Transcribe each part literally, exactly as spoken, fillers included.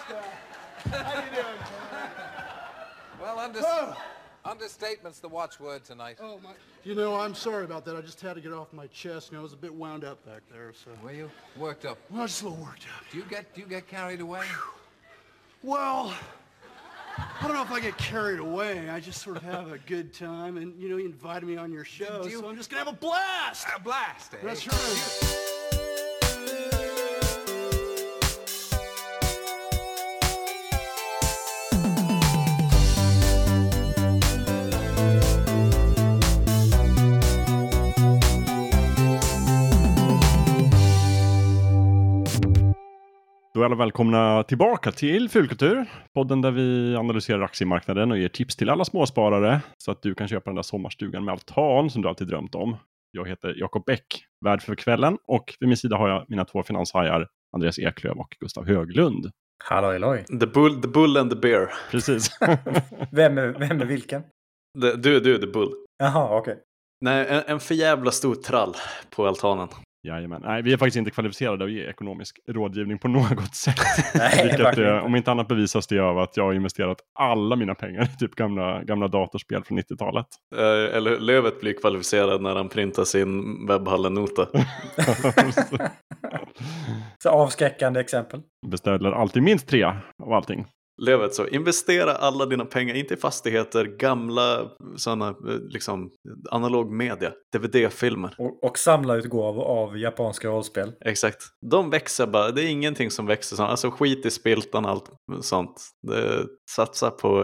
How you doing? Well, under- oh. understatement's the watchword tonight. Oh, my. You know, I'm sorry about that. I just had to get off my chest. You know, I was a bit wound up back there, so. Were you? Worked up? Well, just a little worked up. Do you get, do you get carried away? Well, I don't know if I get carried away. I just sort of have a good time. And, you know, you invited me on your show, you... so I'm just going to have a blast. A blast, eh? That's right. Då är alla välkomna tillbaka till Fulkultur, podden där vi analyserar aktiemarknaden och ger tips till alla småsparare så att du kan köpa den där sommarstugan med altan som du alltid drömt om. Jag heter Jakob Bäck, värd för kvällen, och vid min sida har jag mina två finanshajar, Andreas Eklöf och Gustav Höglund. Halloj, halloj. The bull, the bull and the bear. Precis. vem, är, vem är vilken? The, du, du är the bull. Jaha, okej. Okay. Nej, en, en för jävla stor trall på altanen. Jajamän. Nej, vi är faktiskt inte kvalificerade att ge ekonomisk rådgivning på något sätt. Nej, Vilket, eh, om inte annat bevisas det av att jag har investerat alla mina pengar i typ gamla, gamla datorspel från nittiotalet. Eh, eller Lövet blir kvalificerad när han printar sin webbhallenota. Så avskräckande exempel. Beställer alltid minst tre av allting. Lövet, så investera alla dina pengar, inte i fastigheter, gamla sådana liksom analog media, D V D-filmer. Och, och samla utgåvor av japanska rollspel. Exakt. De växer bara, det är ingenting som växer så. Alltså skit i spiltan och allt sånt. Det, satsa på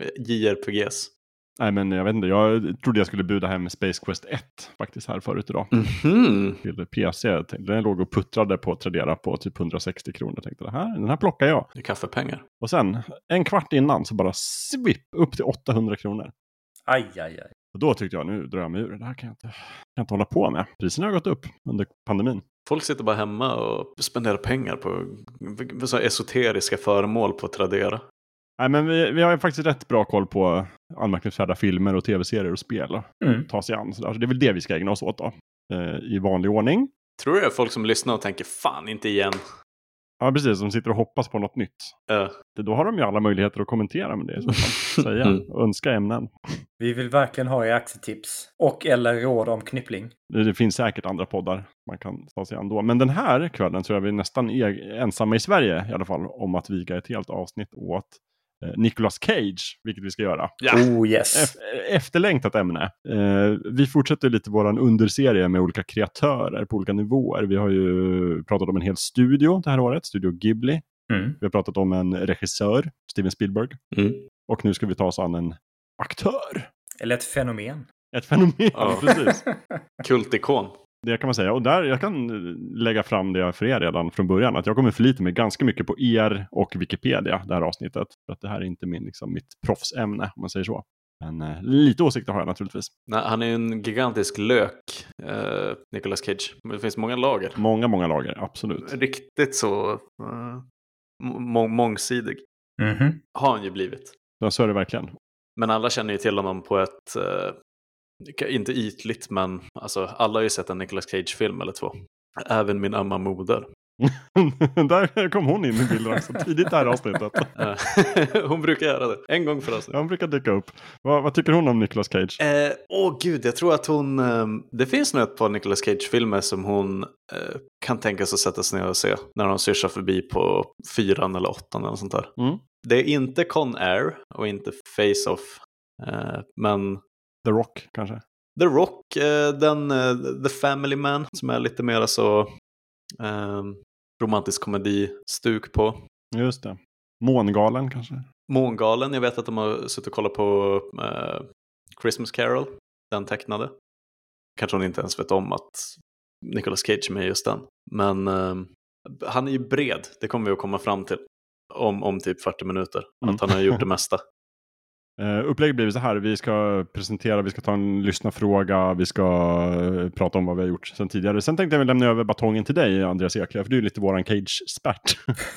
J R P Gs. Nej, men jag vet inte, jag trodde jag skulle buda hem Space Quest ett faktiskt här förut idag. Mm-hmm. Till P C. Den låg och puttrade på Tradera på typ hundrasextio kronor. Jag tänkte, det här, den här plockar jag. Det är kaffepengar. Och sen, en kvart innan så bara swipp upp till åttahundra kronor. Aj, aj, aj. Och då tyckte jag, nu drar jag mig ur. Det här kan jag inte, kan jag inte hålla på med. Priserna har gått upp under pandemin. Folk sitter bara hemma och spenderar pengar på så esoteriska föremål på Tradera. Nej, men vi, vi har ju faktiskt rätt bra koll på anmärkningsvärda filmer och tv-serier och spel. Mm. Ta sig an. Så det är väl det vi ska ägna oss åt då. Eh, I vanlig ordning. Tror du det är folk som lyssnar och tänker, fan inte igen? Ja, precis. Som sitter och hoppas på något nytt. Uh. Då har de ju alla möjligheter att kommentera med det. Så säga. Mm. Och önska ämnen. Vi vill verkligen ha i aktietips. Och eller råd om knyppling. Det, det finns säkert andra poddar man kan ta sig an då. Men den här kvällen tror jag vi är nästan är ensamma i Sverige i alla fall. Om att viga ett helt avsnitt åt eh, Nicolas Cage. Vilket vi ska göra. Ja. Oh yes. E- efterlängtat ämne. Eh, vi fortsätter lite våran underserie med olika kreatörer på olika nivåer. Vi har ju pratat om en hel studio det här året. Studio Ghibli. Mm. Vi har pratat om en regissör, Steven Spielberg. Mm. Och nu ska vi ta oss an en aktör. Eller ett fenomen. Ett fenomen, ja. Precis. Kultikon. Det kan man säga. Och där, jag kan lägga fram det för er redan från början. Att jag kommer förlita mig ganska mycket på er och Wikipedia, det här avsnittet. För att det här är inte min, liksom, mitt proffsämne, om man säger så. Men eh, lite åsikter har jag naturligtvis. Nej, han är en gigantisk lök, eh, Nicolas Cage. Det finns många lager. Många, många lager, absolut. Riktigt så uh, må- mångsidig. Mm-hmm. Har han ju blivit. Ja, så är det verkligen. Men alla känner ju till honom på ett, uh, inte ytligt, men alltså, alla har ju sett en Nicolas Cage-film eller två. Även min amma moder. Där kom hon in i bilden också, tidigt här avsnittet. Hon brukar göra det, en gång för oss. Ja, hon brukar dyka upp. Vad, vad tycker hon om Nicolas Cage? Åh eh, oh, gud, jag tror att hon... Eh, det finns nog ett par Nicolas Cage-filmer som hon eh, kan tänka sig att sätta sig ner och se. När de syrsar förbi på fyran eller åttan eller sånt där. Mm. Det är inte Con Air och inte Face Off. Eh, men... The Rock kanske? The Rock, eh, den eh, The Family Man som är lite mer så... Eh, romantisk komedi-stuk på. Just det. Mångalen kanske? Mångalen, jag vet att de har suttit och kollat på uh, Christmas Carol, den tecknade. Kanske hon inte ens vet om att Nicolas Cage är med just den. Men uh, han är ju bred, det kommer vi att komma fram till om, om typ fyrtio minuter. Mm. Att han har gjort det mesta. Uh, upplägget blir så här, vi ska presentera, vi ska ta en lyssnarfråga, vi ska uh, prata om vad vi har gjort sedan tidigare. Sen tänkte jag väl lämna över batongen till dig, Andreas Eklöf, för du är lite våran Cage-spert.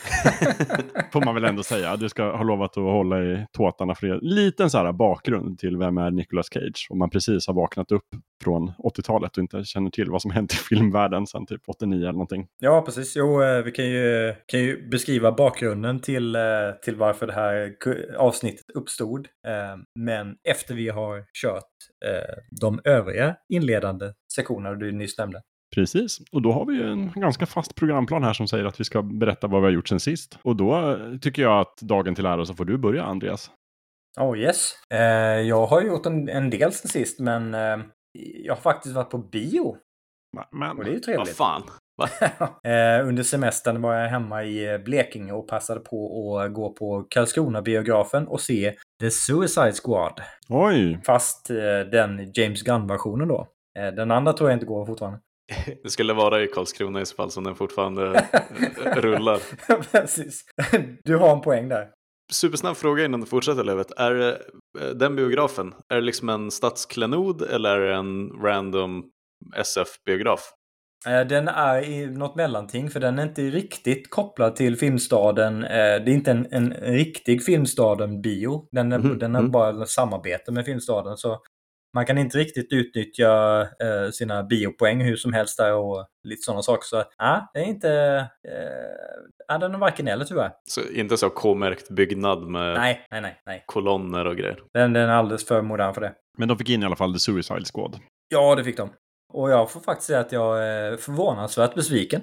Får man väl ändå säga. Du ska ha lovat att hålla i tåtarna för en liten så här bakgrund till vem är Nicolas Cage. Om man precis har vaknat upp från åttiotalet och inte känner till vad som hänt i filmvärlden sedan typ åttionio eller någonting. Ja, precis. Jo, vi kan ju, kan ju beskriva bakgrunden till, till varför det här avsnittet uppstod. Men efter vi har kört de övriga inledande sektionerna du nyss nämnde. Precis, och då har vi ju en ganska fast programplan här som säger att vi ska berätta vad vi har gjort sen sist. Och då tycker jag att dagen till ära så får du börja, Andreas. Oh yes. Eh, jag har gjort en, en del sen sist, men eh, jag har faktiskt varit på bio. Men, och det är ju trevligt. Vad fan? Va? eh, under semestern var jag hemma i Blekinge och passade på att gå på Karlskrona-biografen och se The Suicide Squad. Oj! Fast eh, den James Gunn-versionen då. Eh, den andra tror jag inte går fortfarande. Det skulle vara i Karlskrona i så fall som den fortfarande rullar. Precis. Du har en poäng där. Supersnabb fråga innan du fortsätter, Lövet. Är den biografen, är det liksom en stadsklenod eller är det en random S F-biograf? Den är i något mellanting, för den är inte riktigt kopplad till Filmstaden. Det är inte en, en riktig Filmstaden-bio. Den är, mm. den är bara ett samarbete med Filmstaden, så man kan inte riktigt utnyttja eh, sina biopoäng hur som helst där och lite sådana saker. Så ja, det är inte... Eh, den är varken eller tyvärr. Så inte så K-märkt byggnad med nej, nej, nej, nej. kolonner och grejer? Den, den är alldeles för modern för det. Men de fick in i alla fall The Suicide Squad. Ja, det fick de. Och jag får faktiskt säga att jag är förvånansvärt besviken.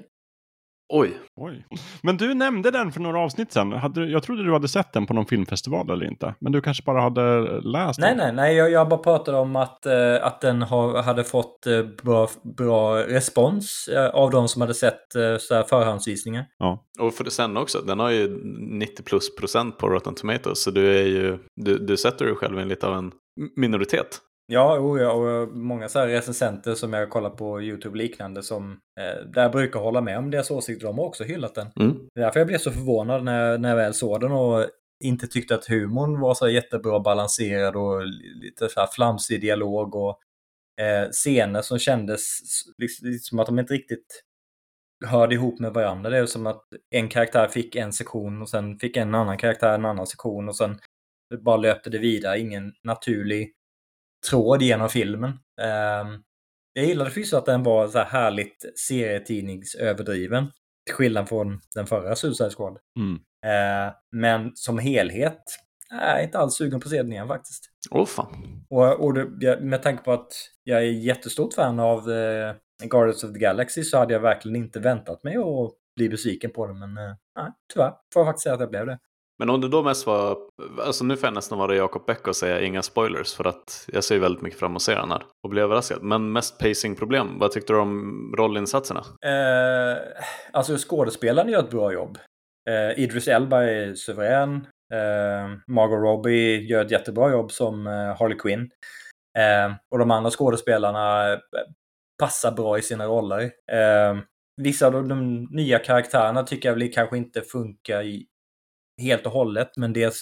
Oj. Oj. Men du nämnde den för några avsnitt sedan. Hade, jag trodde du hade sett den på någon filmfestival eller inte. Men du kanske bara hade läst nej, den. Nej, nej. Jag, jag bara pratade om att, uh, att den har, hade fått uh, bra, bra respons uh, av de som hade sett uh, så här förhandsvisningar. Ja. Och för det sen också. Den har ju nittio plus procent på Rotten Tomatoes. Så du, är ju, du, du sätter dig själv i lite av en minoritet. Ja, och, och många så här recensenter som jag kollar på YouTube liknande som eh, där brukar hålla med om deras åsikter. De har också hyllat den. Mm. Därför jag blev så förvånad när, när jag väl såg den och inte tyckte att humorn var så jättebra balanserad och lite så här flamsig dialog och eh, scener som kändes liksom, som att de inte riktigt hörde ihop med varandra. Det är som att en karaktär fick en sektion och sen fick en annan karaktär en annan sektion och sen bara löpte det vidare. Ingen naturlig tråd genom filmen. Um, jag gillade först att den var så här härligt serietidningsöverdriven. Till skillnad från den förra Suicide Squad. Mm. Uh, men som helhet är jag inte alls sugen på att se den igen faktiskt. Åh oh, fan. Och, och det, med tanke på att jag är jättestort fan av uh, Guardians of the Galaxy så hade jag verkligen inte väntat mig att bli besviken på den. Men uh, nej, tyvärr får jag faktiskt säga att jag blev det. Men om det då mest var, alltså nu får jag nästan vara Jakob Beck och säga inga spoilers för att jag ser väldigt mycket fram att se den här och blir överraskad. Men mest pacingproblem, vad tyckte du om rollinsatserna? Eh, alltså skådespelaren gör ett bra jobb. Eh, Idris Elba är suverän. Eh, Margot Robbie gör ett jättebra jobb som eh, Harley Quinn. Eh, och de andra skådespelarna passar bra i sina roller. Eh, vissa av de, de nya karaktärerna tycker jag väl kanske inte funkar i helt och hållet, men deras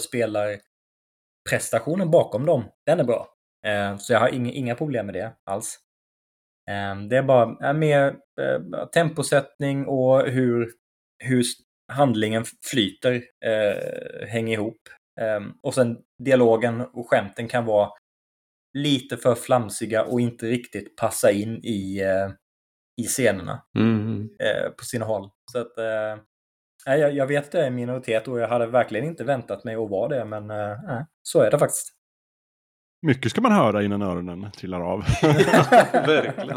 skådespelarprestationen bakom dem, den är bra. Eh, så jag har inga, inga problem med det alls. Eh, det är bara eh, mer eh, temposättning och hur, hur handlingen flyter eh, hänger ihop. Eh, och sen dialogen och skämten kan vara lite för flamsiga och inte riktigt passa in i, eh, i scenerna mm. eh, på sina håll. Så att eh, Jag, jag vet att det är en minoritet och jag hade verkligen inte väntat mig att vara det, men äh, så är det faktiskt. Mycket ska man höra innan öronen trillar av. Verkligen.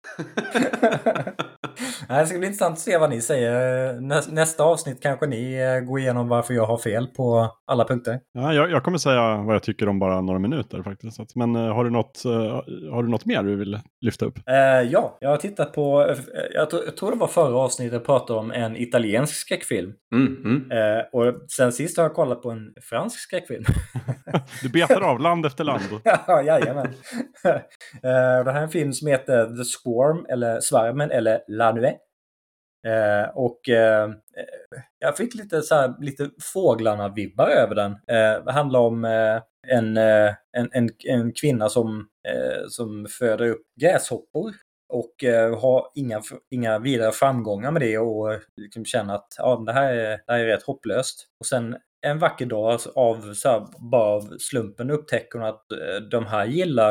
Det ska bli intressant att se vad ni säger. Nästa avsnitt kanske ni går igenom varför jag har fel på alla punkter. Ja, jag, jag kommer säga vad jag tycker om bara några minuter faktiskt. Men uh, har, du något, uh, har du något mer du vill lyfta upp? Uh, ja, jag har tittat på, uh, jag, tror, jag tror det var förra avsnittet jag pratade om en italiensk skräckfilm. Mm, mm. Uh, och sen sist har jag kollat på en fransk skräckfilm. Du betar av land efter land. Ja, jajamän. uh, det här är en film som heter The Swarm, eller Svärmen, eller La Nuit. Uh, och uh, jag fick lite, så här, lite fåglarna-vibbar över den. Uh, det handlar om uh, en, uh, en, en, en kvinna som, uh, som föder upp gräshoppor och uh, har inga, inga vidare framgångar med det och liksom känner att ja, det, här är, det här är rätt hopplöst. Och sen en vacker dag av, så här, bara av slumpen upptäcker hon att uh, de här gillar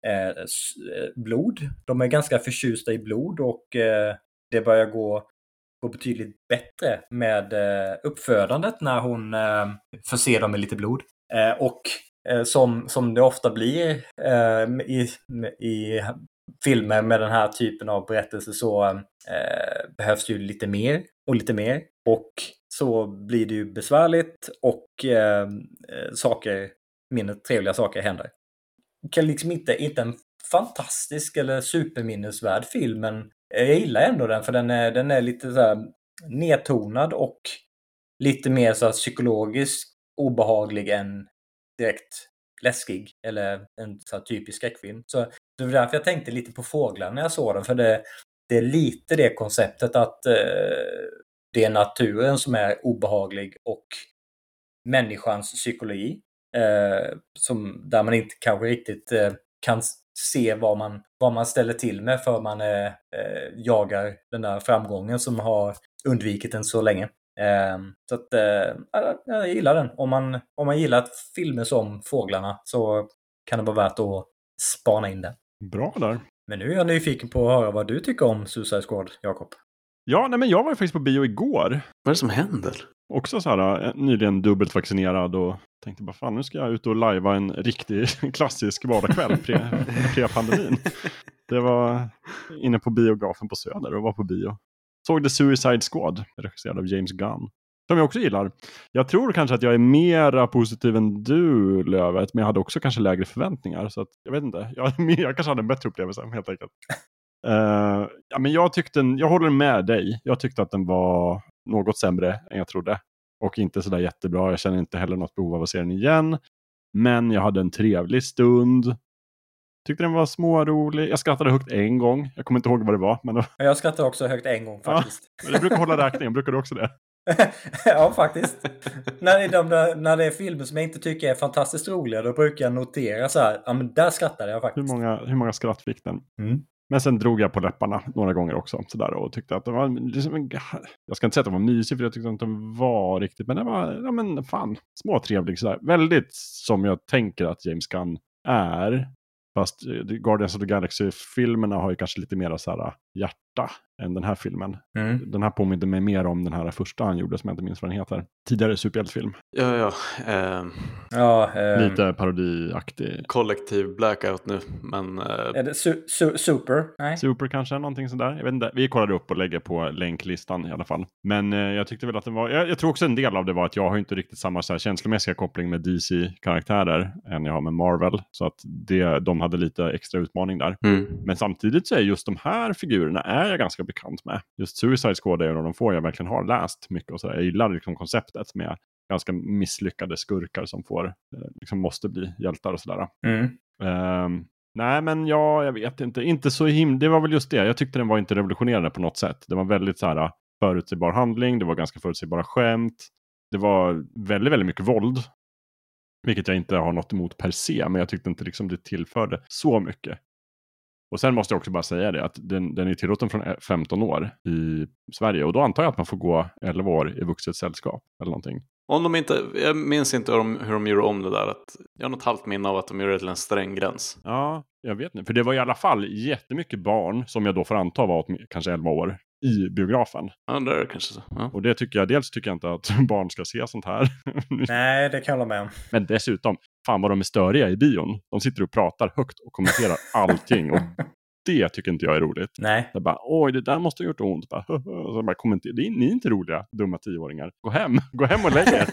eh, blod. De är ganska förtjusta i blod och eh, det börjar gå, gå betydligt bättre med eh, uppfödandet när hon eh, förser dem med lite blod. Eh, och eh, som, som det ofta blir eh, i, i filmer med den här typen av berättelser så eh, behövs ju lite mer och lite mer. Och så blir det ju besvärligt och eh, saker, mindre trevliga saker händer. Kan liksom inte, inte en fantastisk eller superminnesvärd film, men jag gillar ändå den för den är, den är lite så här nedtonad och lite mer så här psykologiskt obehaglig än direkt läskig eller en så här typisk skräckfilm. Så det var därför jag tänkte lite på Fåglar när jag såg den, för det, det är lite det konceptet att eh, det är naturen som är obehaglig och människans psykologi eh, som, där man inte kanske riktigt eh, kan se vad man, vad man ställer till med för man eh, jagar den där framgången som har undvikit den så länge. Eh, så att eh, jag gillar den. Om man, om man gillar filmer som Fåglarna så kan det vara värt att spana in den. Bra där. Men nu är jag nyfiken på att höra vad du tycker om Suicide Squad, Jakob. Ja, nej, men jag var ju faktiskt på bio igår. Vad är det som händer? Också så här, nyligen dubbelt vaccinerad och tänkte bara fan, nu ska jag ut och lajva en riktig klassisk vardagskväll pre, pre-pandemin. Det var inne på biografen på Söder och var på bio. Såg The Suicide Squad, regisserad av James Gunn. Som jag också gillar. Jag tror kanske att jag är mera positiv än du, Lövet, men jag hade också kanske lägre förväntningar. Så att, jag vet inte, jag, jag kanske hade en bättre upplevelse helt enkelt. Uh, ja, men jag tyckte, jag håller med dig. Jag tyckte att den var något sämre än jag trodde. Och inte sådär jättebra. Jag känner inte heller något behov av att se den igen. Men jag hade en trevlig stund. Tyckte den var smårolig. Jag skrattade högt en gång. Jag kommer inte ihåg vad det var. Men... Jag skrattade också högt en gång faktiskt. Ja, jag brukar hålla räkningen. Brukar du också det? Ja, faktiskt. när, det är de, när det är filmer som jag inte tycker är fantastiskt roliga, då brukar jag notera så här. Ja, men där skrattade jag faktiskt. Hur många, hur många skratt fick den? Mm. Men sen drog jag på läpparna några gånger också. Så där, och tyckte att det var liksom en, jag ska inte säga att det var mysig, för jag tyckte att den var riktigt. Men det var, ja men fan, småtrevlig sådär. Väldigt som jag tänker att James Gunn är. Fast Guardians of the Galaxy-filmerna har ju kanske lite mer så här hjärta än den här filmen. Mm. Den här påminner mig mer om den här första han gjorde, som jag inte minns vad den heter. Tidigare superhjältefilm. Ja, ja. Eh, ja eh, lite parodiaktig. Kollektiv blackout nu, men... Eh, är det su- su- super? Nej. Super kanske, någonting sådär. Jag vet inte. Vi kollade upp och lägger på länklistan i alla fall. Men eh, jag tyckte väl att den var... Jag, jag tror också en del av det var att jag har inte riktigt samma så här, känslomässiga koppling med D C-karaktärer än jag har med Marvel. Så att det, de hade lite extra utmaning där. Mm. Men samtidigt så är just de här figurerna är jag ganska bekant med. Just Suicide Squad är en av de få jag verkligen har läst mycket. Och så där. Jag gillar liksom konceptet med ganska misslyckade skurkar som får, liksom måste bli hjältar och sådär. Mm. Um, nej men ja, jag vet inte. Inte så himla, det var väl just det. Jag tyckte den var inte revolutionerande på något sätt. Det var väldigt så här förutsägbar handling. Det var ganska förutsägbara skämt. Det var väldigt, väldigt mycket våld. Vilket jag inte har något emot per se. Men jag tyckte inte liksom det tillförde så mycket. Och sen måste jag också bara säga det, att den, den är tillåten från femton år i Sverige. Och då antar jag att man får gå elva år i vuxet sällskap eller någonting. Om de inte, jag minns inte hur de, hur de gjorde om det där. Att jag har något halvt minne av att de gjorde det till en sträng gräns. Ja, jag vet inte. För det var i alla fall jättemycket barn som jag då får anta var kanske elva år i biografen. Ja, det är det kanske så. Ja. Och det tycker jag, dels tycker jag inte att barn ska se sånt här. Nej, det kan jag hålla med om. Men dessutom, fan vad de är störiga i bion. De sitter och pratar högt och kommenterar allting. Och det tycker inte jag är roligt. Nej. Jag bara, oj, det där måste ha gjort ont. Bara, så bara kommenterar. Det är, ni är inte roliga, dumma tioåringar. Gå hem, gå hem och lägg er.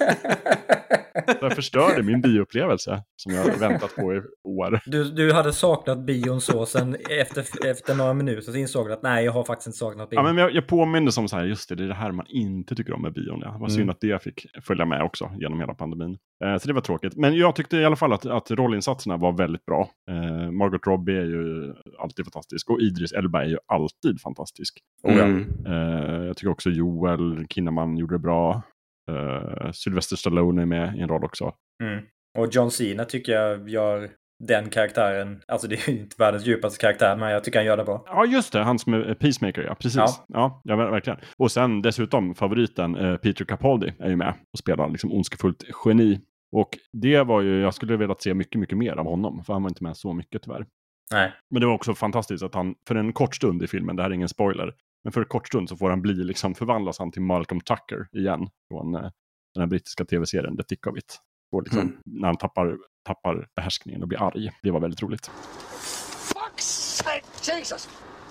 Så jag förstörde min bioupplevelse som jag har väntat på i år. Du, du hade saknat bion så, sen efter, efter några minuter så insåg du att nej, jag har faktiskt inte saknat bion. Ja, men jag, jag påminner som så här, just det, det är det här man inte tycker om med bion. Ja. Det var synd mm. att det fick följa med också genom hela pandemin. Eh, så det var tråkigt. Men jag tyckte i alla fall att, att rollinsatserna var väldigt bra. Eh, Margot Robbie är ju alltid fantastisk och Idris Elba är ju alltid fantastisk. Mm. Eh, jag tycker också Joel Kinnaman gjorde det bra. Uh, Sylvester Stallone är med i en roll också. Mm. Och John Cena tycker jag gör den karaktären, alltså det är ju inte världens djupaste karaktär, men jag tycker han gör det bra. Ja, just det, han som är Peacemaker, ja, precis. Ja, ja, ja verkligen. Och sen dessutom favoriten uh, Peter Capaldi är ju med och spelar liksom ondskefullt geni. Och det var ju, jag skulle velat se mycket, mycket mer av honom, för han var inte med så mycket tyvärr. Nej. Men det var också fantastiskt att han, för en kort stund i filmen, det här är ingen spoiler, men för en kort stund så får han bli liksom, förvandlas han till Malcolm Tucker igen från uh, den här brittiska tv-serien The Thick of It. Och liksom, mm. när han tappar, tappar behärskningen och blir arg. Det var väldigt roligt. Fuck's sake, Jesus!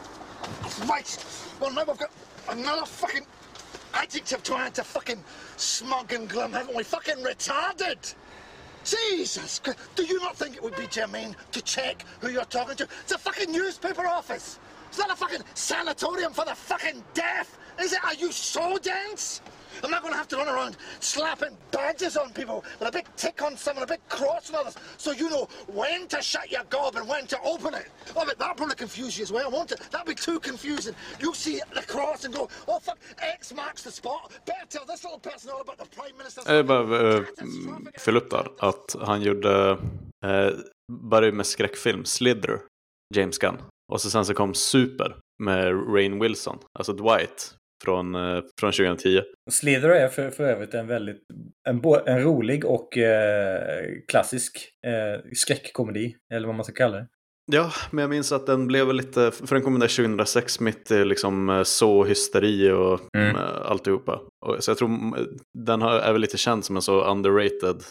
Right, well now we've got another fucking adjective to add to fucking smug and glum, haven't we? Fucking retarded! Jesus! Do you not think it would be germane to check who you're talking to? It's a fucking newspaper office! It's not a fucking sanatorium for the fucking deaf! Is it? Are you so dense? I'm not going to have to run around slapping badges on people with a big tick on some and a big cross on others, so you know when to shut your gob and when to open it. Oh, but that'll probably confuse you as well, won't it? That'll be too confusing. You'll see the cross and go, oh fuck, X marks the spot. Better tell this little person all about the Prime Minister's... Jag bara äh, fyll upp där att han gjorde, äh, började med skräckfilm, Slither, James Gunn. Och så sen så kom Super med Rainn Wilson, alltså Dwight. Från, från tjugohundratio. Slither är för, för övrigt en väldigt en, en rolig och eh, klassisk eh, skräckkomedi, eller vad man ska kalla det. Ja, men jag minns att den blev lite, för den kom där tjugohundrasex mitt i liksom så hysteri och mm. alltihopa. Och, så jag tror den har, är väl lite känd som en så underrated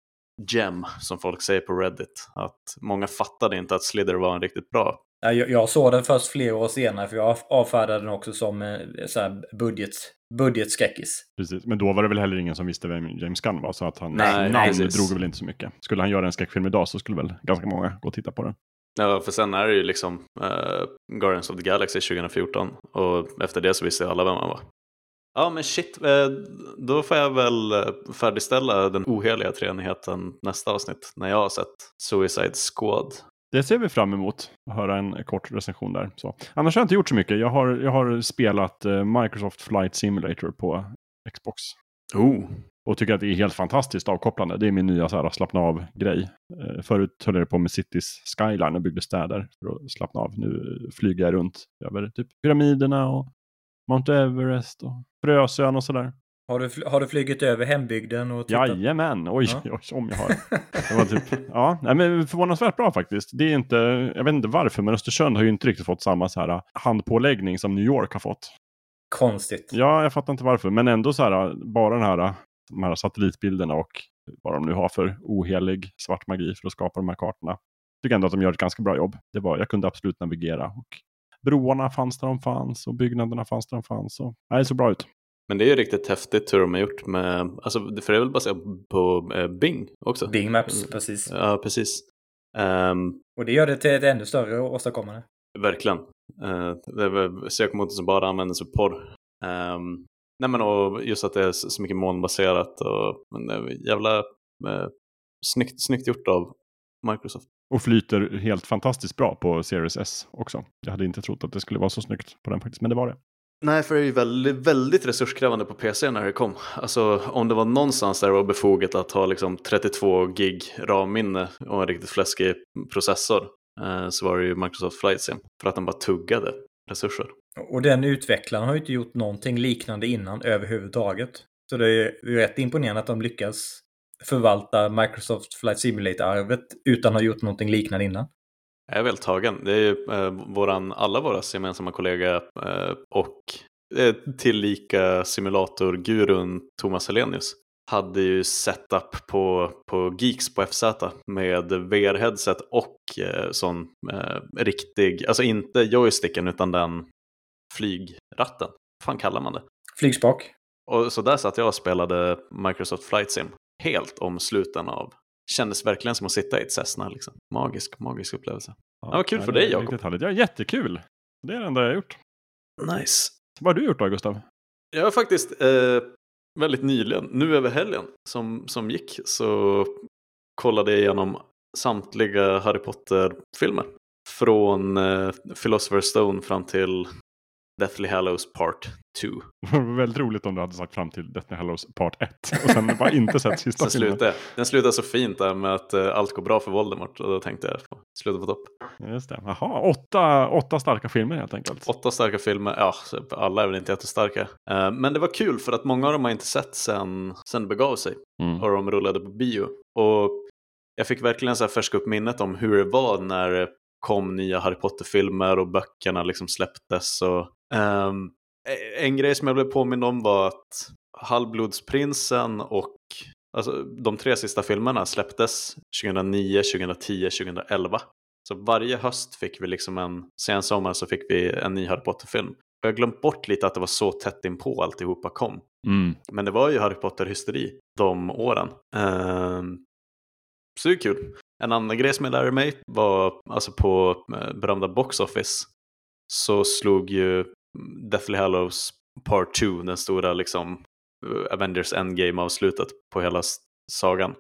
gem, som folk säger på Reddit. Att många fattade inte att Slither var en riktigt bra. Jag, jag såg den först flera år senare, för jag avfärdade den också som så här budget, budgetskräckis. Precis, men då var det väl heller ingen som visste vem James Gunn var, så att han nej, namn drog väl inte så mycket. Skulle han göra en skräckfilm idag så skulle väl ganska många gå och titta på den. Ja, för sen är det ju liksom uh, Guardians of the Galaxy tjugohundrafjorton, och efter det så visste alla vem han var. Ja, men shit, då får jag väl färdigställa den oheliga treenigheten nästa avsnitt när jag har sett Suicide Squad. Det ser vi fram emot, att höra en kort recension där. Så. Annars har jag inte gjort så mycket. Jag har, jag har spelat Microsoft Flight Simulator på Xbox. Oh. Och tycker att det är helt fantastiskt avkopplande. Det är min nya så här, slappna av-grej. Förut höll jag på med Cities Skyline och byggde städer för att slappna av. Nu flyger jag runt över typ pyramiderna och Mount Everest och Frösön och sådär. Har du, har du flygit över hembygden? Och tittat? Jajamän, oj, ja. oj, om jag har. Det var typ, ja, nej, men förvånansvärt bra faktiskt. Det är inte, jag vet inte varför, men Östersund har ju inte riktigt fått samma så här handpåläggning som New York har fått. Konstigt. Ja, jag fattar inte varför, men ändå så här, bara den här, de här satellitbilderna och vad de nu har för ohelig svart magi för att skapa de här kartorna. Jag tycker ändå att de gör ett ganska bra jobb. Det var, jag kunde absolut navigera och broarna fanns där de fanns och byggnaderna fanns där de fanns. Och, nej, det såg bra ut. Men det är ju riktigt häftigt hur de har gjort med, alltså för det är väl baserat på eh, Bing också. Bing Maps, precis. Ja, precis. Um, och det gör det till ett ännu större åstadkommande. Verkligen. Uh, det är sökmotorn som bara används för porr. Um, nej men och just att det är så mycket molnbaserat och men det är jävla uh, snyggt, snyggt gjort av Microsoft. Och flyter helt fantastiskt bra på Series S också. Jag hade inte trott att det skulle vara så snyggt på den faktiskt, men det var det. Nej, för det är ju väldigt, väldigt resurskrävande på P C när det kom. Alltså om det var någonstans där det var befogat att ha liksom trettiotvå gig RAM-minne och en riktigt fläskig processor eh, så var det ju Microsoft Flight Sim. För att den bara tuggade resurser. Och den utvecklaren har ju inte gjort någonting liknande innan överhuvudtaget. Så det är ju rätt imponerande att de lyckas förvalta Microsoft Flight Simulator-arvet utan att ha gjort någonting liknande innan. Jag är väl tagen. Det är ju eh, våran, alla våra gemensamma kollegor eh, och eh, tillika simulatorgurun Thomas Helenius hade ju setup på, på Geeks på F Z med V R-headset och eh, sån eh, riktig, alltså inte joysticken utan den flygratten. Vad fan kallar man det? Flygspak. Och så där satt jag och spelade Microsoft Flight Sim helt om sluten av. Kändes verkligen som att sitta i ett Cessna liksom. Magisk, magisk upplevelse. Ja, det var kul för dig, Jakob. Ja, jättekul. Det är det enda jag har gjort. Nice. Vad har du gjort då, Gustav? Jag har faktiskt eh, väldigt nyligen, nu över helgen som, som gick, så kollade jag igenom samtliga Harry Potter-filmer. Från eh, Philosopher's Stone fram till Deathly Hallows Part två. Det var väldigt roligt om du hade sagt fram till Deathly Hallows Part ett och sen bara inte sett sista filmen. Slutade, den slutade så fint där med att uh, allt går bra för Voldemort, och då tänkte jag sluta på topp. Just det. Jaha, åtta, åtta starka filmer helt enkelt. Åtta starka filmer, ja, alla är väl inte jättestarka. Uh, men det var kul för att många av dem har inte sett sen, sen det begav sig. Mm. Och de rullade på bio. Och jag fick verkligen så här färska upp minnet om hur det var när kom nya Harry Potter-filmer och böckerna liksom släpptes. Och, um, en grej som jag blev påmind om var att Halvblodsprinsen och alltså, de tre sista filmerna släpptes tjugohundranio, tjugohundratio, tjugohundraelva. Så varje höst fick vi liksom en, sen sommar så fick vi en ny Harry Potter-film. Jag har glömt bort lite att det var så tätt in på alltihopa kom. Mm. Men det var ju Harry Potter-hysteri de åren. Um, så det är kul. En annan grej som jag lärde mig var alltså på berömda Box Office så slog ju Deathly Hallows Part två, den stora liksom Avengers Endgame-avslutet på hela sagan.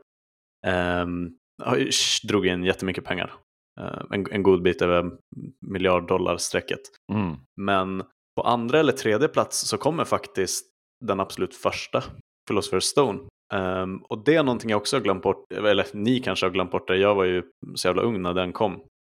Um, drog in jättemycket pengar. Uh, en, en god bit över miljard dollar strecket. Mm. Men på andra eller tredje plats så kommer faktiskt den absolut första, Philosopher's Stone. Um, och det är någonting jag också har glömt bort, eller ni kanske har glömt bort det. Jag var ju så jävla ung när den kom.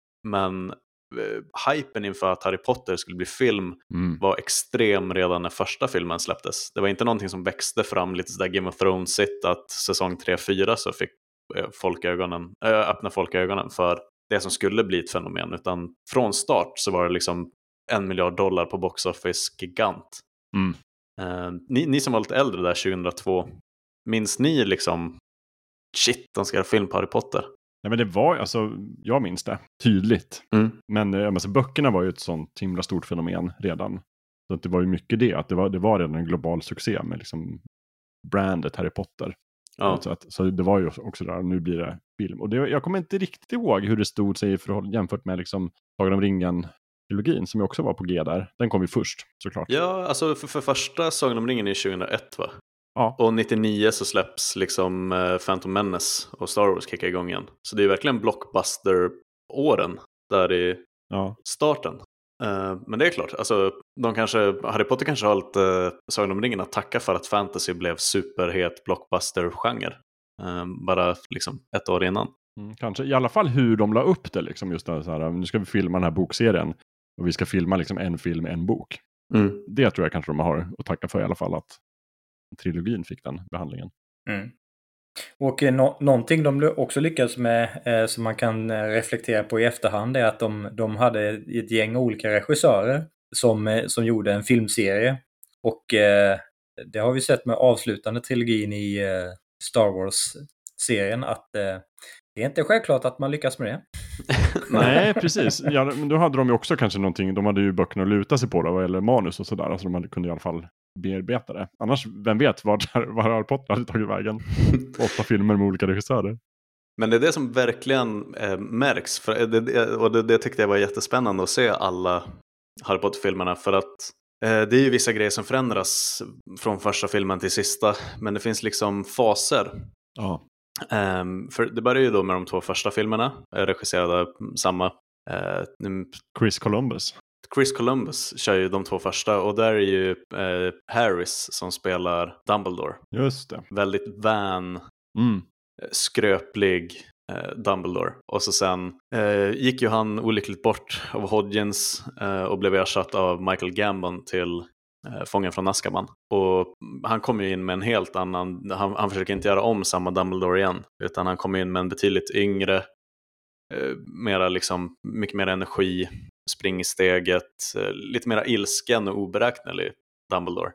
Men uh, hypen inför att Harry Potter skulle bli film mm. var extrem redan när första filmen släpptes. Det var inte någonting som växte fram lite sådär Game of Thrones-igt att säsong tre fyra så fick uh, folk ögonen, uh, öppna folk ögonen för det som skulle bli ett fenomen. Utan från start så var det liksom en miljard dollar på Box Office gigant. Mm. Uh, ni, ni som var lite äldre där tjugohundratvå, minns ni liksom shit, de ska göra film på Harry Potter? Nej, men det var, alltså, jag minns det tydligt. Mm. Men alltså, böckerna var ju ett sånt himla stort fenomen redan. Så att det var ju mycket det, att det var, det var redan en global succé med liksom brandet Harry Potter. Ja. Så, att, så det var ju också där, nu blir det film. Och det, jag kommer inte riktigt ihåg hur det stod sig för, jämfört med liksom Sagan om ringen-trilogin som ju också var på G där. Den kom ju först, såklart. Ja, alltså för, för första Sagan om ringen är tjugohundraett, va? Ja. Och nittionio så släpps liksom uh, Phantom Menace och Star Wars kickar igång igen. Så det är verkligen blockbuster-åren där i ja. starten. Uh, men det är klart, alltså, de kanske, Harry Potter kanske har lite uh, Sagan om ringen att tacka för att fantasy blev superhet blockbuster-genre. Uh, bara liksom ett år innan. Mm, kanske, i alla fall hur de la upp det liksom, just det, så här, nu ska vi filma den här bokserien och vi ska filma liksom en film, en bok. Mm. Det tror jag kanske de har att tacka för i alla fall, att trilogin fick den behandlingen. Mm. Och eh, no- någonting de också lyckades med eh, som man kan eh, reflektera på i efterhand är att de, de hade ett gäng olika regissörer som, eh, som gjorde en filmserie. Och eh, det har vi sett med avslutande trilogin i eh, Star Wars-serien att eh, det är inte självklart att man lyckas med det. Nej, precis. Ja, men då hade de ju också kanske någonting, de hade ju böckerna att luta sig på då, eller manus och sådär, alltså de hade, kunde i alla fall bearbeta det. Annars, vem vet vad Harry Potter hade tagit vägen? Åtta filmer med olika regissörer. Men det är det som verkligen eh, märks, för det, och det, det tyckte jag var jättespännande att se alla Harry Potter-filmerna, för att eh, det är ju vissa grejer som förändras från första filmen till sista, men det finns liksom faser. Ja. Um, för det börjar ju då med de två första filmerna, regisserade samma uh, Chris Columbus. Chris Columbus kör ju de två första, och där är ju uh, Harris som spelar Dumbledore. Just det. Väldigt van, mm. skröplig uh, Dumbledore. Och så sen uh, gick ju han olyckligt bort av Hodgins uh, och blev ersatt av Michael Gambon till Fången från Azkaban. Och han kommer ju in med en helt annan, han, han försöker inte göra om samma Dumbledore igen, utan han kommer in med en betydligt yngre, eh, mera liksom, mycket mer energi, springsteget, eh, lite mera ilsken och oberäknelig Dumbledore.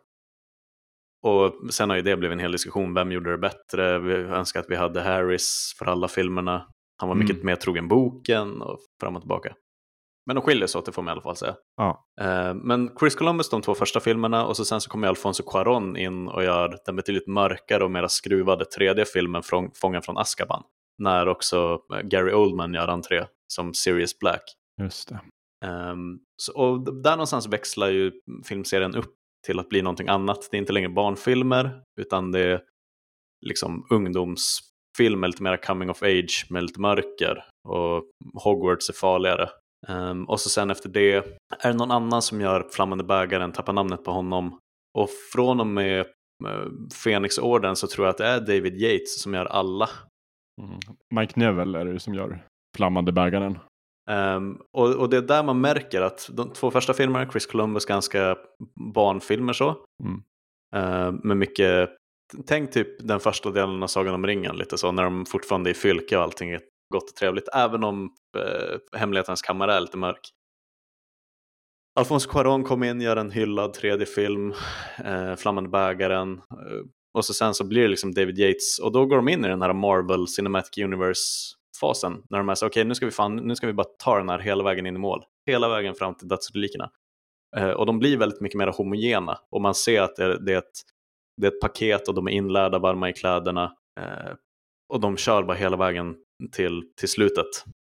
Och sen har ju det blivit en hel diskussion, vem gjorde det bättre? Vi önskar att vi hade Harris för alla filmerna. Han var mycket mm. mer trogen boken och fram och tillbaka. Men de skiljer sig åt, det får man i alla fall säga. Ja. Eh, men Chris Columbus, de två första filmerna, och så sen så kommer Alfonso Cuarón in och gör den betydligt mörkare och mer skruvade tredje filmen från Fången från Azkaban. När också Gary Oldman gör entré som Sirius Black. Just det. Eh, så, och där någonstans växlar ju filmserien upp till att bli någonting annat. Det är inte längre barnfilmer, utan det är liksom ungdomsfilmer, lite mer coming of age med lite mörker. Och Hogwarts är farligare. Um, och så sen efter det är det någon annan som gör Flammande bägaren, tappar namnet på honom. Och från och med uh, Fenixorden så tror jag att det är David Yates som gör alla. Mm. Mike Neville är det som gör Flammande bägaren. Um, och, och det är där man märker att de två första filmerna, Chris Columbus, ganska barnfilmer så. Mm. Uh, med mycket, tänk typ den första delen av Sagan om ringen lite så, när de fortfarande är i fylke och allting är gott och trevligt, även om eh, Hemlighetens kammare är lite mörk. Alfonso Cuarón kom in, gör en hyllad tredje film, eh, Flammande bägaren, eh, och så sen så blir det liksom David Yates, och då går de in i den här Marvel Cinematic Universe-fasen, när de är så, okej, okay, nu ska vi fan, nu ska vi bara ta den här hela vägen in i mål, hela vägen fram till dödsrelikerna. Eh, och de blir väldigt mycket mer homogena, och man ser att det är, det är, ett, det är ett paket, och de är inlärda, varma i kläderna, eh, och de kör bara hela vägen till, till slutet.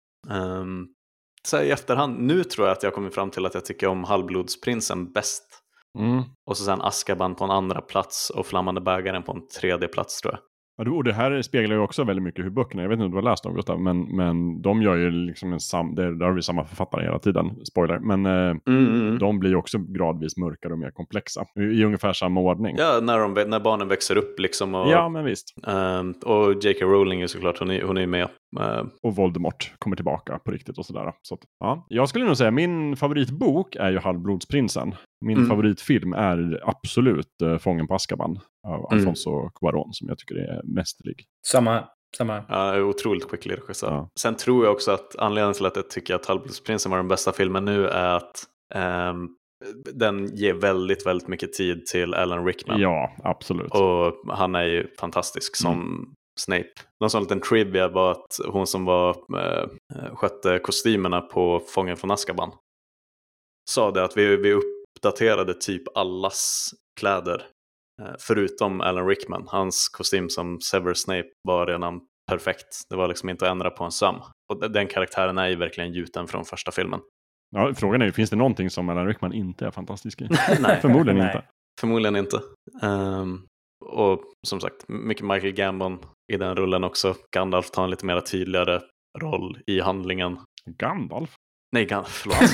Um, så i efterhand, nu tror jag att jag kommer fram till att jag tycker om Halvblodsprinsen bäst. Mm. Och så sen Azkaban på en andra plats och Flammande bägaren på en tredje plats, tror jag. Ja, och det här speglar ju också väldigt mycket hur böckerna, jag vet inte om du har läst dem, Gustav, men, men de gör ju liksom en sam, där, där har vi samma författare hela tiden, spoiler, men eh, mm, mm. de blir ju också gradvis mörkare och mer komplexa, i, i ungefär samma ordning. Ja, när, de, när barnen växer upp liksom. Och, ja, men visst. Um, och J K Rowling är såklart, hon är, hon är med. Uh, och Voldemort kommer tillbaka på riktigt och sådär. Så att, ja. Jag skulle nog säga, min favoritbok är ju Halvblodsprinsen. Min mm. favoritfilm är absolut uh, Fången på Azkaban av mm. Alfonso Cuarón, som jag tycker är mästerlig. Samma, samma. Ja, otroligt skicklig regissör. Ja. Sen tror jag också att anledningen till att jag tycker att Halvblodsprinsen var den bästa filmen nu är att um, den ger väldigt, väldigt mycket tid till Alan Rickman. Ja, absolut. Och han är ju fantastisk som mm. Snape. Någon sån liten trivia var att hon som var äh, skötte kostymerna på Fången från Azkaban sa det att vi, vi uppdaterade typ allas kläder äh, förutom Alan Rickman. Hans kostym som Severus Snape var redan perfekt. Det var liksom inte att ändra på en söm. Och den karaktären är ju verkligen gjuten från första filmen. Ja, frågan är ju, finns det någonting som Alan Rickman inte är fantastisk i? Nej. Förmodligen Nej. inte. Förmodligen inte. Um, och som sagt, mycket Michael Gambon i den rullen också. Gandalf tar en lite mer tydligare roll i handlingen. Gandalf? Nej, Gandalf,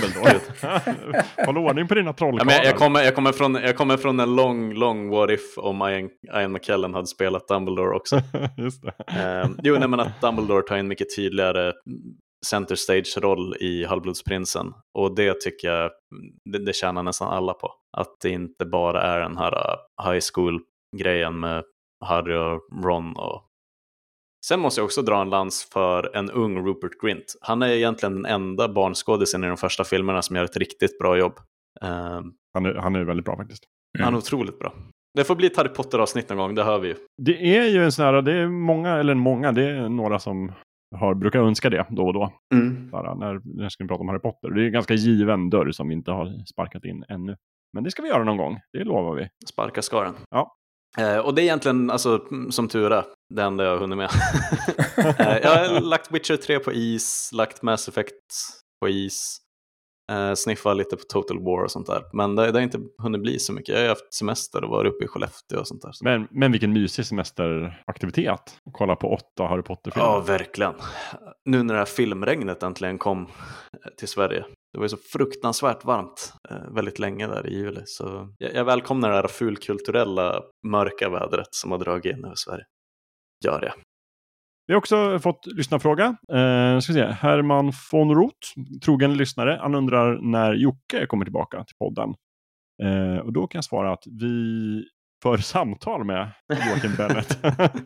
förlåt. Håll ordning på dina trollkarlar. Ja, men jag, kommer, jag, kommer från, jag kommer från en lång, lång what if om Ian, Ian McKellen hade spelat Dumbledore också. Just det. Um, jo, nej, men att Dumbledore tar en mycket tydligare center stage-roll i Halvblodsprinsen. Och det tycker jag, det, det tjänar nästan alla på. Att det inte bara är den här uh, high school-grejen med Harry och Ron. Och... Sen måste jag också dra en lans för en ung Rupert Grint. Han är egentligen den enda barnskådisen i de första filmerna som gör ett riktigt bra jobb. Um, han, är, han är väldigt bra faktiskt. Mm. Han är otroligt bra. Det får bli ett Harry Potter-avsnitt någon gång, det hör vi ju. Det är ju en sån här, det är många, eller många, det är några som har, brukar önska det då och då. Mm. Där, när, när ska vi prata om Harry Potter. Det är en ganska given dörr som vi inte har sparkat in ännu. Men det ska vi göra någon gång, det lovar vi. Sparka skaren. Ja. Eh, och det är egentligen, alltså, som tur är, det enda jag har hunnit med. eh, jag har lagt Witcher tre på is, lagt Mass Effect på is. Eh, sniffa lite på Total War och sånt där. Men det, det har inte hunnit bli så mycket. Jag har haft semester och varit uppe i Skellefteå och sånt där. Så. Men, men vilken mysig semesteraktivitet. Kolla på åtta Harry Potter-filmer. Ja, verkligen. Nu när det här filmregnet äntligen kom till Sverige. Det var ju så fruktansvärt varmt eh, väldigt länge där i juli. Så jag, jag välkomnar det här fulkulturella mörka vädret som har dragit in över Sverige. Gör det. Vi har också fått lyssnarfråga. Eh, ska vi se. Herman von Roth, trogen lyssnare. Han undrar när Jocke kommer tillbaka till podden. Eh, och då kan jag svara att vi för samtal med Joakim Bennett.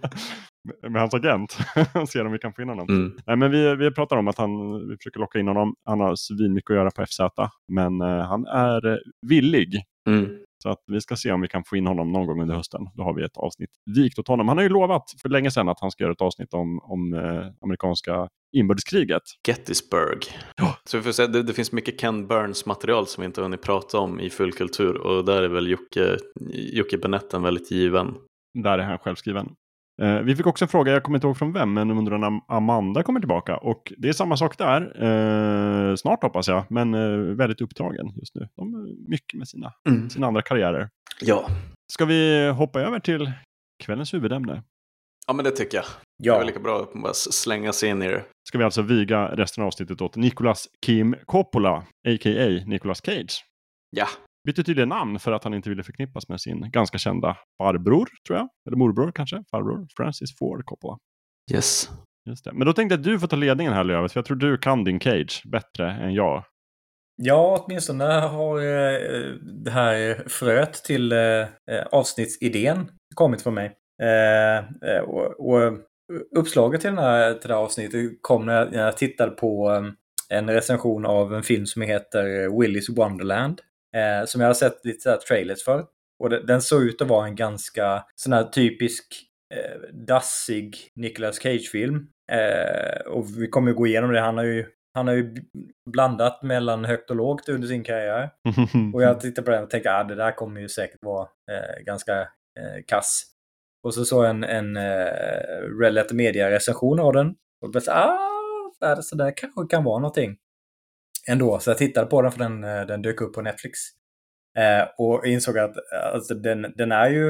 med hans agent. Se om vi kan få in honom. Mm. Nej, men vi, vi pratar om att han, vi försöker locka in honom. Han har svin mycket att göra på F Z. Men eh, han är villig. Mm. Så att vi ska se om vi kan få in honom någon gång under hösten. Då har vi ett avsnitt vikt åt honom. Han har ju lovat för länge sedan att han ska göra ett avsnitt om, om eh, amerikanska inbördeskriget. Gettysburg. Ja. Så vi får se, det, det finns mycket Ken Burns material som vi inte har hunnit prata om i full kultur. Och där är väl Jocke, Jocke Benetten väldigt given. Där är han självskriven. Eh, vi fick också en fråga, jag kommer inte ihåg från vem, men undrar när Amanda kommer tillbaka. Och det är samma sak där. Eh, snart hoppas jag, men eh, väldigt upptagen just nu. De är mycket med sina, mm. sina andra karriärer. Ja. Ska vi hoppa över till kvällens huvudämne? Ja, men det tycker jag. Ja. Det är lika bra att bara slänga sig in i det. Ska vi alltså viga resten av avsnittet åt Nicolas Kim Coppola, a k a. Nicolas Cage. Ja. Bytte tydligen namn för att han inte ville förknippas med sin ganska kända farbror, tror jag. Eller morbror kanske, farbror. Francis Ford Coppola. Yes. Just det. Men då tänkte jag att du får ta ledningen här, Lövet. För jag tror du kan din Cage bättre än jag. Ja, åtminstone har eh, det här fröet till eh, avsnittsidén kommit från mig. Eh, och, och uppslaget till, den här, till det här avsnittet kom när jag, när jag tittade på um, en recension av en film som heter Willy's Wonderland. Eh, som jag har sett lite så här trailers för. Och det, den såg ut att vara en ganska sån här typisk eh, dassig Nicolas Cage-film. Eh, och vi kommer att gå igenom det. Han har ju, han har ju blandat mellan högt och lågt under sin karriär. Och jag tittade på den och tänkte att ah, det där kommer ju säkert vara eh, ganska eh, kass. Och så såg jag en, en uh, Red Letter Media-recension av den. Och jag sa, ah, det så där kanske kan vara någonting. Ändå, så jag tittade på den för den, den dök upp på Netflix. Eh, och insåg att alltså, den, den är ju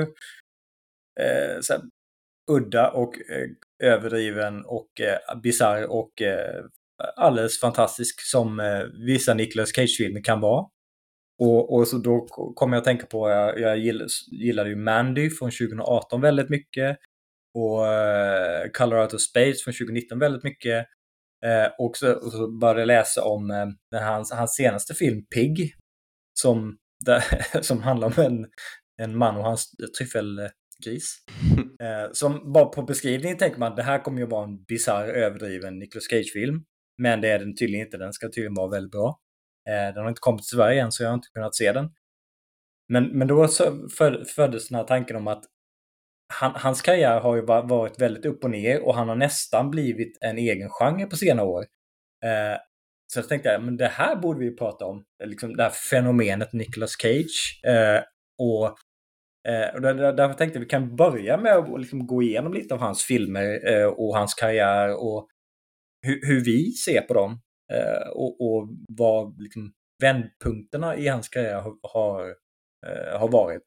eh, så här, udda och eh, överdriven och eh, bizarr och eh, alldeles fantastisk som eh, vissa Nicolas Cage-filmer kan vara. Och, och så då kommer jag att tänka på, jag, jag gillade, gillade ju Mandy från tjugo arton väldigt mycket. Och uh, Color Out of Space från tjugo nitton väldigt mycket. Uh, och, så, och så började jag läsa om uh, den, hans, hans senaste film, Pig. Som, där, som handlar om en, en man och hans tryffelgris. Uh, som bara på beskrivningen tänker man att det här kommer ju vara en bizarr, överdriven Nicolas Cage-film. Men det är den tydligen inte, den ska tydligen vara väldigt bra. Den har inte kommit till Sverige än så jag har inte kunnat se den. Men, men då föddes den här tanken om att han, hans karriär har ju varit väldigt upp och ner och han har nästan blivit en egen genre på senare år. Eh, så jag tänkte, men det här borde vi prata om. Liksom det här fenomenet Nicolas Cage. Eh, och eh, och där, därför tänkte jag vi kan börja med att liksom gå igenom lite av hans filmer eh, och hans karriär och hur, hur vi ser på dem. Uh, och, och vad liksom, vändpunkterna i hans karriär har, har, uh, har varit.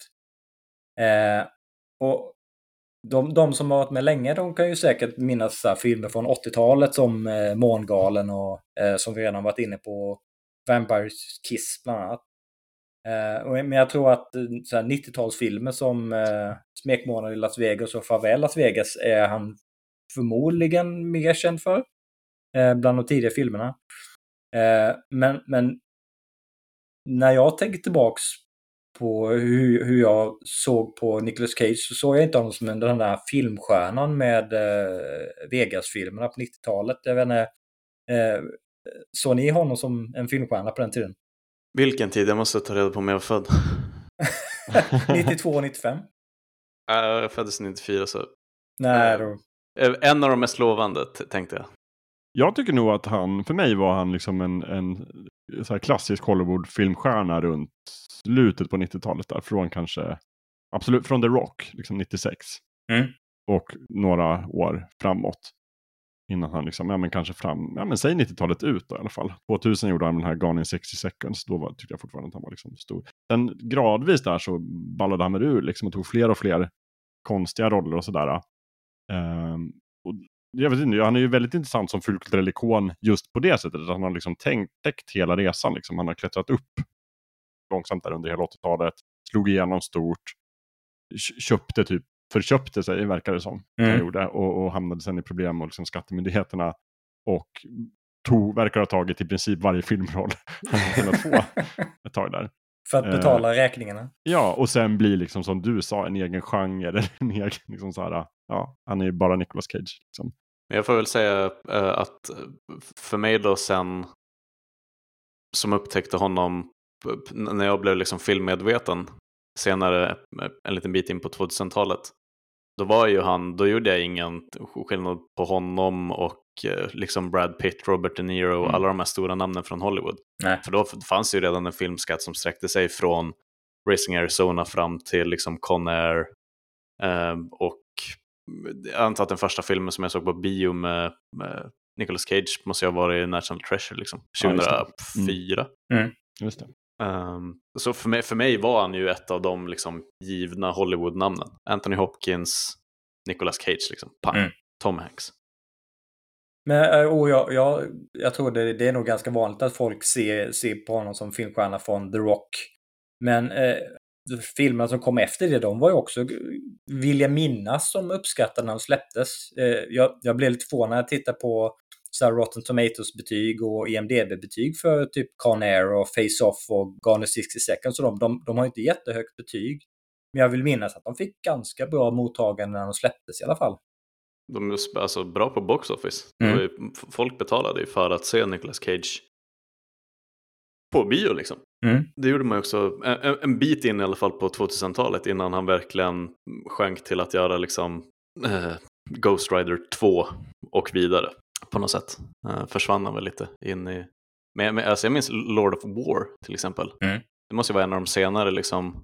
Uh, och de, de som har varit med länge, de kan ju säkert minnas så här, filmer från åttiotalet som uh, Mångalen och uh, som vi redan varit inne på, Vampires Kiss bland annat. Uh, och, men jag tror att så här, nittiotalsfilmer som uh, Smekmånad i Las Vegas och Farväl Las Vegas är han förmodligen mer känd för. Eh, bland de tidiga filmerna. Eh, men, men när jag tänker tillbaks på hur, hur jag såg på Nicolas Cage så såg jag inte honom som den där filmstjärnan med eh, Vegas-filmerna på nittiotalet. Jag vet inte, eh, såg ni honom som en filmstjärna på den tiden? Vilken tid? Jag måste ta reda på om jag var född. nittiotvå och nittiofem. Uh, jag föddes nittiofyra så... Nej, då... En av de mest lovande, tänkte jag. Jag tycker nog att han, för mig var han liksom en, en så här klassisk Hollywood-filmstjärna runt slutet på nittiotalet där. Från kanske, absolut, från The Rock, liksom nittiosex. Mm. Och några år framåt. Innan han liksom, ja men kanske fram, ja men säg nittiotalet ut då, i alla fall. tvåtusen gjorde han den här Gone in sextio seconds, då var, tyckte jag fortfarande att han var liksom stor. Sen gradvis där så ballade han med ur liksom och tog fler och fler konstiga roller och sådär. Um, och jag vet inte, han är ju väldigt intressant som fulkulturell ikon just på det sättet. Att han har liksom tänkt, täckt hela resan. Liksom. Han har klättrat upp långsamt där under hela åttiotalet. Slog igenom stort. Köpte typ, förköpte sig verkar det som. Mm. Han gjorde, och, och hamnade sen i problem och liksom skattemyndigheterna. Och tog, verkar ha tagit i princip varje filmroll han har kunnat få ett tag där. För att betala uh, räkningarna. Ja, och sen blir liksom som du sa en egen genre. Eller en egen, liksom så här, ja, han är ju bara Nicolas Cage. Liksom. Jag får väl säga uh, att för mig då sen som upptäckte honom när jag blev liksom filmmedveten senare en liten bit in på tvåtusentalet. Då var ju han, då gjorde jag ingen skillnad på honom och liksom Brad Pitt, Robert De Niro och mm. alla de här stora namnen från Hollywood. Nej. För då fanns ju redan en filmskatt som sträckte sig från Racing Arizona fram till liksom Con Air. Um, och jag antar att den första filmen som jag såg på bio med, med Nicolas Cage måste jag ha varit National Treasure liksom, tjugohundrafyra. Mm. Mm. Just det. Um, så för mig, för mig var han ju ett av de liksom givna Hollywood-namnen. Anthony Hopkins, Nicolas Cage liksom, pang, mm. Tom Hanks. Men och jag, jag, jag tror det, det är nog ganska vanligt att folk ser, ser på honom som filmstjärna från The Rock. Men eh, filmerna som kom efter det, de var ju också, vill jag minnas, som uppskattade när de släpptes. Eh, jag, jag blev lite förvånad när jag tittade på så här Rotten Tomatoes betyg och E M D B-betyg för typ Con Air och Face Off och Gone in sextio seconds. Så de, de, de har inte jättehögt betyg. Men jag vill minnas att de fick ganska bra mottagande när de släpptes i alla fall. de är alltså bra på box office. Mm. Ju, folk betalade ju för att se Nicolas Cage på bio liksom. Mm. Det gjorde man ju också en, en bit in i alla fall på tvåtusentalet innan han verkligen sjönk till att göra liksom eh, Ghost Rider två och vidare på något sätt. Eh, försvann han väl lite in i... Men, men, alltså jag minns Lord of War till exempel. Mm. Det måste ju vara en av de senare liksom...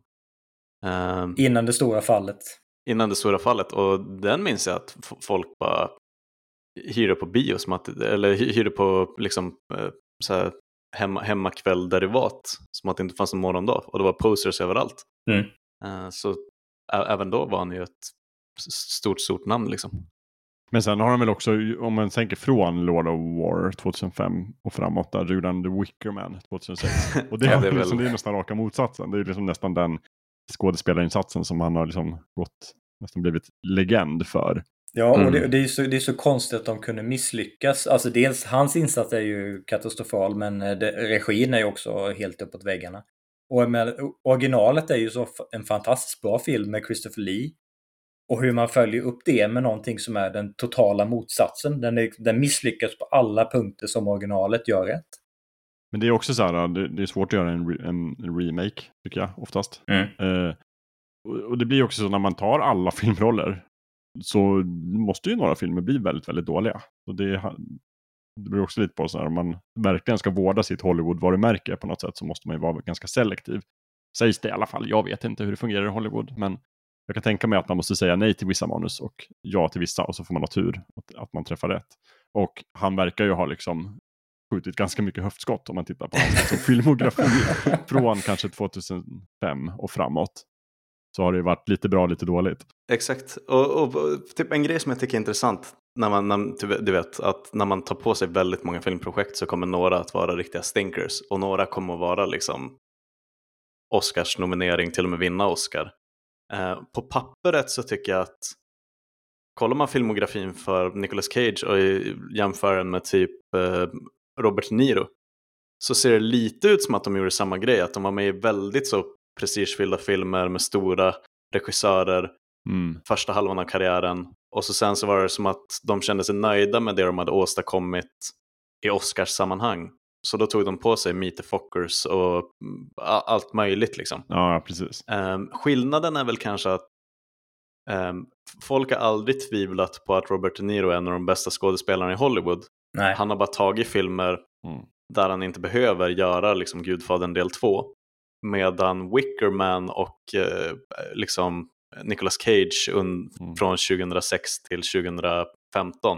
Eh, innan det stora fallet. Innan det stora fallet. Och den minns jag att f- folk bara hyrde på bio som att, eller hyrde på liksom eh, så här hemma, hemmakväll-derivat som att det inte fanns en morgondag. Och det var posters överallt. Mm. Eh, så ä- även då var han ju ett stort, stort namn liksom. Men sen har de väl också, om man tänker från Lord of War tjugohundrafem och framåt där, gjorde han The Wicker Man tjugohundrasex. Och det, Ja, är, det är väl- liksom, det är nästan raka motsatsen. Det är liksom nästan den skådespelarinsatsen som han har liksom gått, nästan blivit legend för. Ja, och Mm. det, det, är så, det är så konstigt att de kunde misslyckas. Alltså dels, hans insats är ju katastrofal, men det, regin är ju också helt uppåt väggarna. Och med, originalet är ju så f- en fantastiskt bra film med Christopher Lee. Och hur man följer upp det med någonting som är den totala motsatsen. Den, är, den misslyckas på alla punkter som originalet gör rätt. Men det är också så här, det, det är svårt att göra en, re, en, en remake, tycker jag, oftast. Mm. Eh, och, och det blir också så när man tar alla filmroller så måste ju några filmer bli väldigt, väldigt dåliga. Och det, det beror också lite på så här, om man verkligen ska vårda sitt Hollywood-varumärke på något sätt så måste man ju vara ganska selektiv. Sägs det i alla fall, jag vet inte hur det fungerar i Hollywood, men jag kan tänka mig att man måste säga nej till vissa manus och ja till vissa, och så får man ha tur att, att man träffar rätt. Och han verkar ju ha liksom skjutit ganska mycket höftskott om man tittar på hans liksom, filmografi från kanske tjugohundrafem och framåt. Så har det ju varit lite bra, lite dåligt. Exakt. Och, och typ en grej som jag tycker är intressant när man, när, du vet, att när man tar på sig väldigt många filmprojekt så kommer några att vara riktiga stinkers och några kommer att vara liksom Oscars nominering, till och med vinna Oscar. Eh, på pappret så tycker jag att kollar man filmografin för Nicolas Cage och jämför den med typ eh, Robert De Niro så ser det lite ut som att de gjorde samma grej, att de var med i väldigt så prestigefyllda filmer med stora regissörer Mm. första halvan av karriären, och så sen så var det som att de kände sig nöjda med det de hade åstadkommit i Oscars sammanhang, så då tog de på sig Meet the Fockers och allt möjligt liksom. Ja, precis. Um, skillnaden är väl kanske att um, folk har aldrig tvivlat på att Robert De Niro är en av de bästa skådespelarna i Hollywood. Nej. Han har bara tagit filmer Mm. där han inte behöver göra liksom Gudfadern del två. Medan Wicker Man och eh, liksom Nicolas Cage un- Mm. från tjugohundrasex till tjugohundrafemton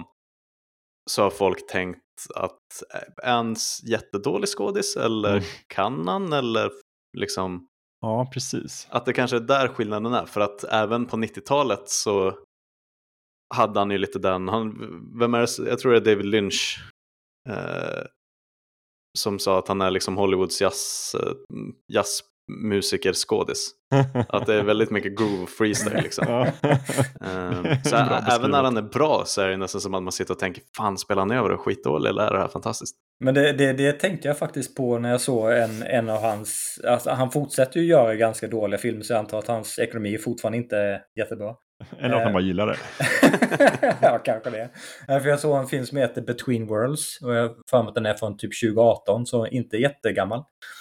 så har folk tänkt att är han jättedålig skådis eller Mm. kan han, eller liksom Ja, precis. att det kanske är där skillnaden är, för att även på nittiotalet så hade han ju lite den, han, vem är det, jag tror det är David Lynch eh, som sa att han är liksom Hollywoods jazz, jazzmusiker skådis. Att det är väldigt mycket groove och freestyle liksom. Ja. um, så Bra även när han är bra så är det nästan som att man sitter och tänker, fan, spelar han över och skitdålig eller är det här fantastiskt? Men det, det, det tänkte jag faktiskt på när jag såg en, en av hans... Alltså, han fortsätter ju göra ganska dåliga filmer, så jag antar att hans ekonomi fortfarande inte är jättebra. Eller att han bara gillar det. Ja, kanske det. För jag såg en film som heter Between Worlds, och jag för mig att den är från typ tjugo arton, så inte jättegammal.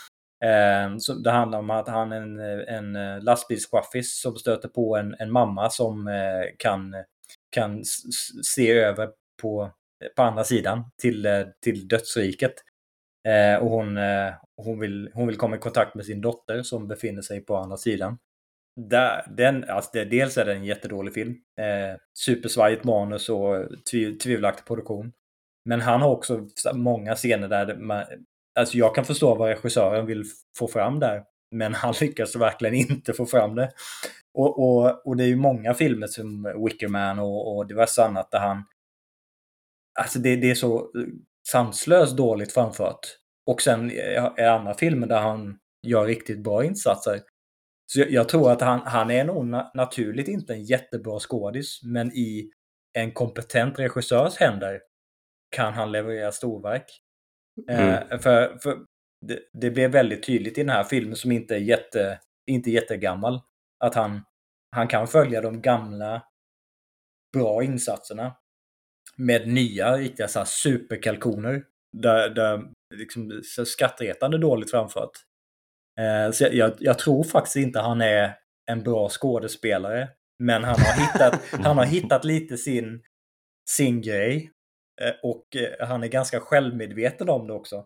Så det handlar om att han är en, en lastbilschaffis som stöter på en, en mamma som kan, kan se över på, på andra sidan till, till dödsriket. Och hon, hon, vill, hon vill komma i kontakt med sin dotter som befinner sig på andra sidan. Där, den, alltså det, dels är det en jättedålig film. Eh, supersvajigt manus och tviv, tvivelaktig produktion. Men han har också många scener där man, alltså jag kan förstå vad regissören vill få fram där, men han lyckas verkligen inte få fram det. Och, och, och det är ju många filmer som Wicker Man och, och diverse annat där han, alltså det, det är så sanslöst dåligt framfört. Och sen är andra filmer där han gör riktigt bra insatser. Så jag, jag tror att han, han är nog na- naturligt inte en jättebra skådis, men i en kompetent regissörs händer kan han leverera storverk. Mm. Eh, för för det, det blev väldigt tydligt i den här filmen, som inte är jätte, inte jättegammal, att han, han kan följa de gamla bra insatserna med nya riktiga så här superkalkoner där, där liksom så skrattretande dåligt framfört. Eh, så jag, jag tror faktiskt inte han är en bra skådespelare, men han har hittat, han har hittat lite sin, sin grej eh, och eh, han är ganska självmedveten om det också.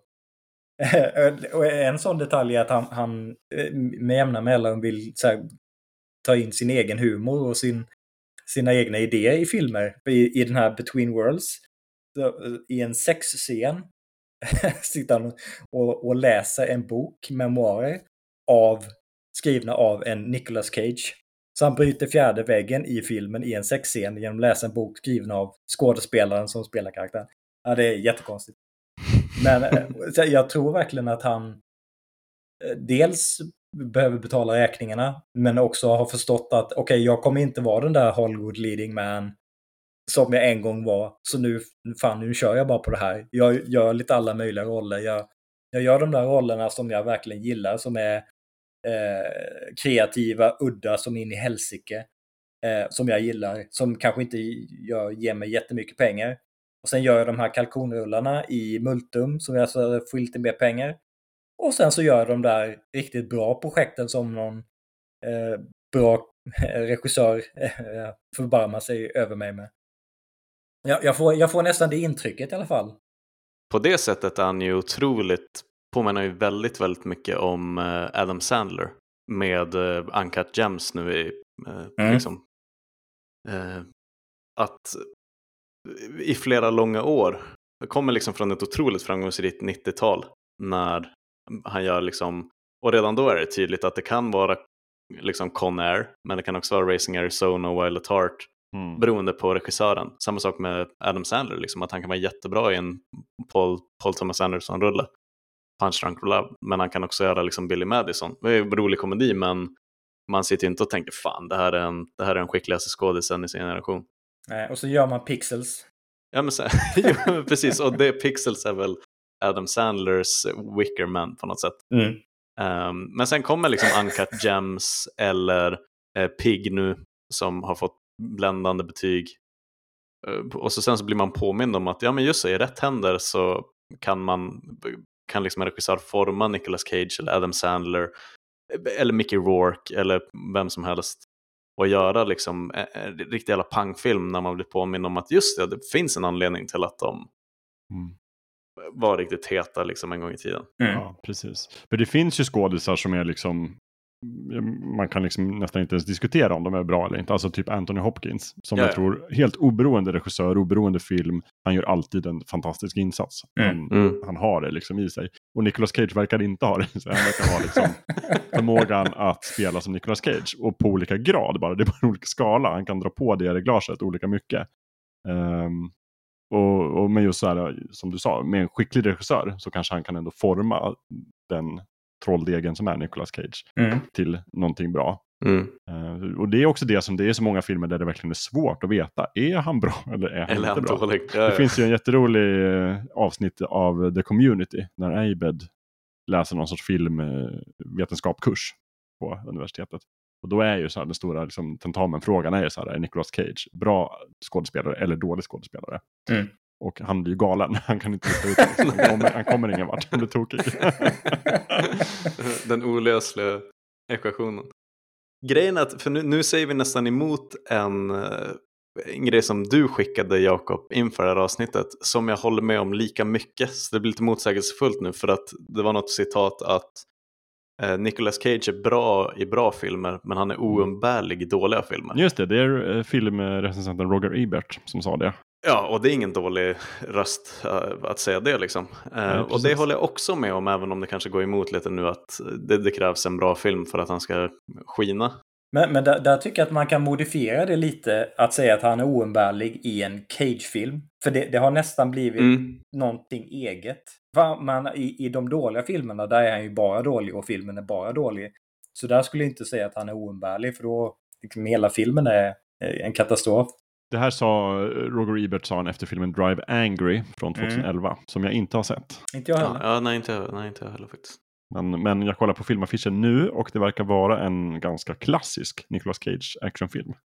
Och en sån detalj är att han, han med jämna mellan vill så här, ta in sin egen humor och sin, sina egna idéer i filmer. I, i den här Between Worlds, så, i en sexscen sitter han och, och läser en bok, memoarer, av, skrivna av en Nicolas Cage. Så han bryter fjärde väggen i filmen i en sexscen genom att läsa en bok skriven av skådespelaren som spelar karaktären. Ja, det är jättekonstigt. Men jag tror verkligen att han dels behöver betala räkningarna, men också har förstått att okej, okay, jag kommer inte vara den där Hollywood leading man som jag en gång var. Så nu, fan, nu kör jag bara på det här. Jag gör lite alla möjliga roller. Jag, jag gör de där rollerna som jag verkligen gillar, som är eh, kreativa, udda, som in i helsike. Eh, som jag gillar, som kanske inte gör, ger mig jättemycket pengar. Och sen gör jag de här kalkonrullarna i multum som jag så får lite mer pengar. Och sen så gör jag de där riktigt bra projekten som någon eh, bra regissör eh, förbarmar sig över mig med. Jag, jag, får, jag får nästan det intrycket i alla fall. På det sättet är han ju otroligt, påminner ju väldigt, väldigt mycket om eh, Adam Sandler med eh, Uncut Gems nu i eh, mm. liksom, eh, att i flera långa år, det kommer liksom från ett otroligt framgångsrikt nittiotal när han gör liksom, och redan då är det tydligt att det kan vara liksom Con Air, men det kan också vara Racing Arizona och Wild at Heart, mm. beroende på regissören. Samma sak med Adam Sandler, liksom, att han kan vara jättebra i en Paul, Paul Thomas Anderson-rulle, Punch Drunk Love, men han kan också göra liksom Billy Madison. Det är en rolig komedi, men man sitter inte och tänker fan, det här är en, det här är en skickligaste skådisen i sin generation. Nej, och så gör man Pixels. Ja, men så, ja, precis, och det Pixels är väl Adam Sandlers Wicker Man på något sätt. Mm. Um, men sen kommer liksom Uncut Gems eller eh, Pig nu, som har fått bländande betyg. Uh, och så sen så blir man påmind om att ja, men just så, i rätt händer så kan man kan liksom en regissör forma Nicolas Cage eller Adam Sandler eller Mickey Rourke eller vem som helst och göra liksom en, en riktig jävla pangfilm när man blir påmind om att just det, det finns en anledning till att de mm. var riktigt heta liksom en gång i tiden. Mm. Ja, precis. För det finns ju skådisar som är liksom, man kan liksom nästan inte ens diskutera om de är bra eller inte. Alltså typ Anthony Hopkins, som ja, jag ja. tror helt oberoende regissör, oberoende film, han gör alltid en fantastisk insats. Mm. Han, mm. han har det liksom i sig. Och Nicolas Cage verkar inte ha det. Så han verkar ha liksom förmågan att spela som Nicolas Cage. Och på olika grad bara. Det är bara en olika skala. Han kan dra på det i glaset olika mycket. Um, och, och med just så här, som du sa, med en skicklig regissör så kanske han kan ändå forma den trolldegen som är Nicolas Cage mm. till någonting bra. Mm. Uh, och det är också det som det är så många filmer där det verkligen är svårt att veta. Är han bra eller är han eller inte bra? Ja, ja. Det finns ju en jätterolig uh, avsnitt av The Community när Abed läser någon sorts filmvetenskapskurs på universitetet. Och då är ju så här, den stora liksom, tentamenfrågan är ju så här, är Nicolas Cage bra skådespelare eller dålig skådespelare? Mm. Och han blir ju galen. Han kan inte ut det. Han kommer, han kommer ingen vart. Han blir tokig. Den olösliga ekvationen. Grejen är att, för nu, nu säger vi nästan emot en, en grej som du skickade, Jakob, inför det här avsnittet, som jag håller med om lika mycket. Så det blir lite motsägelsefullt nu, för att det var något citat att eh, Nicolas Cage är bra i bra filmer, men han är oumbärlig i dåliga filmer. Just det, det är eh, filmrecensenten Roger Ebert som sa det. Ja, och det är ingen dålig röst uh, att säga det liksom. Uh, Nej, och det håller jag också med om, även om det kanske går emot lite nu att det, det krävs en bra film för att han ska skina. Men, men där, där tycker jag att man kan modifiera det lite, att säga att han är oumbärlig i en Cage-film. För det, det har nästan blivit mm. någonting eget. För man, i, I de dåliga filmerna, där är han ju bara dålig och filmen är bara dålig. Så där skulle jag inte säga att han är oumbärlig, för då liksom, hela filmen är en katastrof. Det här sa Roger Ebert sa han efter filmen Drive Angry från tjugoelva, mm. som jag inte har sett. Inte jag heller. Ja, nej, inte, nej, inte jag heller faktiskt. Men, men jag kollar på filmaffischen nu och det verkar vara en ganska klassisk Nicolas Cage actionfilm.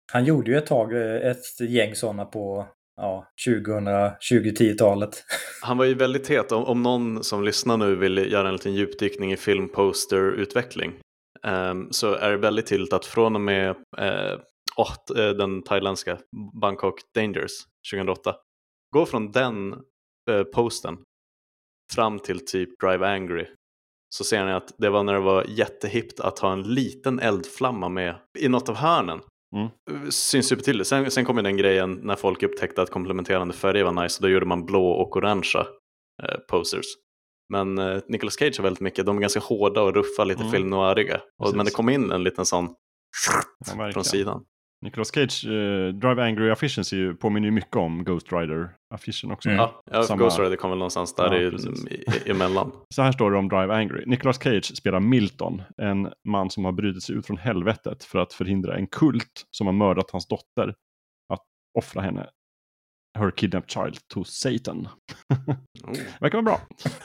Han gjorde ju ett tag ett gäng sådana på ja, tjugo-tio-talet. Han var ju väldigt het. Om, om någon som lyssnar nu vill göra en liten djupdykning i filmposterutveckling um, så är det väldigt tydligt att från och med uh, åt, uh, den thailändska Bangkok Dangers tjugohundraåtta, gå från den uh, posten fram till typ Drive Angry, så ser ni att det var när det var jättehippt att ha en liten eldflamma med i något av hörnen. Mm. Syns supertydligt. Sen, sen kom ju den grejen när folk upptäckte att komplementerande färger var nice, och då gjorde man blå och orangea eh, posters. Men eh, Nicolas Cage har väldigt mycket, de är ganska hårda och ruffa, lite mm. filmnoiriga. Och, men det kom in en liten sån ja, från sidan. Nicolas Cage, uh, Drive Angry-affischen ju, påminner ju mycket om Ghost Rider-affischen också. Mm. Ja, ja Samma... Ghost Rider kom väl någonstans där ja, i, i, emellan. Så här står det om Drive Angry. Nicolas Cage spelar Milton, en man som har brutit sig ut från helvetet för att förhindra en kult som har mördat hans dotter att offra henne. Her kidnapped child to Satan. Oh. Verkar vara bra.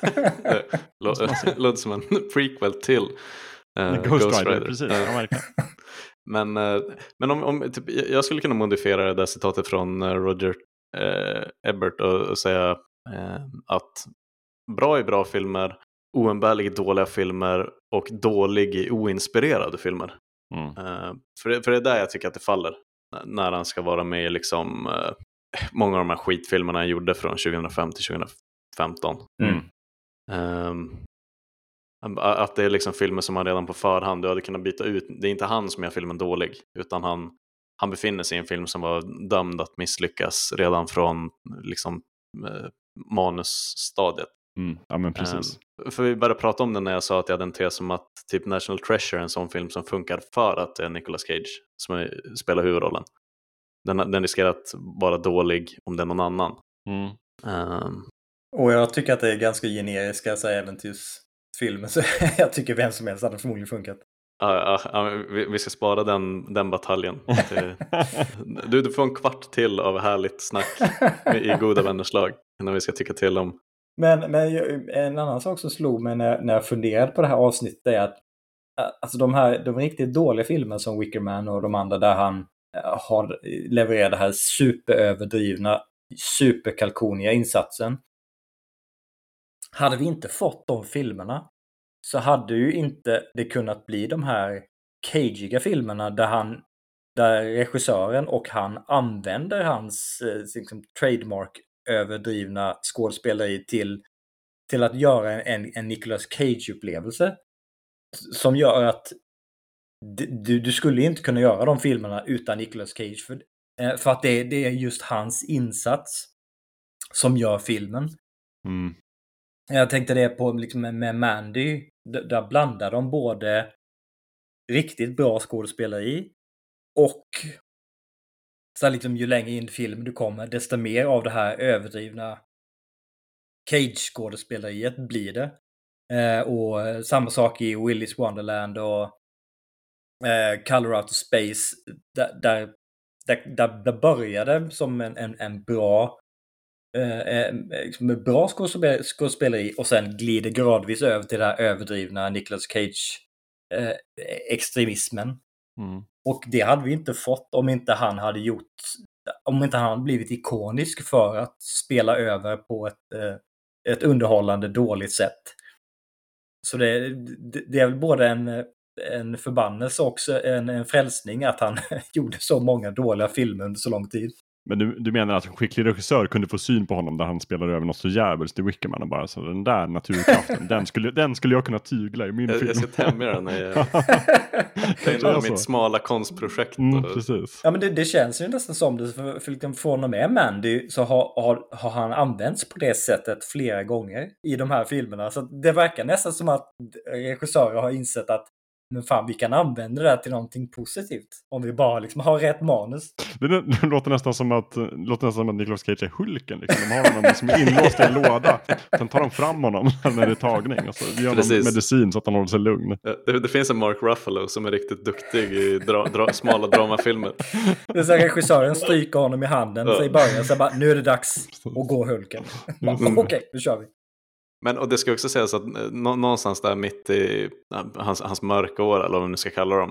Låter som en prequel till uh, Ghost, Ghost Rider. Rider. Precis, ja, verkligen. Men, men om, om typ, jag skulle kunna modifiera det där citatet från Roger eh, Ebert och, och säga eh, att bra i bra filmer, oumbärligt dåliga filmer och dålig i oinspirerade filmer. Mm. Eh, för, det, för det är där jag tycker att det faller när han ska vara med i liksom, eh, många av de här skitfilmerna han gjorde från tjugohundrafem till tjugohundrafemton. Mm. Eh, Att det är liksom filmer som man redan på förhand du hade kunnat byta ut. Det är inte han som gör filmen dålig, utan han, han befinner sig i en film som var dömd att misslyckas redan från liksom, eh, manusstadiet. Mm, ja men precis. Um, för vi började prata om det när jag sa att jag hade en tes om att typ National Treasure är en sån film som funkar för att det är Nicolas Cage som är, spelar huvudrollen. Den, den riskerar att vara dålig om det är någon annan. Mm. Um, Och jag tycker att det är ganska generiska så äventyrsfilmer, så jag tycker vem som helst hade förmodligen funkat. Ja, ja, ja, vi, vi ska spara den, den bataljen. Du, du får en kvart till av härligt snack i goda vänners lag innan vi ska tycka till om. Men, men en annan sak som slog mig när, när jag funderade på det här avsnittet är att alltså de här de riktigt dåliga filmer som Wicker Man och de andra där han har levererat det här superöverdrivna, superkalkoniga insatsen. Hade vi inte fått de filmerna så hade ju inte det kunnat bli de här cagiga filmerna där han, där regissören och han använder hans liksom, trademark överdrivna skådespeleri till, till att göra en, en Nicolas Cage-upplevelse som gör att du, du skulle inte kunna göra de filmerna utan Nicolas Cage för, för att det, det är just hans insats som gör filmen. Mm. Jag tänkte det på liksom med Mandy, där blandar de både riktigt bra skådespeleri och så liksom ju längre in i film du kommer desto mer av det här överdrivna Cage-skådespeleriet blir det. Eh, och samma sak i Willy's Wonderland och eh, Color Out of Space där, där, där, där började som en, en, en bra Eh, med bra skådespeleri och sen glider gradvis över till det här överdrivna Nicolas Cage eh, extremismen. Mm. Och det hade vi inte fått om inte han hade gjort om inte han hade blivit ikonisk för att spela över på ett, eh, ett underhållande dåligt sätt. Så det, det, det är väl både en, en förbannelse och också en, en frälsning att han gjorde så många dåliga filmer under så lång tid. Men du, du menar att en skicklig regissör kunde få syn på honom där han spelar över något så jävligt i Wickerman och bara så den där naturkraften, den, skulle, den skulle jag kunna tygla i min jag, film. Jag ska tämja den när jag tänker mitt smala konstprojekt. Mm, precis. Ja men det, det känns ju nästan som det, för, för liksom från och med Mandy så har, har, har han använts på det sättet flera gånger i de här filmerna. Så det verkar nästan som att regissörer har insett att men fan, vi kan använda det här till någonting positivt. Om vi bara liksom har rätt manus. Det, det låter nästan som att, låter nästan som att Nicolas Cage är Hulken. Liksom. De har honom som är inlåst i en låda. Sen tar de fram honom när det är tagning. Och så gör de medicin så att han håller sig lugn. Det, det finns en Mark Ruffalo som är riktigt duktig i dra, dra, smala dramafilmer. Det är så regissören stryker honom i handen ja. Så i början så bara, nu är det dags att gå Hulken. Mm. Okej, okay, nu kör vi. Men och det ska också sägas att nå- någonstans där mitt i hans, hans mörka år eller vad man nu ska kalla dem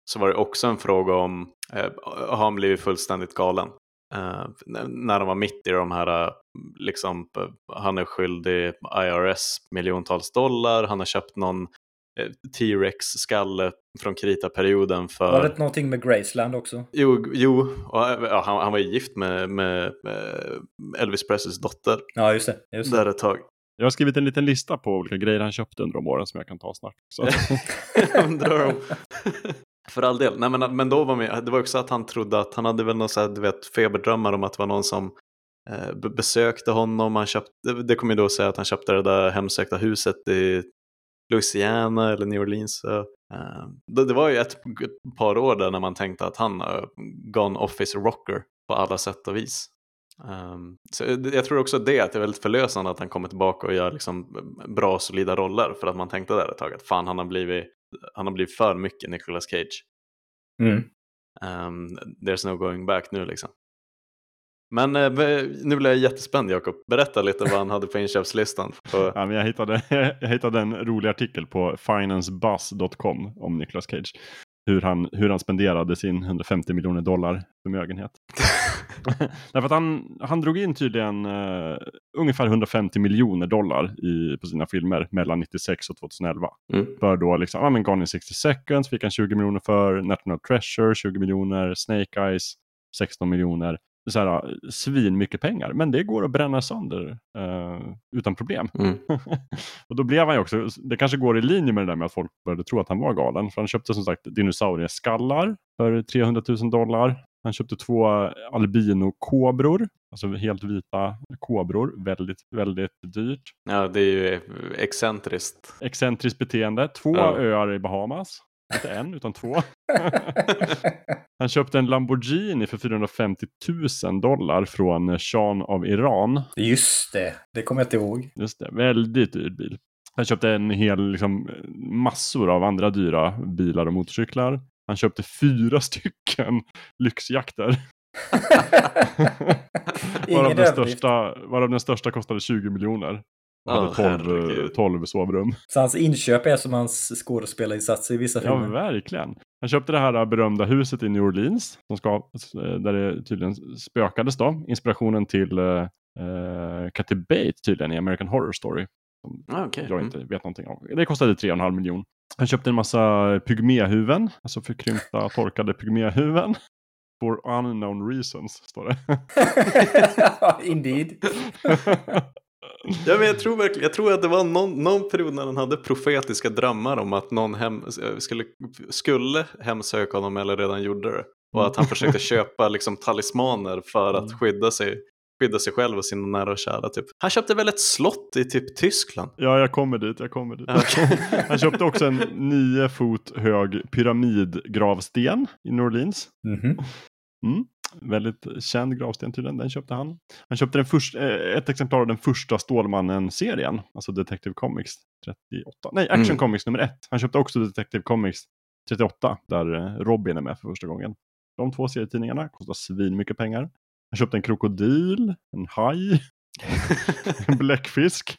så var det också en fråga om eh, har han blivit fullständigt galen? Eh, när de var mitt i de här, liksom, han är skyldig I R S miljontals dollar, han har köpt någon T-Rex-skalle från Krita-perioden för... Var det någonting med Graceland också? Jo, jo och, ja, han, han var gift med, med, med Elvis Presleys dotter. Ja, just det. Just det. Där ett tag. Jag har skrivit en liten lista på olika grejer han köpte under de åren som jag kan ta snart. Så. Undrar om... För all del. Nej, men, men då var med, det var också att han trodde att han hade väl någon så här, du vet, feberdrömmar om att det var någon som eh, besökte honom. Han köpte, det kommer ju då säga att han köpte det där hemsökta huset i Louisiana eller New Orleans. Så, uh, det, det var ju ett, ett par år där när man tänkte att han har gone office rocker på alla sätt och vis. Um, så jag tror också det att det är väldigt förlösande att han kommer tillbaka och gör liksom bra solida roller, för att man tänkte där ett tag att fan, han har blivit, han har blivit för mycket Nicolas Cage. Mm. Um, there's no going back nu liksom. Men eh, nu blir jag jättespänd, Jakob. Berätta lite vad han hade på inköpslistan. På... Ja, men jag, hittade, jag hittade en rolig artikel på financebuzz dot com om Nicolas Cage. Hur han, hur han spenderade sin hundrafemtio miljoner dollar förmögenhet. Därför att han, han drog in tydligen uh, ungefär hundrafemtio miljoner dollar i, på sina filmer mellan nittiosex och tjugoelva. Mm. För då liksom, ja men Gone in sextio seconds fick han tjugo miljoner för, National Treasure tjugo miljoner, Snake Eyes sexton miljoner. Så här, svin mycket pengar, men det går att bränna sönder uh, utan problem. Mm. Och då blev han ju också, det kanske går i linje med det där med att folk började tro att han var galen, för han köpte som sagt dinosaurieskallar för trehundratusen dollar. Han köpte två albino-kobror, alltså helt vita kobror, väldigt, väldigt dyrt. Ja, det är ju excentriskt. Excentriskt beteende. Två ja. öar i Bahamas. Inte en, utan två. Han köpte en Lamborghini för fyrahundrafemtio tusen dollar från Shah av Iran. Just det, det kommer jag inte ihåg. Just det, väldigt dyr bil. Han köpte en hel, liksom, massor av andra dyra bilar och motorcyklar. Han köpte fyra stycken lyxjakter. varav, den största, varav den största kostade tjugo miljoner. Och hade tolv, tolv sovrum. Så hans inköp är som hans skådespelarinsatser i vissa filmer. Ja, verkligen. Han köpte det här berömda huset i New Orleans, som ska, där det tydligen spökades då. Inspirationen till uh, Kathy Bates tydligen i American Horror Story. Som ah, okay. jag inte vet någonting om. Det kostade tre komma fem miljoner. Han köpte en massa pygméhuven, alltså förkrympta, torkade pygméhuven. For unknown reasons, står det. Indeed. Ja, men jag tror verkligen, jag tror att det var någon, någon period när han hade profetiska drömmar om att någon hem, skulle, skulle hemsöka honom eller redan gjorde det. Och att han försökte köpa liksom talismaner för att skydda sig, skydda sig själv och sina nära och kära. Typ. Han köpte väl ett slott i typ Tyskland? Ja, jag kommer dit, jag kommer dit. Okay. Han köpte också en nio fot hög pyramidgravsten i New Orleans. Mm-hmm. Mm. Väldigt känd gravsten tydligen, den köpte han. Han köpte den första, ett exemplar av den första Stålmannen-serien, alltså Detective Comics trettioåtta. Nej, Action mm. Comics nummer ett. Han köpte också Detective Comics trettioåtta, där Robin är med för första gången. De två serietidningarna kostar svin mycket pengar. Han köpte en krokodil, en haj, en bläckfisk.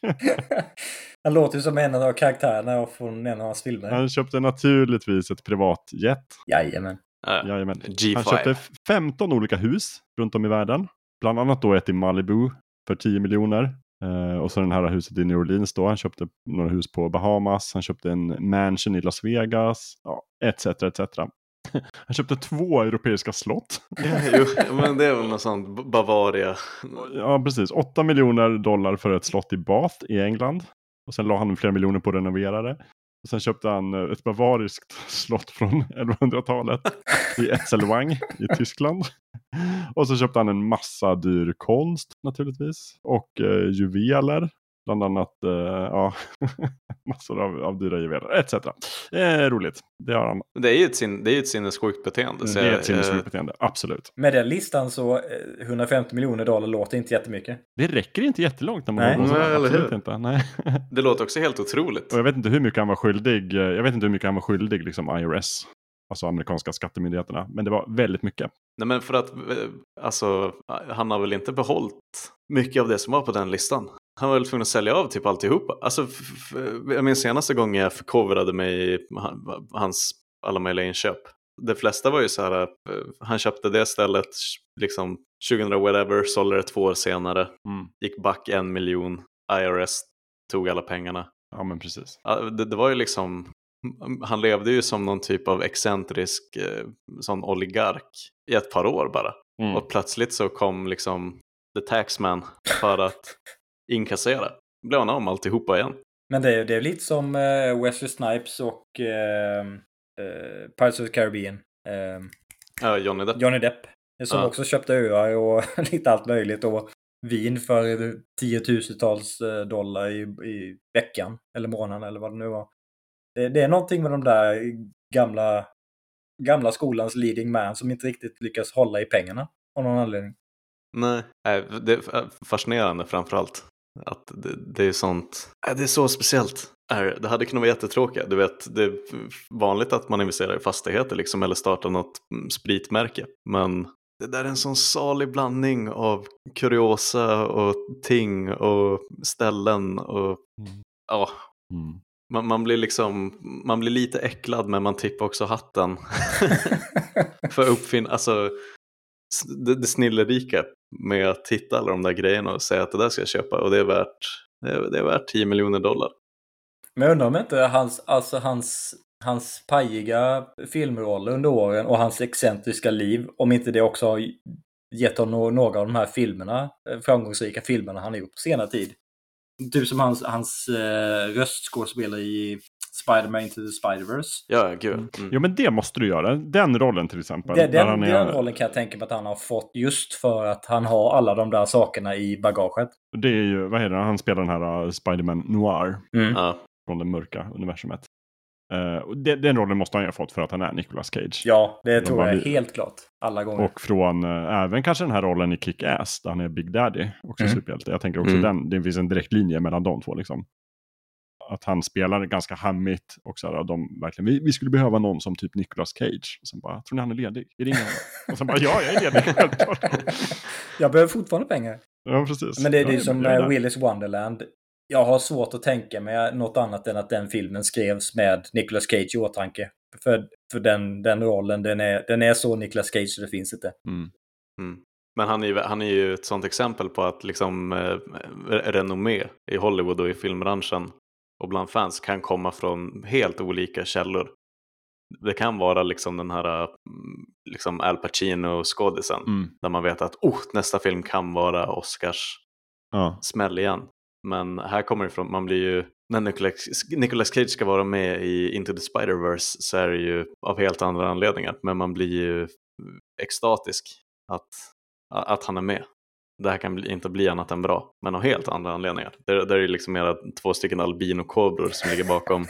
Han låter ju som en av karaktärerna från en av hans filmer. Han köpte naturligtvis ett privatjet. Jajamän. Uh, Jajamän. G fem. Han köpte femton olika hus runt om i världen. Bland annat då ett i Malibu för tio miljoner. Uh, och så den här huset i New Orleans då. Han köpte några hus på Bahamas. Han köpte en mansion i Las Vegas. Ja, et cetera et cetera. Han köpte två europeiska slott. Ja, jo, men det är väl något sånt Bavaria. Ja, precis. åtta miljoner dollar för ett slott i Bath i England. Och sen la han flera miljoner på att renovera det. Och sen köpte han ett bavariskt slott från elvahundratalet i Etzelwang i Tyskland. Och så köpte han en massa dyr konst naturligtvis. Och eh, juveler. Bland annat eh, ja, massor av, av dyra juveler, et cetera. Eh, roligt, det har han. Det är ju ett, sin, det är ett sinnessjukt beteende. Så det är ett sinnessjukt beteende, absolut. Med den listan så eh, hundrafemtio miljoner dollar låter inte jättemycket. Det räcker inte jättelångt när man Nej. har på Nej, absolut inte. Nej. Det låter också helt otroligt. Och jag vet inte hur mycket han var skyldig, jag vet inte hur mycket han var skyldig liksom I R S. Alltså amerikanska skattemyndigheterna. Men det var väldigt mycket. Nej, men för att alltså, han har väl inte behållit mycket av det som var på den listan. Han var väl tvungen att sälja av typ alltihopa. Alltså, f- f- jag minns senaste gången jag förkovrade mig i hans alla möjliga inköp. de flesta var ju så här, han köpte det stället liksom tjugohundra whatever, sålde det två år senare, mm. gick back en miljon, I R S tog alla pengarna. Ja, men precis. Det, det var ju liksom, han levde ju som någon typ av excentrisk eh, sån oligark i ett par år bara. Mm. Och plötsligt så kom liksom the taxman för att inkassera. Blev han om alltihopa igen. Men det är, det är lite som uh, Wesley Snipes och uh, uh, Pirates of the Caribbean. Uh, ja, Johnny Depp. Johnny Depp. Som ja. också köpte öar och lite allt möjligt. Och vin för tiotusentals dollar i, i veckan. Eller månaden eller vad det nu var. Det, det är någonting med de där gamla, gamla skolans leading man som inte riktigt lyckas hålla i pengarna. Av någon anledning. Nej, det är fascinerande framförallt. Att det, det är sånt, det är så speciellt. Det hade kunnat vara jättetråkigt. Du vet, det är vanligt att man investerar i fastigheter liksom, eller startar något spritmärke. Men det där är en sån salig blandning av kuriosa och ting och ställen och mm. ja, mm. man, man blir liksom, man blir lite äcklad, men man tippar också hatten för uppfinn, alltså det, det snillerika med att titta alla de där grejerna och säga att det där ska jag köpa, och det är värt, det är, det är värt tio miljoner dollar. Men jag undrar om inte hans, alltså hans, hans pajiga filmroller under åren och hans excentriska liv, om inte det också har gett honom några av de här filmerna, framgångsrika filmerna han har gjort på senare tid. Typ som hans, hans äh, röstskådespelare i Spider-Man Into the Spider-Verse. Ja, gud. Mm. Jo, men det måste du göra. Den rollen till exempel. Den, den, han är... den rollen kan jag tänka mig att han har fått just för att han har alla de där sakerna i bagaget. Det är ju, vad heter det? Han spelar den här uh, Spider-Man Noir. Mm. Ja. Från det mörka universumet. Uh, och den, den rollen måste han ju ha fått för att han är Nicolas Cage. Ja, det De tror jag blir... helt klart. Alla gånger. Och från uh, även kanske den här rollen i Kick-Ass, där han är Big Daddy. Också mm. superhjälte. Jag tänker också mm. den, det finns en direkt linje mellan de två liksom. Att han spelar ganska hammigt och så här, de verkligen, vi, vi skulle behöva någon som typ Nicolas Cage. Och sen bara, tror ni han är ledig? Vi ringer honom. Och sen bara, ja, jag är ledig. Jag behöver fortfarande pengar. Ja, precis. Men det är det ja, som med Willis Wonderland. Jag har svårt att tänka mig något annat än att den filmen skrevs med Nicolas Cage i åtanke. För, för den, den rollen, den är, den är så Nicolas Cage så det finns inte. Mm. Mm. Men han är, ju, han är ju ett sånt exempel på att liksom eh, renommé i Hollywood och i filmbranschen och bland fans kan komma från helt olika källor. Det kan vara liksom den här liksom Al Pacino-skådisen mm. där man vet att oh, nästa film kan vara Oscars ja. smäll igen. Men här kommer det från, man blir ju, när Nicolas, Nicolas Cage ska vara med i Into the Spider-Verse så är det ju av helt andra anledningar. Men man blir ju extatisk att, att han är med. Det här kan inte bli annat än bra, men av helt andra anledningar. Det, det är ju liksom mera två stycken albino-kobror som ligger bakom.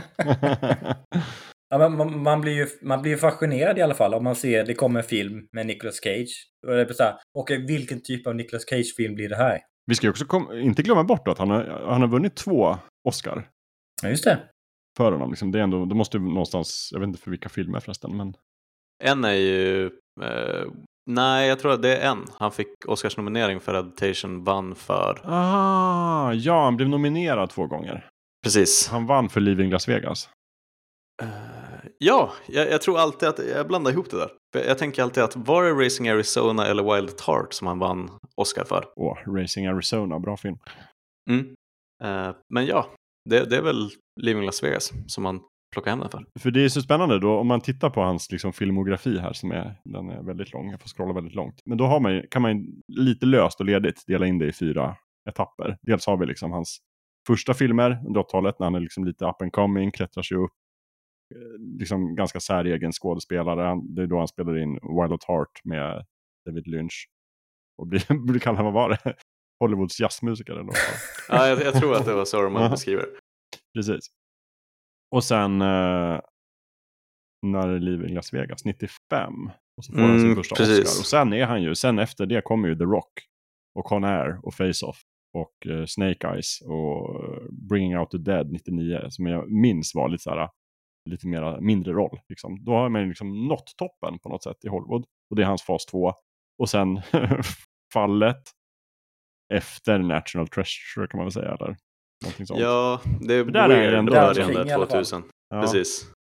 Ja, men man, man blir ju man blir fascinerad i alla fall om man ser det kommer en film med Nicolas Cage. Och det är så här, okej, vilken typ av Nicolas Cage-film blir det här? Vi ska ju också kom, inte glömma bort att han har, han har vunnit två Oscar. Ja, just det. För honom. Liksom. Det, är ändå, det måste ju någonstans, jag vet inte för vilka filmer förresten, men... En är ju... Eh, nej, jag tror att det är en. Han fick Oscars nominering för Adaptation, vann för... Ah, ja, han blev nominerad två gånger. Precis. Han vann för Leaving Las Vegas. Uh, ja, jag, jag tror alltid att jag blandar ihop det där. För jag tänker alltid att var det Racing Arizona eller Wild at Heart som han vann Oscar för? Åh, oh, Racing Arizona, bra film. Mm. Uh, men ja, det, det är väl Leaving Las Vegas som man plockar hem den för. För det är så spännande då, om man tittar på hans liksom, filmografi här som är, den är väldigt lång, jag får scrolla väldigt långt. Men då har man, kan man lite löst och ledigt dela in det i fyra etapper. Dels har vi liksom hans första filmer under åttiotalet när han är liksom lite up and coming, klättrar sig upp. Liksom ganska säregen skådespelare. Det är då han spelar in Wild at Heart med David Lynch. Och blir, blir kallad, vad var det? Hollywoods jazzmusiker eller något. Ja, jag, jag tror att det var så man beskriver. Precis. Och sen uh, när Leaving Las Vegas nittiofem. Och så får mm, han sin första precis. Oscar. Och sen är han ju, sen efter det kommer ju The Rock. Och Con Air och Face Off. Och uh, Snake Eyes och uh, Bringing Out the Dead nittionio. Som jag minns var lite såhär lite mer mindre roll. Liksom. Då har man liksom nått toppen på något sätt i Hollywood. Och det är hans fas två. Och sen fallet efter National Treasure kan man väl säga. Eller någonting sånt. Ja, det är där är en början där tvåtusen. Ja. Precis.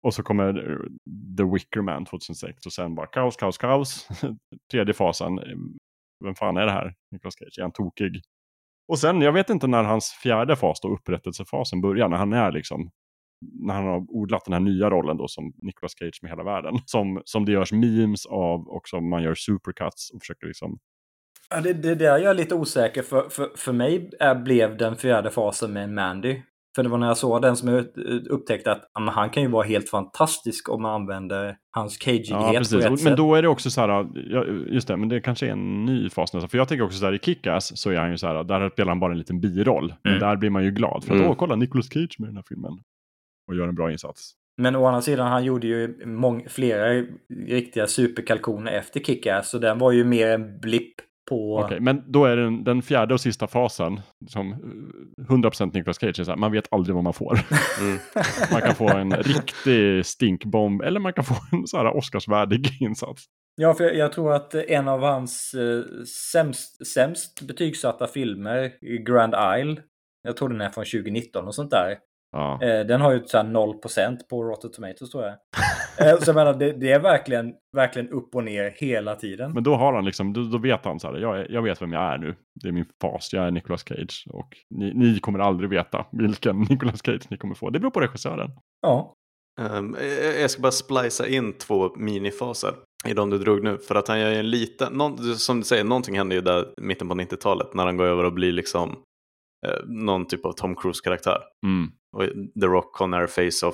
Och så kommer The Wicker Man tjugohundrasex och sen bara kaos, kaos, kaos. Tredje fasen. Vem fan är det här? Nicolas Cage, är han tokig? Och sen, jag vet inte när hans fjärde fas då, upprättelsefasen börjar, när han är liksom, när han har odlat den här nya rollen då som Nicolas Cage med hela världen. Som, som det görs memes av och som man gör supercuts och försöker liksom... Ja, det, det där jag är lite osäker för, för, för mig är, blev den fjärde fasen med en Mandy. För det var när jag såg den som jag upptäckte att ja, han kan ju vara helt fantastisk om man använder hans cageighet. Ja, precis. Men sätt. Då är det också så här, ja, just det, men det kanske är en ny fas nästan. För jag tänker också så här, i Kick-Ass så är han ju så här, där spelar han bara en liten biroll. Mm. Men där blir man ju glad. För att, mm. åh, kolla Nicolas Cage med den här filmen. Och gör en bra insats. Men å andra sidan, han gjorde ju mång- flera riktiga superkalkoner efter Kick-Ass. Så den var ju mer en blipp. Okej, okay, men då är den, den fjärde och sista fasen som hundra procent Nicolas Cage är så här, man vet aldrig vad man får. Mm. Man kan få en riktig stinkbomb eller man kan få en så här Oscarsvärdig insats. Ja, för jag, jag tror att en av hans eh, sämst, sämst betygsatta filmer, Grand Isle, jag tror den är från tjugonitton och sånt där. Ja. Eh, den har ju så här noll procent på Rotten Tomatoes, tror jag. eh, så jag menar, det, det är verkligen, verkligen upp och ner hela tiden. Men då har han liksom, då, då vet han så här, jag, jag vet vem jag är nu. Det är min fas, jag är Nicolas Cage. Och ni, ni kommer aldrig veta vilken Nicolas Cage ni kommer få. Det beror på regissören. Ja. Um, jag ska bara splicea in två minifaser i de du drog nu. För att han gör en liten, någon, som du säger, någonting händer ju där mitten på nittiotalet. När han går över och blir liksom eh, någon typ av Tom Cruise-karaktär. Mm. Och The Rock, Conner, Face-Off,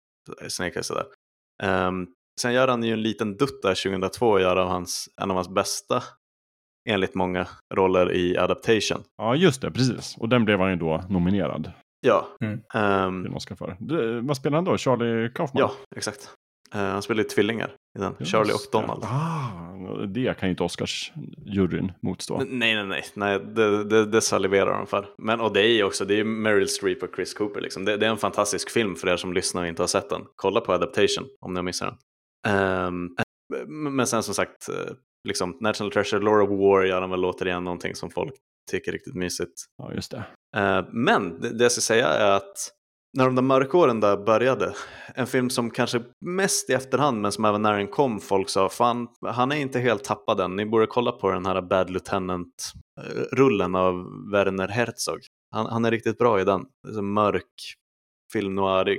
Snake och sådär. Um, sen gör han ju en liten dutt där tjugohundratvå och gör av hans, en av hans bästa, enligt många, roller i Adaptation. Ja, just det, precis. Och den blev han ju då nominerad. Ja. Mm. Um, Oscar för. Det, vad spelar han då? Charlie Kaufman? Ja, exakt. Uh, han spelar ju tvillingar i den. Just Charlie och Donald. Ah, det kan ju inte Oscars-juryn motstå. N- nej, nej, nej. nej det, det, det saliverar de för. Men, och det är ju också, det är Meryl Streep och Chris Cooper. Liksom. Det, det är en fantastisk film för er som lyssnar och inte har sett den. Kolla på Adaptation om ni har missat den. Um, men sen som sagt, liksom, National Treasure, Lord of War gör de väl återigen någonting som folk tycker är riktigt mysigt. Ja, just det. Uh, men det, det jag ska säga är att när de där mörkåren där började, en film som kanske mest i efterhand, men som även när den kom, folk sa, fan, han är inte helt tappad än. Ni borde kolla på den här Bad Lieutenant-rullen av Werner Herzog. Han, han är riktigt bra i den. Det är en mörk, film noirig.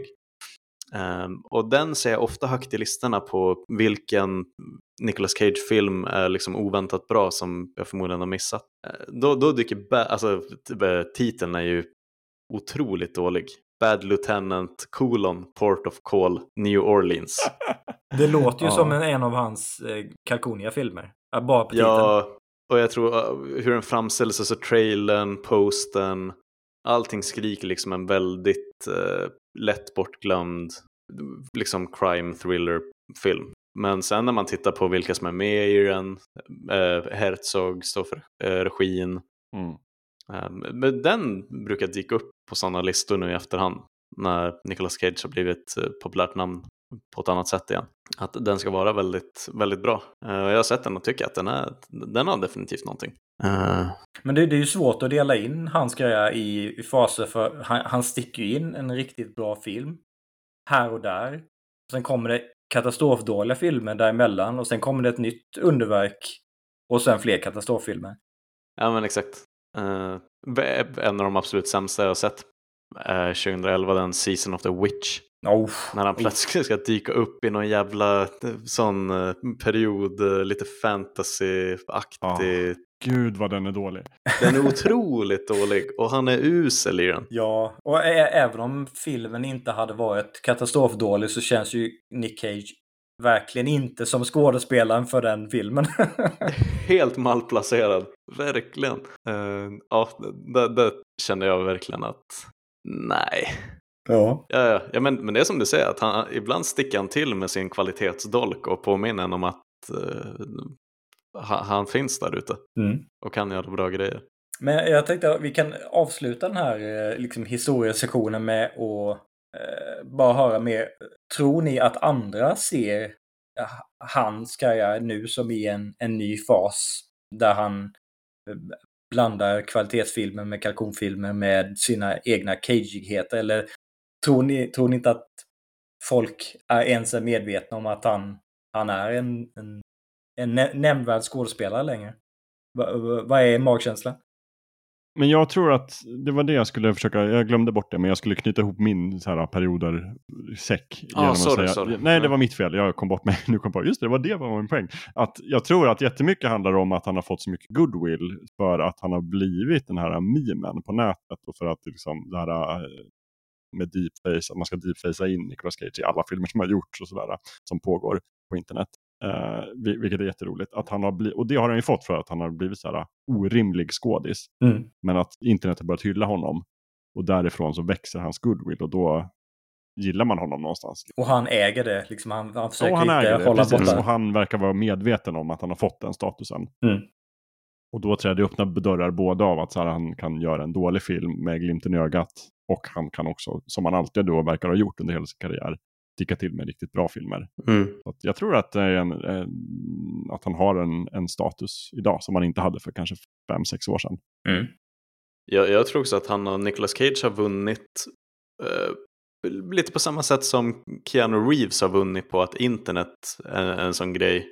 Um, och den ser jag ofta högt i listorna på vilken Nicolas Cage-film är liksom oväntat bra som jag förmodligen har missat. Uh, då, då dyker, ba- alltså titeln är ju otroligt dålig. Bad Lieutenant, colon, Port of Call, New Orleans. Det låter ju ja. som en, en av hans eh, Kalkonia-filmer. Bara på titeln. Ja, och jag tror uh, hur den framställs, alltså trailern, posten, allting skriker liksom en väldigt uh, lätt bortglömd liksom crime thriller film. Men sen när man tittar på vilka som är med i den, uh, Herzog står för uh, regin. Mm. Men den brukar dyka upp på sådana listor nu i efterhand när Nicolas Cage har blivit populärt namn på ett annat sätt igen. Att den ska vara väldigt, väldigt bra. Jag har sett den och tycker att den, är, den har definitivt någonting. Uh. Men det, det är ju svårt att dela in hans grejer i, i faser, för han, han sticker ju in en riktigt bra film här och där. Sen kommer det katastrofdåliga filmer däremellan och sen kommer det ett nytt underverk och sen fler katastroffilmer. Ja, men exakt. Uh, en av de absolut sämsta jag har sett uh, tjugoelva, den Season of the Witch. Oh. När han plötsligt ska dyka upp i någon jävla sån uh, period, uh, lite fantasy-aktig. Oh, gud vad den är dålig. Den är otroligt dålig och han är usel i den. Ja, och ä- även om filmen inte hade varit katastrofdålig så känns ju Nick Cage verkligen inte som skådespelaren för den filmen. Helt malplacerad, verkligen. Uh, ja, det, det kände jag verkligen att nej. Ja. Ja, ja. ja men, men det är som du säger, att han, ibland sticker han till med sin kvalitetsdolk och påminner en om att uh, han, han finns där ute mm. och kan göra bra grejer. Men jag tänkte att vi kan avsluta den här liksom, historiesektionen med att eh, bara höra mer. Tror ni att andra ser hans karriär nu som i en, en ny fas där han blandar kvalitetsfilmer med kalkonfilmer med sina egna cageigheter? Eller tror ni, tror ni inte att folk är ens är medvetna om att han, han är en, en, en nämnvärd skådespelare längre. Vad va, va är magkänslan? Men jag tror att det var det jag skulle försöka, jag glömde bort det, men jag skulle knyta ihop min så här perioder säck ah, genom sorry, att säga, sorry. nej det var mitt fel, jag kom bort mig, nu kom på, just det, det var det var min poäng. Att jag tror att jättemycket handlar om att han har fått så mycket goodwill för att han har blivit den här memen på nätet och för att liksom det här med deepface, att man ska deepfacea in Nicolas Cage i alla filmer som har gjorts och sådär, som pågår på internet. Uh, vilket är jätteroligt att han har blivit, och det har han ju fått för att han har blivit så här orimlig skådis, mm. men att internet har börjat hylla honom och därifrån så växer hans goodwill och då gillar man honom någonstans. Och han äger det, liksom han, han försöker och han inte äger det, hålla precis, borta. och han verkar vara medveten om att han har fått den statusen. Mm. Och då träder det öppna dörrar både av att så här, han kan göra en dålig film med glimten i ögat och han kan också, som han alltid då verkar ha gjort under hela sin karriär, ticka till med riktigt bra filmer. Mm. Så att jag tror att, en, en, att han har en, en status idag som han inte hade för kanske fem, sex år sedan. Mm. Jag, jag tror också att han och Nicolas Cage har vunnit eh, lite på samma sätt som Keanu Reeves har vunnit på att internet är en sån grej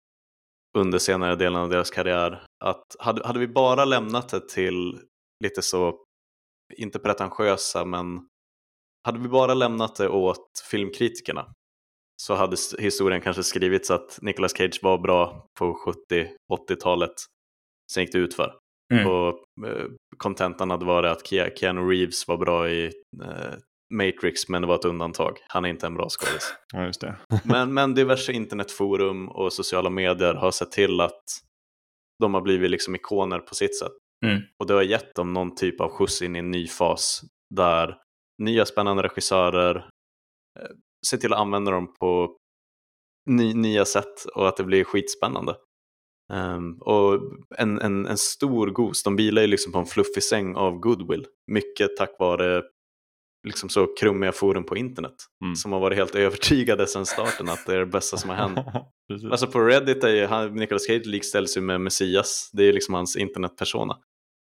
under senare delen av deras karriär. Att hade, hade vi bara lämnat det till lite så, inte pretentiösa, men hade vi bara lämnat det åt filmkritikerna så hade historien kanske skrivits att Nicolas Cage var bra på sjuttio-åttiotalet, sen gick det ut för. Mm. Och kontentan hade varit att Ke- Keanu Reeves var bra i eh, Matrix, men det var ett undantag. Han är inte en bra skådis. Ja, just det. men, men diverse internetforum och sociala medier har sett till att de har blivit liksom ikoner på sitt sätt. Mm. Och det har gett dem någon typ av skjuts in i en ny fas där nya spännande regissörer eh, ser till att använda dem på ny, nya sätt och att det blir skitspännande. Um, och en, en, en stor gos, de vilar ju liksom på en fluffig säng av goodwill. Mycket tack vare liksom så krummiga forum på internet mm. som har varit helt övertygade sedan starten att det är det bästa som har hänt. Alltså på Reddit är ju han, Nicolas Cage likställs ju med Messias. Det är liksom hans internetpersona.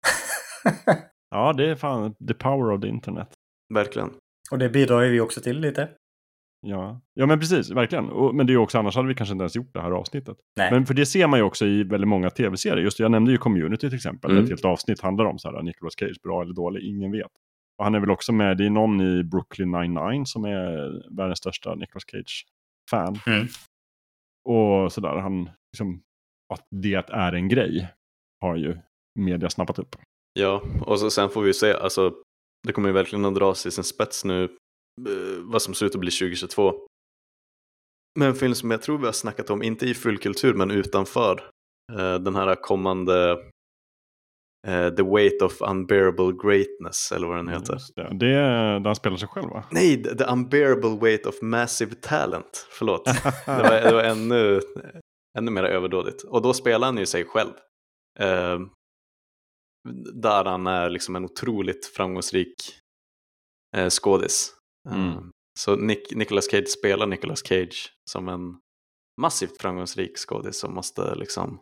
Ja, det är fan the power of the internet. Verkligen. Och det bidrar ju vi också till lite. Ja, ja men precis, verkligen. Och, men det är ju också, annars hade vi kanske inte ens gjort det här avsnittet. Nej. Men för det ser man ju också i väldigt många tv-serier. Just det, jag nämnde ju Community till exempel. Mm. Ett helt avsnitt handlar om så här, Nicolas Cage, bra eller dålig, ingen vet. Och han är väl också med, det är någon i Brooklyn Nine-Nine som är världens största Nicolas Cage-fan. Mm. Och sådär, han liksom, att det är en grej har ju media snappat upp. Ja, och så sen får vi se, alltså det kommer ju verkligen att dras i sin spets nu vad som ser ut att bli tjugohundratjugotvå. Men en film som jag tror vi har snackat om, inte i fullkultur men utanför, den här kommande uh, The Weight of Unbearable Greatness, eller vad den heter. Det, det är där han spelar sig själv, va? Nej, The Unbearable Weight of Massive Talent. Förlåt, det var, det var ännu, ännu mer överdådigt. Och då spelar han ju sig själv. Uh, där han är liksom en otroligt framgångsrik uh, skådis. Mm. Uh, så Nick, Nicolas Cage spelar Nicolas Cage som en massivt framgångsrik skådis som måste liksom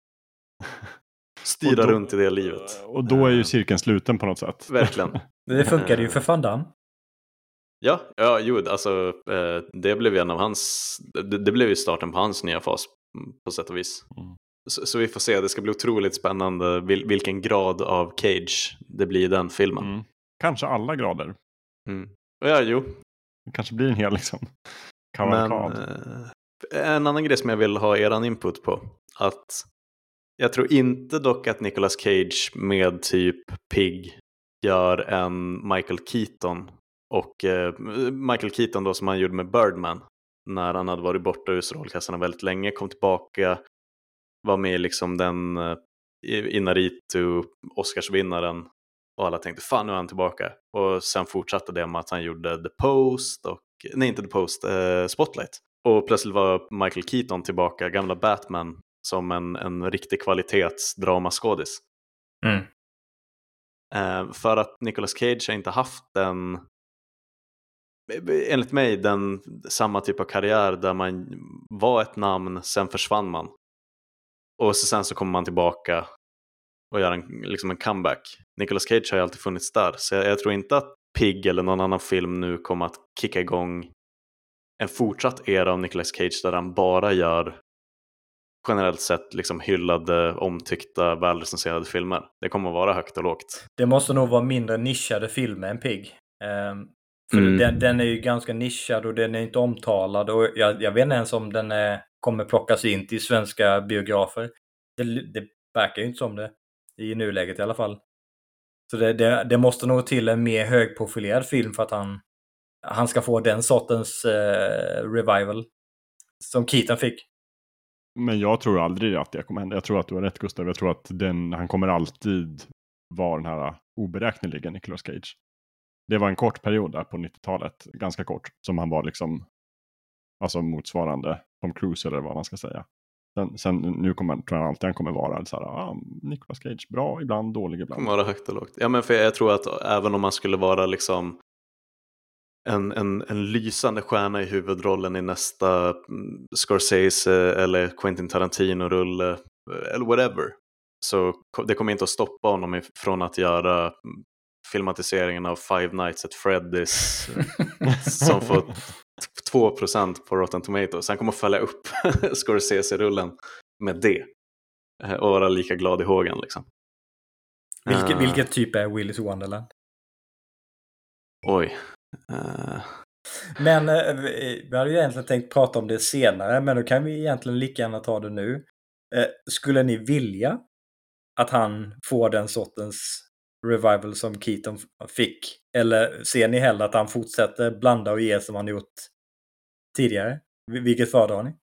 styra då, runt i det livet. Och då är ju cirkeln sluten på något sätt. Verkligen. Det funkade ju för fan Damme. Ja, ja, jo, alltså det blev en av hans, det, det blev ju starten på hans nya fas på sätt och vis. Mm. Så, så vi får se, det ska bli otroligt spännande vil, vilken grad av Cage det blir i den filmen. Mm. Kanske alla grader. Mm. Ja, jo. Det kanske blir en hel liksom kavalkad. Men eh, en annan grej som jag vill ha eran input på, att jag tror inte dock att Nicolas Cage med typ Pig gör en Michael Keaton. Och eh, Michael Keaton då som han gjorde med Birdman när han hade varit borta ur strålkastarna väldigt länge, kom tillbaka, var med liksom den eh, Inarritu Oscarsvinnaren och alla tänkte fan nu är han tillbaka. Och sen fortsatte det med att han gjorde The Post och, nej inte The Post, eh, Spotlight. Och plötsligt var Michael Keaton tillbaka, gamla Batman, som en, en riktig kvalitetsdramaskådis. Mm. Eh, för att Nicolas Cage har inte haft den, enligt mig, den samma typ av karriär där man var ett namn, sen försvann man. Och så sen så kommer man tillbaka och gör en, liksom en comeback. Nicolas Cage har ju alltid funnits där. Så jag, jag tror inte att Pig eller någon annan film nu kommer att kicka igång en fortsatt era av Nicolas Cage där han bara gör generellt sett liksom hyllade, omtyckta, välrecenserade filmer. Det kommer att vara högt och lågt. Det måste nog vara mindre nischade filmer än Pig. Um, för mm. den, den är ju ganska nischad och den är inte omtalad. Och jag, jag vet inte ens om den är, kommer plockas in till svenska biografer. Det, det verkar ju inte som det. I nuläget i alla fall. Så det, det, det måste nog till en mer högprofilerad film för att han, han ska få den sortens uh, revival som Keaton fick. Men jag tror aldrig att det kommer hända. Jag tror att du har rätt, Gustav. Jag tror att den, han kommer alltid vara den här oberäkneliga Nicolas Cage. Det var en kort period där på nittiotalet, ganska kort, som han var liksom alltså motsvarande Tom Cruise eller vad man ska säga. Sen, sen nu kommer, tror jag alltid han kommer vara så här, ah, Nicolas Cage, bra ibland, dålig ibland. Kommer vara högt och lågt. Ja, men för jag tror att även om man skulle vara liksom en, en, en lysande stjärna i huvudrollen i nästa Scorsese eller Quentin Tarantino-rulle eller whatever, så det kommer inte att stoppa honom från att göra filmatiseringen av Five Nights at Freddy's som får två procent på Rotten Tomatoes. Han kommer att följa upp Scorsese-rullen med det och vara lika glad i hågen liksom. Vilket, uh, vilket typ är Willy's Wonderland? Oj. Uh. Men uh, vi hade ju egentligen tänkt prata om det senare, men då kan vi egentligen lika gärna ta det nu. Uh, skulle ni vilja att han får den sortens revival som Keaton fick? Eller ser ni hellre att han fortsätter blanda och ge som han gjort tidigare? Vilket föredrar ni?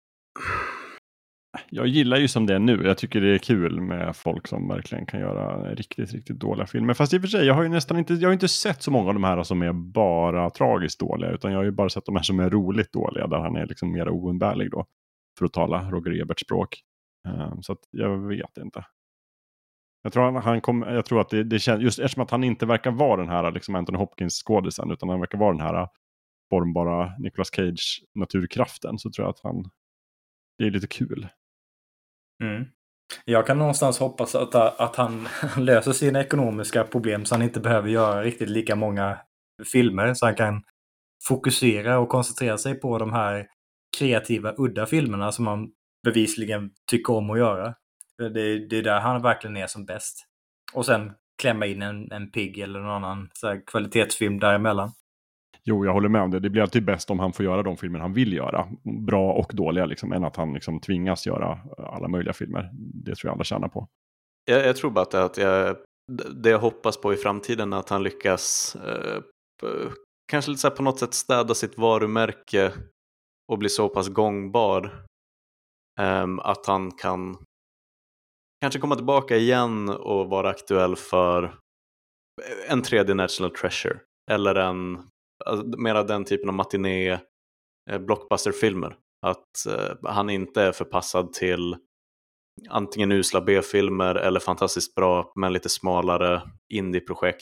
Jag gillar ju som det är nu. Jag tycker det är kul med folk som verkligen kan göra riktigt, riktigt dåliga filmer. Fast i och för sig, jag har ju nästan inte, jag har inte sett så många av de här som är bara tragiskt dåliga. Utan jag har ju bara sett de här som är roligt dåliga. Där han är liksom mer oumbärlig då. För att tala Roger Eberts språk. Um, så att jag vet inte. Jag tror, han, han kom, jag tror att det, det känns, just eftersom att han inte verkar vara den här liksom Anthony Hopkins-skådisen. Utan han verkar vara den här formbara Nicolas Cage-naturkraften. Så tror jag att han, det är lite kul. Mm. Jag kan någonstans hoppas att, att han löser sina ekonomiska problem så han inte behöver göra riktigt lika många filmer. Så han kan fokusera och koncentrera sig på de här kreativa, udda filmerna som han bevisligen tycker om att göra. Det, det är där han verkligen är som bäst. Och sen klämma in en, en Pig eller någon annan så här kvalitetsfilm däremellan. Jo, jag håller med om det. Det blir alltid bäst om han får göra de filmer han vill göra. Bra och dåliga, liksom, än att han liksom tvingas göra alla möjliga filmer. Det tror jag alla tjänar på. Jag, jag tror bara att, att jag, det jag hoppas på i framtiden är att han lyckas eh, kanske lite så här på något sätt städa sitt varumärke och bli så pass gångbar eh, att han kan kanske komma tillbaka igen och vara aktuell för en tredje National Treasure eller en alltså, mer av den typen av matiné eh, blockbusterfilmer. Att eh, han inte är förpassad till antingen usla B-filmer eller fantastiskt bra men lite smalare indie-projekt.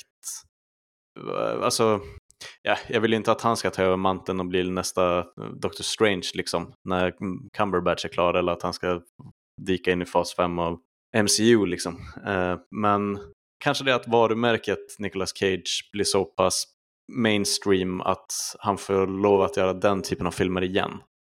Alltså, ja, jag vill inte att han ska ta över manteln och bli nästa Doctor Strange liksom, när Cumberbatch är klar, eller att han ska dyka in i fas fem av M C U liksom. Eh, men kanske det att varumärket Nicolas Cage blir så pass mainstream att han får lov att göra den typen av filmer igen.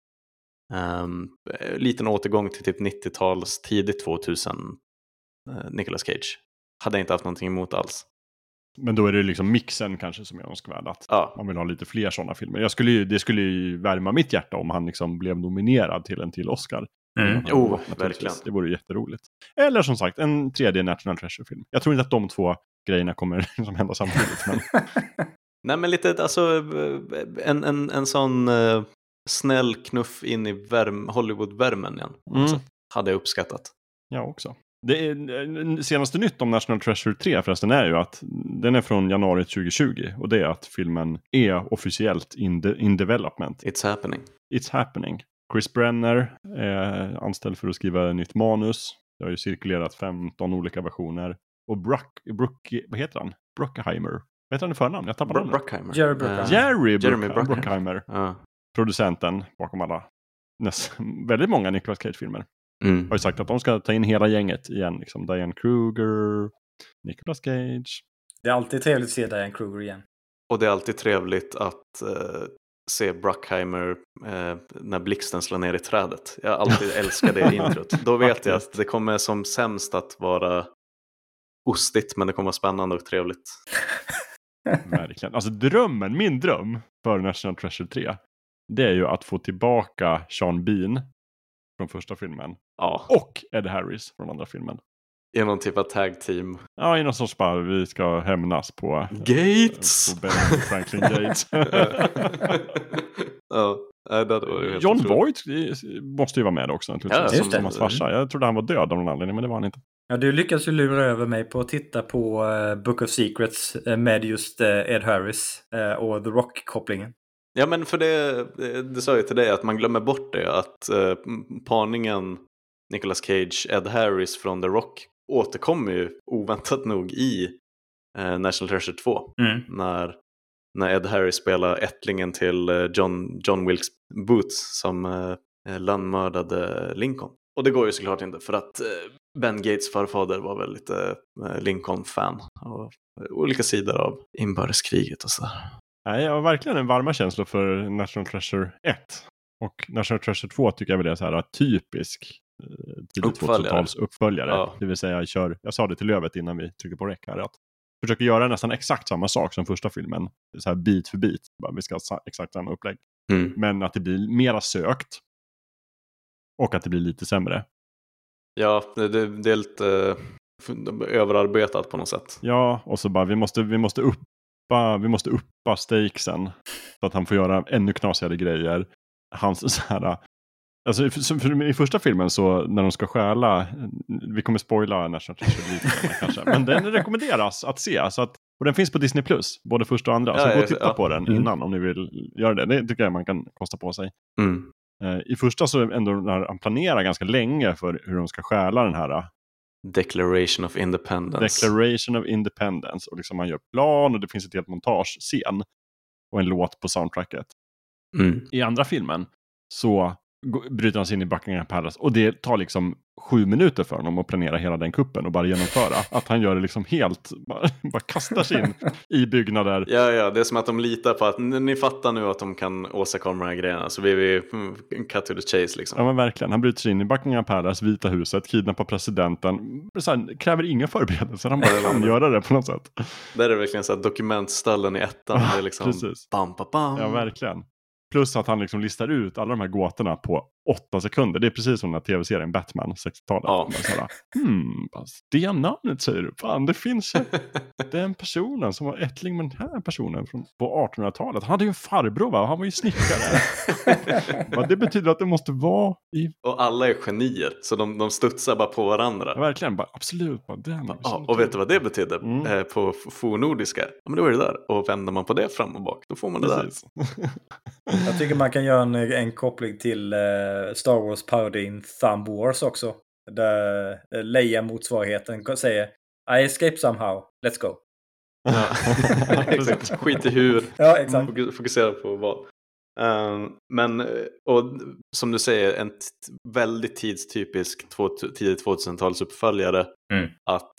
Um, liten återgång till typ nittio-tals, tidigt tvåtusen uh, Nicolas Cage. Hade jag inte haft någonting emot alls. Men då är det liksom mixen kanske som är önskvärd. Att ja. Man vill ha lite fler sådana filmer. Jag skulle ju, det skulle ju värma mitt hjärta om han liksom blev nominerad till en till Oscar. Mm. Oh, verkligen. Det vore jätteroligt. Eller som sagt, en tredje National Treasure-film. Jag tror inte att de två grejerna kommer liksom hända samtidigt. Men... Nej, men lite, alltså en, en, en sån uh, snäll knuff in i värm, Hollywood-värmen igen. Mm. Hade jag uppskattat. Jag också. Det är, senaste nytt om National Treasure tre förresten är ju att den är från januari tjugohundratjugo. Och det är att filmen är officiellt in, de, in development. It's happening. It's happening. Chris Brenner är anställd för att skriva nytt manus. Det har ju cirkulerat femton olika versioner. Och Bruck, Bruck vad heter han? Bruckheimer. Vad heter han i förnamn? Jag tappar Br- Bruckheimer. Jerry Bruckheimer. Uh, Jerry Jeremy Bruckheimer. Bruckheimer. Uh. Producenten bakom alla. Näst, väldigt många Nicolas Cage-filmer. Mm. Har ju sagt att de ska ta in hela gänget igen. Liksom Diane Kruger, Nicolas Cage. Det är alltid trevligt att se Diane Kruger igen. Och det är alltid trevligt att uh, se Bruckheimer eh, när blixten slår ner i trädet. Jag har alltid älskat det introt. Då vet jag att det kommer som sämst att vara ostigt, men det kommer vara spännande och trevligt. Verkligen. Alltså drömmen, min dröm för National Treasure tre, det är ju att få tillbaka Sean Bean från första filmen. Ja. Och Ed Harris från andra filmen. I någon typ av tag team. Ja, i någon sorts bara vi ska hämnas på Gates. På Benjamin Franklin Gates. Ja, det var ju helt John otroligt. Voight måste ju vara med också. Ja, som Thomas farsa. Jag trodde han var död av någon anledning, men det var han inte. Ja, du lyckas ju lura över mig på att titta på uh, Book of Secrets uh, med just uh, Ed Harris uh, och The Rock-kopplingen. Ja, men för det, det sa jag till dig att man glömmer bort det. Att uh, parningen Nicolas Cage, Ed Harris från The Rock återkommer ju oväntat nog i uh, National Treasure två. Mm. När, när Ed Harris spelar ättlingen till uh, John, John Wilkes Booth som uh, landmördade Lincoln. Och det går ju såklart inte för att uh, Ben Gates farfader var väl lite uh, Lincoln-fan av olika sidor av inbördeskriget och sådär. Nej, jag har verkligen en varma känsla för National Treasure ett. Och National Treasure två tycker jag väl är så här typisk eh, tidigt tvåtusentals uppföljare. Ja. Det vill säga, jag, kör, jag sa det till Lövet innan vi tryckte på rec här, att försöker göra nästan exakt samma sak som första filmen. Så här bit för bit. Bara, vi ska ha exakt samma upplägg. Mm. Men att det blir mera sökt. Och att det blir lite sämre. Ja, det, det, det är lite uh, överarbetat på något sätt. Ja, och så bara vi måste, vi måste uppa, vi måste uppa stakesen. Så att han får göra ännu knasigare grejer. Hans så här... Alltså för, för, i första filmen så när de ska stjäla, vi kommer spoila National Treasure lite kanske, men den rekommenderas att se, så att, och den finns på Disney Plus, både första och andra, så ja, gå och titta ja. på den innan om ni vill göra det. Det tycker jag man kan kosta på sig. Mm. Uh, I första så ändå när han planerar ganska länge för hur de ska stjäla den här Declaration of Independence. Declaration of Independence, och liksom man gör plan och det finns ett helt montage-scen och en låt på soundtracket. Mm. I andra filmen så bryter han sig in i Buckingham Palace och det tar liksom sju minuter för honom att planera hela den kuppen och bara genomföra. Att han gör det liksom helt, bara, bara kastar sig in i byggnader. Ja, ja, det är som att de litar på att ni, ni fattar nu att de kan åstadkomma de här grejerna, så vi vi cut to the chase liksom. Ja, men verkligen. Han bryter sig in i Buckingham Palace, Vita huset, kidnappar presidenten. Så han kräver inga förberedelser, han bara kan göra det på något sätt. Där är det verkligen så att dokumentställen i ettan, det är liksom precis. Bam, bam, bam. Ja, verkligen. Plus att han liksom listar ut alla de här gåtorna på åtta sekunder. Det är precis som den här tv-serien Batman, sextiotalet. Ja. Sådär, hmm, det namnet säger du. Fan, det finns den personen som var ättling med den här personen från, på artonhundratalet. Han hade ju en farbror, va? Han var ju snickare. Ja, det betyder att det måste vara i... Och alla är genier, så de, de studsar bara på varandra. Ja, verkligen, bara, absolut. Bara, den, ja, och vet du vad det betyder mm. eh, på fornordiska? Ja, men då är det där. Och vänder man på det fram och bak, då får man det precis. Där. Jag tycker man kan göra en, en koppling till uh, Star Wars-parodin Thumb Wars också. Där uh, Leia-motsvarigheten säger I escape somehow, let's go. Ja, exakt. Skit i hur. Ja, exakt. Fokusera på vad. Um, men, och som du säger, en t- väldigt tidstypisk två, tidigt tvåtusentals uppföljare. Mm. Att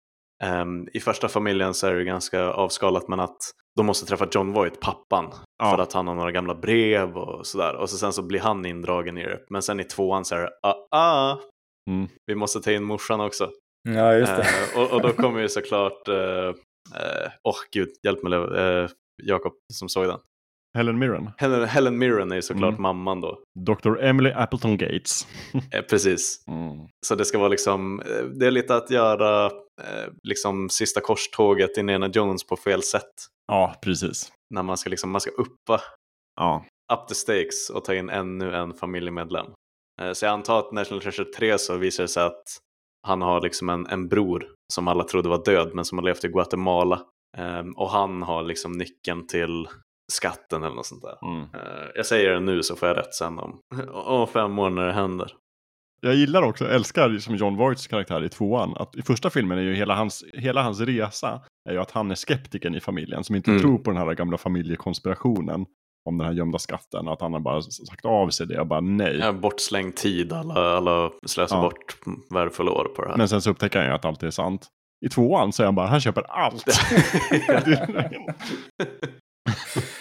um, i första familjen så är det ganska avskalat, men att de måste träffa John Voight, pappan, ja. för att han har några gamla brev och sådär. Och så sen så blir han indragen i det. Men sen i tvåan så är det, ah, ah, mm. vi måste ta in morsan också. Ja, just det. Uh, och, och då kommer ju såklart, åh uh, uh, oh, gud, hjälp mig, uh, Jakob som såg den. Helen Mirren. Helen, Helen Mirren är ju såklart mm. mamman då. doktor Emily Appleton Gates. eh, precis. Mm. Så det ska vara liksom, det är lite att göra eh, liksom sista korståget Indiana Jones på fel sätt. Ja, precis. När man ska liksom, man ska uppa ja. up the stakes och ta in ännu en familjemedlem. Eh, så jag antar att National Treasure tre så visar det sig att han har liksom en, en bror som alla trodde var död men som har levt i Guatemala. Eh, och han har liksom nyckeln till skatten eller något sånt där. Mm. Uh, jag säger det nu så får jag rätt sen om, om fem år när det händer. Jag gillar också, älskar som John Voights karaktär i tvåan, att i första filmen är ju hela hans, hela hans resa är ju att han är skeptiken i familjen som inte mm. tror på den här gamla familjekonspirationen om den här gömda skatten, att han har bara sagt av sig det och bara nej. Ja, bortslängd tid, alla, alla slösar ja. bort värdefulla år på det här. Men sen så upptäcker han ju att allt är sant. I tvåan så är han bara, han köper allt.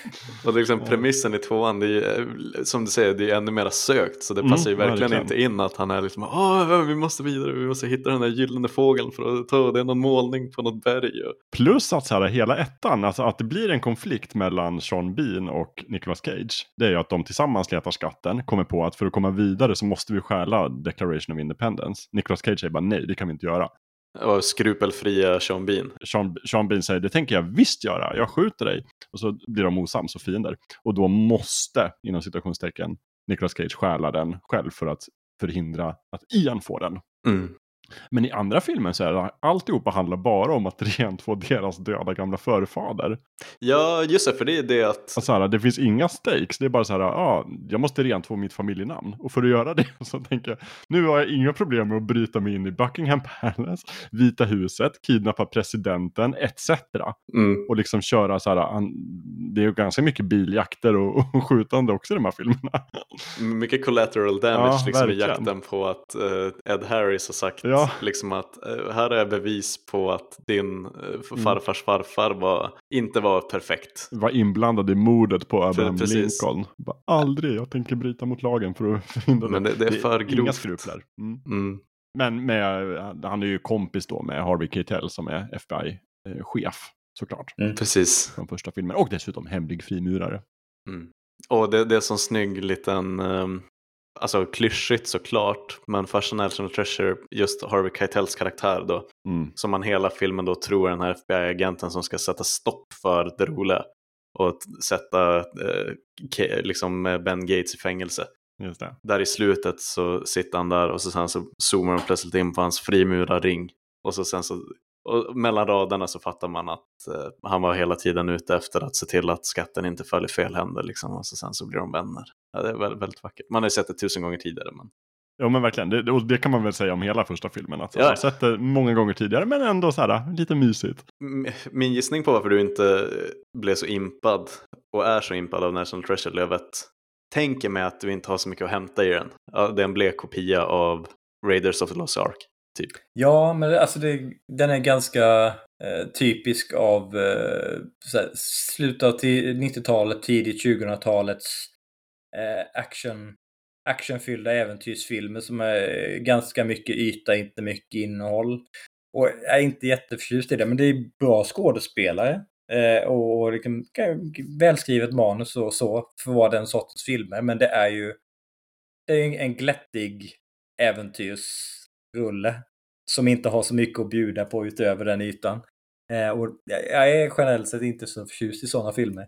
Och det är liksom premissen i tvåan, det är, som du säger, det är ännu mer sökt. Så det passar ju mm, verkligen verkligen. inte in att han är liksom, åh, vi måste vidare, vi måste hitta den där gyllene fågeln för att ta, det är någon målning på något berg. Och... Plus att så här, hela ettan, alltså att det blir en konflikt mellan Sean Bean och Nicolas Cage. Det är ju att de tillsammans letar skatten, kommer på att för att komma vidare så måste vi stjäla Declaration of Independence. Nicolas Cage säger bara nej, det kan vi inte göra. Och skrupelfria Sean Bean. Sean, Sean Bean säger, det tänker jag visst göra, jag skjuter dig. Och så blir de osams och fiender. Och då måste, inom situationstecken, Nicolas Cage stjäla den själv för att förhindra att Ian får den. Mm. Men i andra filmen så är det alltihopa handlar bara om att rent få deras döda gamla förfader. Ja, just det, för det är det att... Och så här, det finns inga stakes, det är bara så här, ja, jag måste rent få mitt familjenamn. Och för att göra det så tänker jag, nu har jag inga problem med att bryta mig in i Buckingham Palace, Vita huset, kidnappa presidenten, et cetera. Mm. Och liksom köra så här, det är ju ganska mycket biljakter och, och skjutande också i de här filmerna. Mycket collateral damage Ja, liksom i verkligen. jakten på att uh, Ed Harris har sagt Ja. liksom att uh, här är bevis på att din uh, farfars farfar var, inte var perfekt. Var inblandad i mordet på Abraham Precis. Lincoln. Bara, aldrig, jag tänker bryta mot lagen för att förhindra Men det, det är för Inga grovt. skrupler. Mm. Mm. Men med, han är ju kompis då med Harvey Keitel som är F B I-chef såklart. Mm. Precis. Från första filmen. Och dessutom hemlig frimurare. Mm. Och det, det är som snygg liten, um, alltså klyschigt såklart, men Fashion National Treasure, just Harvey Keitels karaktär då, Mm. som man hela filmen då tror är den här F B I-agenten som ska sätta stopp för det roliga och t- sätta eh, Ke- liksom Ben Gates i fängelse. Just det. Där i slutet så sitter han där och så sen så zoomar de plötsligt in på hans frimurarring och så sen så och mellan raderna så fattar man att eh, han var hela tiden ute efter att se till att skatten inte föll i fel händer liksom, och så sen så blir de vänner. Ja, det är väldigt, väldigt vackert. Man har ju sett det tusen gånger tidigare, men Ja men verkligen, det, och det kan man väl säga om hela första filmen. Att Ja. jag har sett det många gånger tidigare men ändå så här, lite mysigt. M- min gissning på varför du inte blev så impad och är så impad av National Treasure, Lövet, tänker mig att du inte har så mycket att hämta i den. Ja, det är en blek kopia av Raiders of the Lost Ark, typ. Ja, men alltså det, den är ganska eh, typisk av eh, såhär, slutet av ti- nittiotalet, tidigt tjugohundratalets eh, action, actionfyllda äventyrsfilmer som är ganska mycket yta, inte mycket innehåll. Och jag är inte jätteförtjust i det, men det är bra skådespelare. Eh, och liksom, välskrivet manus och så för att vara den sortens filmer. Men det är ju det är en glättig äventyrsrulle som inte har så mycket att bjuda på utöver den ytan. Eh, och jag är generellt sett inte så förtjust i sådana filmer.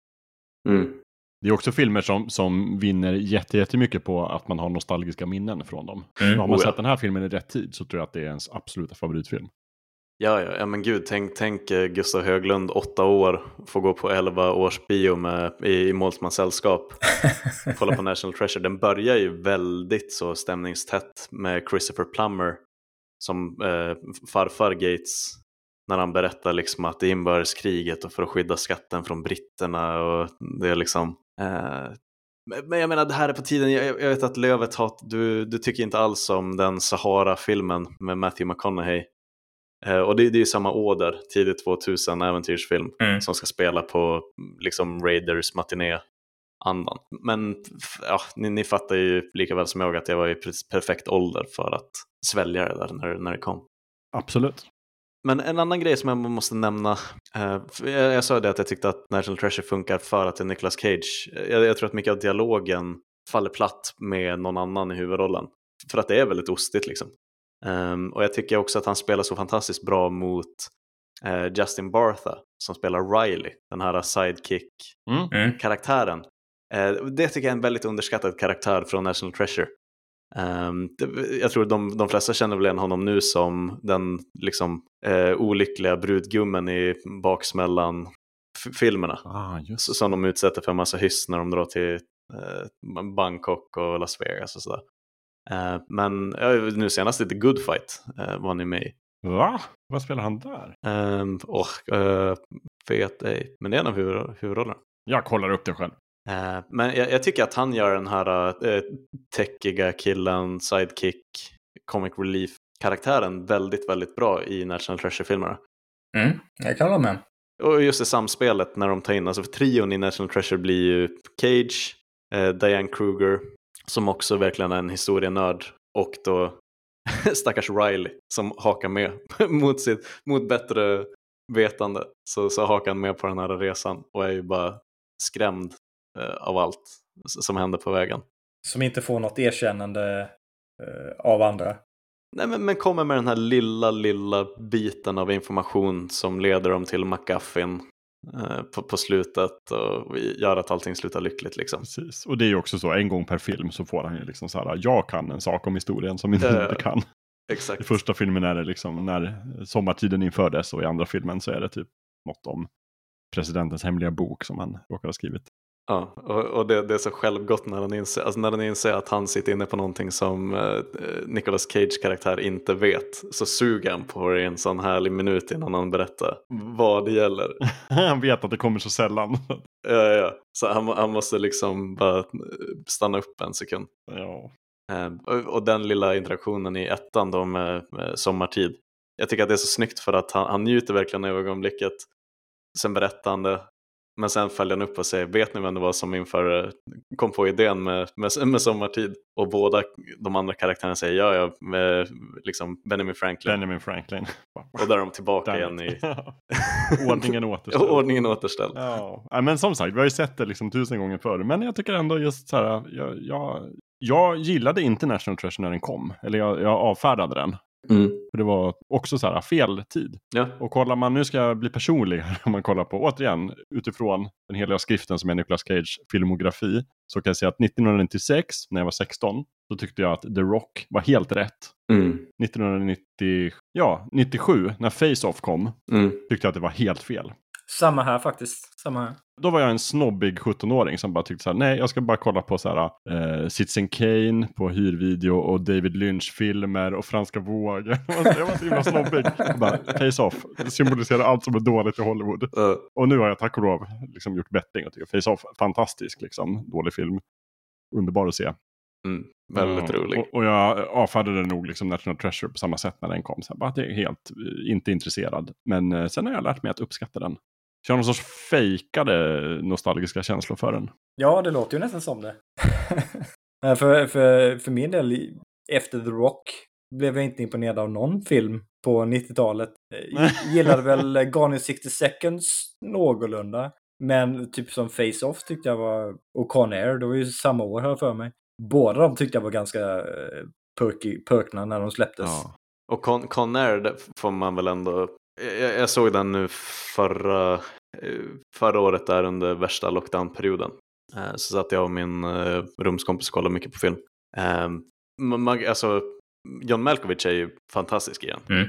Mm. Det är också filmer som, som vinner jätte, jättemycket på att man har nostalgiska minnen från dem. Mm. Har man Oh, ja. sett den här filmen i rätt tid så tror jag att det är ens absoluta favoritfilm. Ja, ja, ja, men gud, tänk, tänk eh, Gustav Höglund, åtta år, får gå på elva års bio med, i, i Målsmans sällskap. Kolla på National Treasure. Den börjar ju väldigt så stämningstätt med Christopher Plummer som eh, farfar Gates, när han berättar liksom att det är inbördeskriget och för att skydda skatten från britterna och det är liksom eh, men jag menar, det här är på tiden, jag, jag vet att Lövet har, du, du tycker inte alls om den Sahara-filmen med Matthew McConaughey. Eh, och det, det är ju samma åder, tidigt tvåtusen äventyrsfilm Mm. som ska spela på liksom Raiders matiné-andan. Men ja, ni, ni fattar ju lika väl som jag att jag var i perfekt ålder för att svälja det där när, när det kom. Absolut. Men en annan grej som jag måste nämna, eh, jag, jag sa det att jag tyckte att National Treasure funkar för att det är Nicolas Cage. Jag, jag tror att mycket av dialogen faller platt med någon annan i huvudrollen. För att det är väldigt ostigt liksom. Um, och jag tycker också att han spelar så fantastiskt bra mot uh, Justin Bartha som spelar Riley, den här sidekick-karaktären. Mm. Uh, det tycker jag är en väldigt underskattad karaktär från National Treasure. Um, det, jag tror de, de flesta känner väl igen honom nu som den liksom, uh, olyckliga brudgummen i baksmällan f- filmerna. Ah, just. Som de utsätter för en massa hyss när de drar till uh, Bangkok och Las Vegas och sådär. Uh, men ja, nu senast i The Good Fight uh, var ni med i. Va? Vad spelar han där? Um, oh, uh, vet ej. Men det är en av huvud- huvudrollerna. Jag kollar upp det själv. Uh, men jag, jag tycker att han gör den här uh, täckiga killen, sidekick, comic relief karaktären väldigt, väldigt bra i National Treasure-filmerna. Mm, jag kan hålla med. och just det samspelet när de tar in, alltså för trion i National Treasure blir ju Cage, eh, Diane Kruger, som också verkligen är en historienörd, och då stackars Riley som hakar med mot, sitt, mot bättre vetande, så, så hakar han med på den här resan och är ju bara skrämd eh, av allt som händer på vägen. Som inte får något erkännande eh, av andra. Nej, men, men kommer med den här lilla, lilla biten av information som leder dem till MacGuffin eh, på, på slutet och gör att allting slutar lyckligt liksom. Precis, och det är ju också så, en gång per film så får han ju liksom så här, jag kan en sak om historien som inte äh, inte kan. Exakt. I första filmen är det liksom när sommartiden infördes, och i andra filmen så är det typ något om presidentens hemliga bok som han råkar ha skrivit. Ja, och, och det, det är så självgott när han inser, alltså när han inser att han sitter inne på någonting som eh, Nicolas Cage karaktär inte vet, så suger han på det i en sån härlig minut innan han berättar vad det gäller. Han vet att det kommer så sällan. Ja, ja. Så han, han måste liksom bara stanna upp en sekund. Ja. Eh, och, och den lilla interaktionen i ettan då med, med sommartid. Jag tycker att det är så snyggt för att han, han njuter verkligen av ögonblicket. Sen berättar han det. Men sen följer han upp och säger, vet ni vem det var som inför, kom på idén med, med, med sommartid? Och båda de andra karaktärerna säger, ja, ja, med liksom Benjamin Franklin. Benjamin Franklin. Och där är de tillbaka igen i... Ordningen återställd. Ordningen återställd. Ja. Ja, men som sagt, vi har ju sett det liksom tusen gånger förr. Men jag tycker ändå just så här, jag, jag, jag gillade inte National Treasure när den kom. Eller jag, jag avfärdade den. Mm. För det var också så här fel tid. Ja. Och kollar man, nu ska jag bli personlig om man kollar på, återigen, utifrån den heliga skriften som är Nicolas Cage filmografi, så kan jag säga att nittonhundranittiosex, när jag var sexton, så tyckte jag att The Rock var helt rätt. Mm. nittonhundranittio, ja, nittiosju, när Face-Off kom, mm. tyckte jag att det var helt fel. Samma här faktiskt, samma här. Då var jag en snobbig sjuttonåring som bara tyckte så här, nej, jag ska bara kolla på så här uh, Citizen Kane på hyrvideo och David Lynch-filmer och franska vågor. Jag var så himla snobbig. Bara, Face-Off symboliserar allt som är dåligt i Hollywood. Uh. Och nu har jag tack och lov liksom gjort betting och tycker Face-Off, fantastisk liksom, dålig film. Underbar att se. Mm, väldigt uh, rolig. Och, och jag avfärdade nog liksom National Treasure på samma sätt när den kom. Så jag bara, det är helt uh, inte intresserad. Men uh, sen har jag lärt mig att uppskatta den. Så jag har någon sorts fejkade nostalgiska känslor för den. Ja, det låter ju nästan som det. för, för, för min del, efter The Rock blev jag inte imponerad av någon film på nittiotalet. Jag gillade väl Gone in sixty seconds någorlunda. Men typ som Face-Off tyckte jag var, och Con Air, det var ju samma år här för mig. Båda de tyckte jag var ganska perky, perkna när de släpptes. Ja. Och Con, Con Air, det får man väl ändå... Jag, jag såg den nu förra, förra året där under värsta lockdownperioden. Så satt jag och min rumskompis kollade mycket på film. Man, alltså, John Malkovich är ju fantastisk igen. Mm.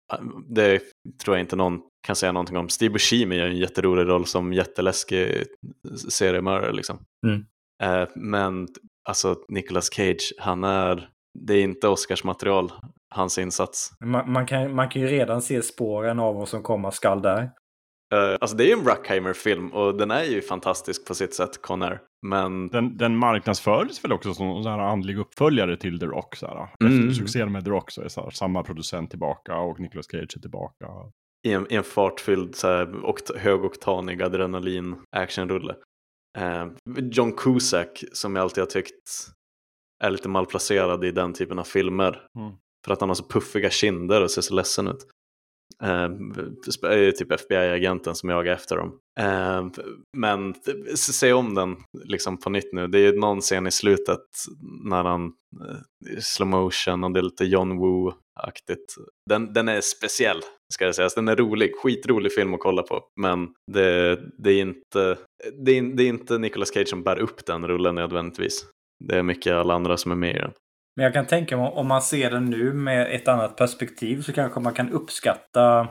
Det tror jag inte någon kan säga någonting om. Steve Buscemi gör en jätterolig roll som jätteläskig seriemördare liksom. Mm. Men alltså Nicolas Cage, han är... Det är inte Oscars material, hans insats. Man, man, kan, man kan ju redan se spåren av vad som kommer skall där. Uh, alltså det är ju en Bruckheimer-film och den är ju fantastisk på sitt sätt, Con Air. Men... Den, den marknadsförs väl också som en sån här andlig uppföljare till The Rock. Så här. Mm. Efter succén med The Rock så är så här, samma producent tillbaka och Nicolas Cage är tillbaka. I en, i en fartfylld så här, okt- högoktanig adrenalin-actionrulle. Uh, John Cusack, som jag alltid har tyckt är lite malplacerad i den typen av filmer. Mm. För att han har så puffiga kinder och ser så ledsen ut. Uh, är ju typ F B I-agenten som jagar efter dem. Uh, men se om den liksom på nytt nu. Det är ju någon scen i slutet när han uh, slow motion och det är lite John Woo-aktigt. Den, den är speciell, ska jag säga. Den är rolig, skitrolig film att kolla på. Men det, det, är, inte, det, är, det är inte Nicolas Cage som bär upp den rullen nödvändigtvis. Det är mycket alla andra som är med i den. Men jag kan tänka mig, om man ser den nu med ett annat perspektiv så kanske man kan uppskatta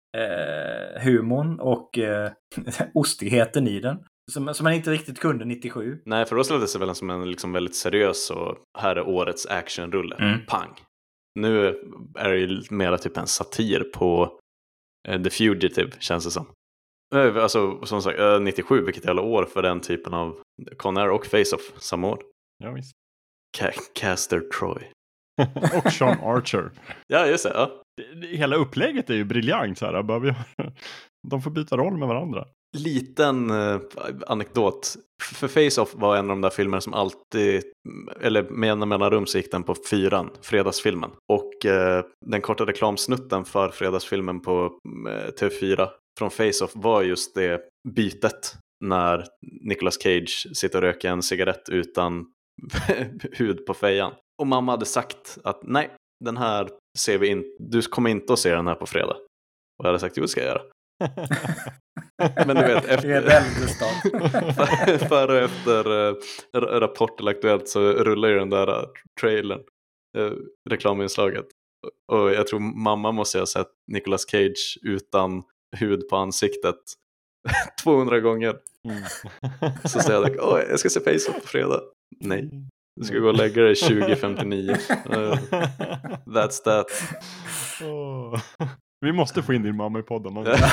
eh, humorn och eh, ostigheten i den. Som, som man inte riktigt kunde nittiosju. Nej, för då släpptes det väl som en liksom väldigt seriös och här är årets actionrulle. Mm. Pang! Nu är det ju mer typ en satir på eh, The Fugitive, känns det som. Alltså, som sagt, nittiosju, vilket jävla år för den typen av Con Air och Face-Off samma år. Ja, visst. Ca- Caster Troy. Och Sean Archer. Ja, just det. Ja. Hela upplägget är ju briljant. Så här. Bara vi har De får byta roll med varandra. Liten eh, anekdot. För Face-Off var en av de där filmerna som alltid, eller med mellanrum så gick den på fyran, fredagsfilmen. Och eh, den korta reklamsnutten för fredagsfilmen på eh, T V fyra från Face-Off var just det bytet när Nicolas Cage sitter och röker en cigarett utan hud på fejan. Och mamma hade sagt att nej, den här ser vi inte, du kommer inte att se den här på fredag. Och jag hade sagt, jo det ska jag göra. Men du vet, efter för och efter uh, Rapport eller Aktuellt så rullar ju den där uh, trailern, uh, reklaminslaget. Och jag tror mamma måste ha sett Nicolas Cage utan hud på ansiktet tvåhundra gånger. Mm. Så säger jag, åh, jag ska se Face-Off på fredag. Nej, du ska gå och lägga dig tjugo femtionio. uh, That's that. Oh. Vi måste få in din mamma i podden.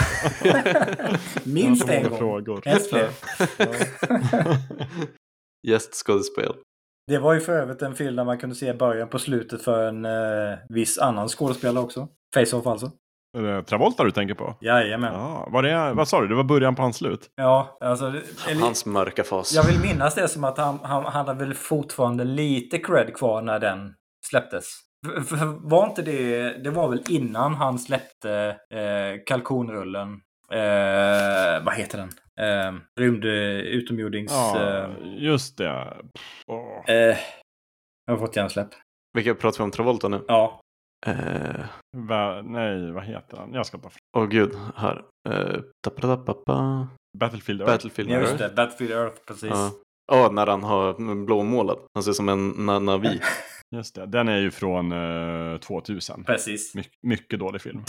Minst en gång. Frågor. Gästskådespel. Det var ju för övrigt en film där man kunde se början på slutet för en eh, viss annan skådespelare också. Face-Off alltså. Travolta du tänker på? Jajamän. Ja, var det, vad sa du? Det var början på hans slut? Ja, alltså... Eller, hans mörka fas. Jag vill minnas det som att han, han, han hade väl fortfarande lite cred kvar när den släpptes. För, för, var inte det... Det var väl innan han släppte eh, kalkonrullen. Eh, vad heter den? Eh, rymd utomjordings... Ja, eh, just det. Oh. Eh, jag har fått hjärnsläpp. Vilka pratar vi om Travolta nu? Ja. Eh, Va, nej, vad heter han? Jag ska ta Åh oh, gud, här. Eh, Battlefield Earth. Battlefield ja, Earth. Just det, Battlefield Earth, precis. Ja, oh, när han har blåmålad. Han ser som en na- navi. Just det, den är ju från uh, tvåtusen. Precis. My- mycket dålig film.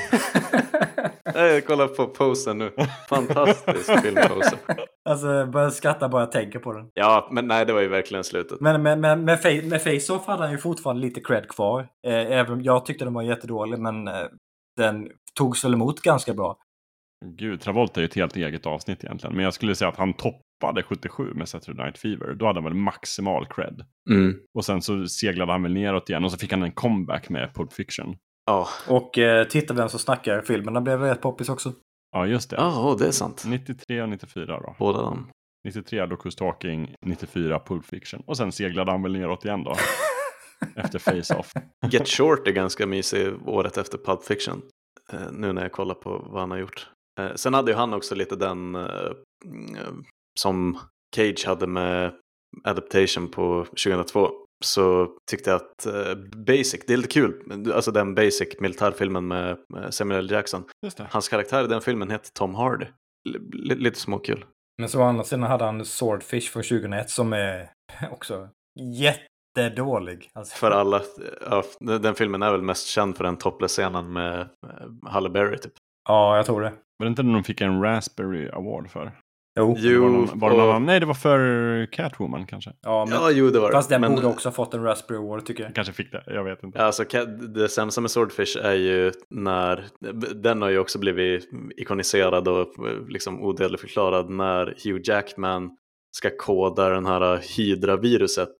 Jag kollar på posen nu. Fantastisk filmposen. Alltså, jag börjar skratta bara jag tänker på den. Ja, men nej, det var ju verkligen slutet. Men med, med, med, face, med Face-Off hade han ju fortfarande lite cred kvar. Eh, även om jag tyckte den var jättedålig, men eh, den togs väl emot ganska bra. Gud, Travolta är ju ett helt eget avsnitt egentligen. Men jag skulle säga att han toppade sjuttiosju med Saturday Night Fever. Då hade han väl maximal cred. Mm. Och sen så seglade han väl neråt igen. Och så fick han en comeback med Pulp Fiction. Ja. Och eh, titta vem som snackar. Filmerna blev rätt poppis också. Ja, just det. Ja, oh, det är sant. nittiotre och nittiofyra då. Båda dem. nittiotre Look Who's Talking, nittiofyra Pulp Fiction. Och sen seglade han väl neråt igen då. Efter Face-Off. Get Short är ganska mysig året efter Pulp Fiction. Eh, nu när jag kollar på vad han har gjort. Eh, sen hade ju han också lite den eh, som Cage hade med Adaptation på tjugohundratvå. Så tyckte jag att uh, Basic, det är lite kul. Alltså den Basic militärfilmen med Samuel L. Jackson. Just det. Hans karaktär i den filmen heter Tom Hardy. L- lite småkul. Men så å andra sidan hade han Swordfish från tjugohundraett som är också jättedålig. Alltså. För alla, ja, den filmen är väl mest känd för den topless-scenen med Halle Berry typ. Ja, jag tror det. Var det inte den de fick en Raspberry Award för? Jo. jo var det någon, var det och... någon, nej, det var för Catwoman kanske. Ja, men, ja jo, det var det. Fast den men... borde också ha fått en Raspberry Award tycker jag. Kanske fick det, jag vet inte. Alltså, det sämsta med Swordfish är ju när, den har ju också blivit ikoniserad och liksom odödlig förklarad när Hugh Jackman ska koda den här Hydra-viruset.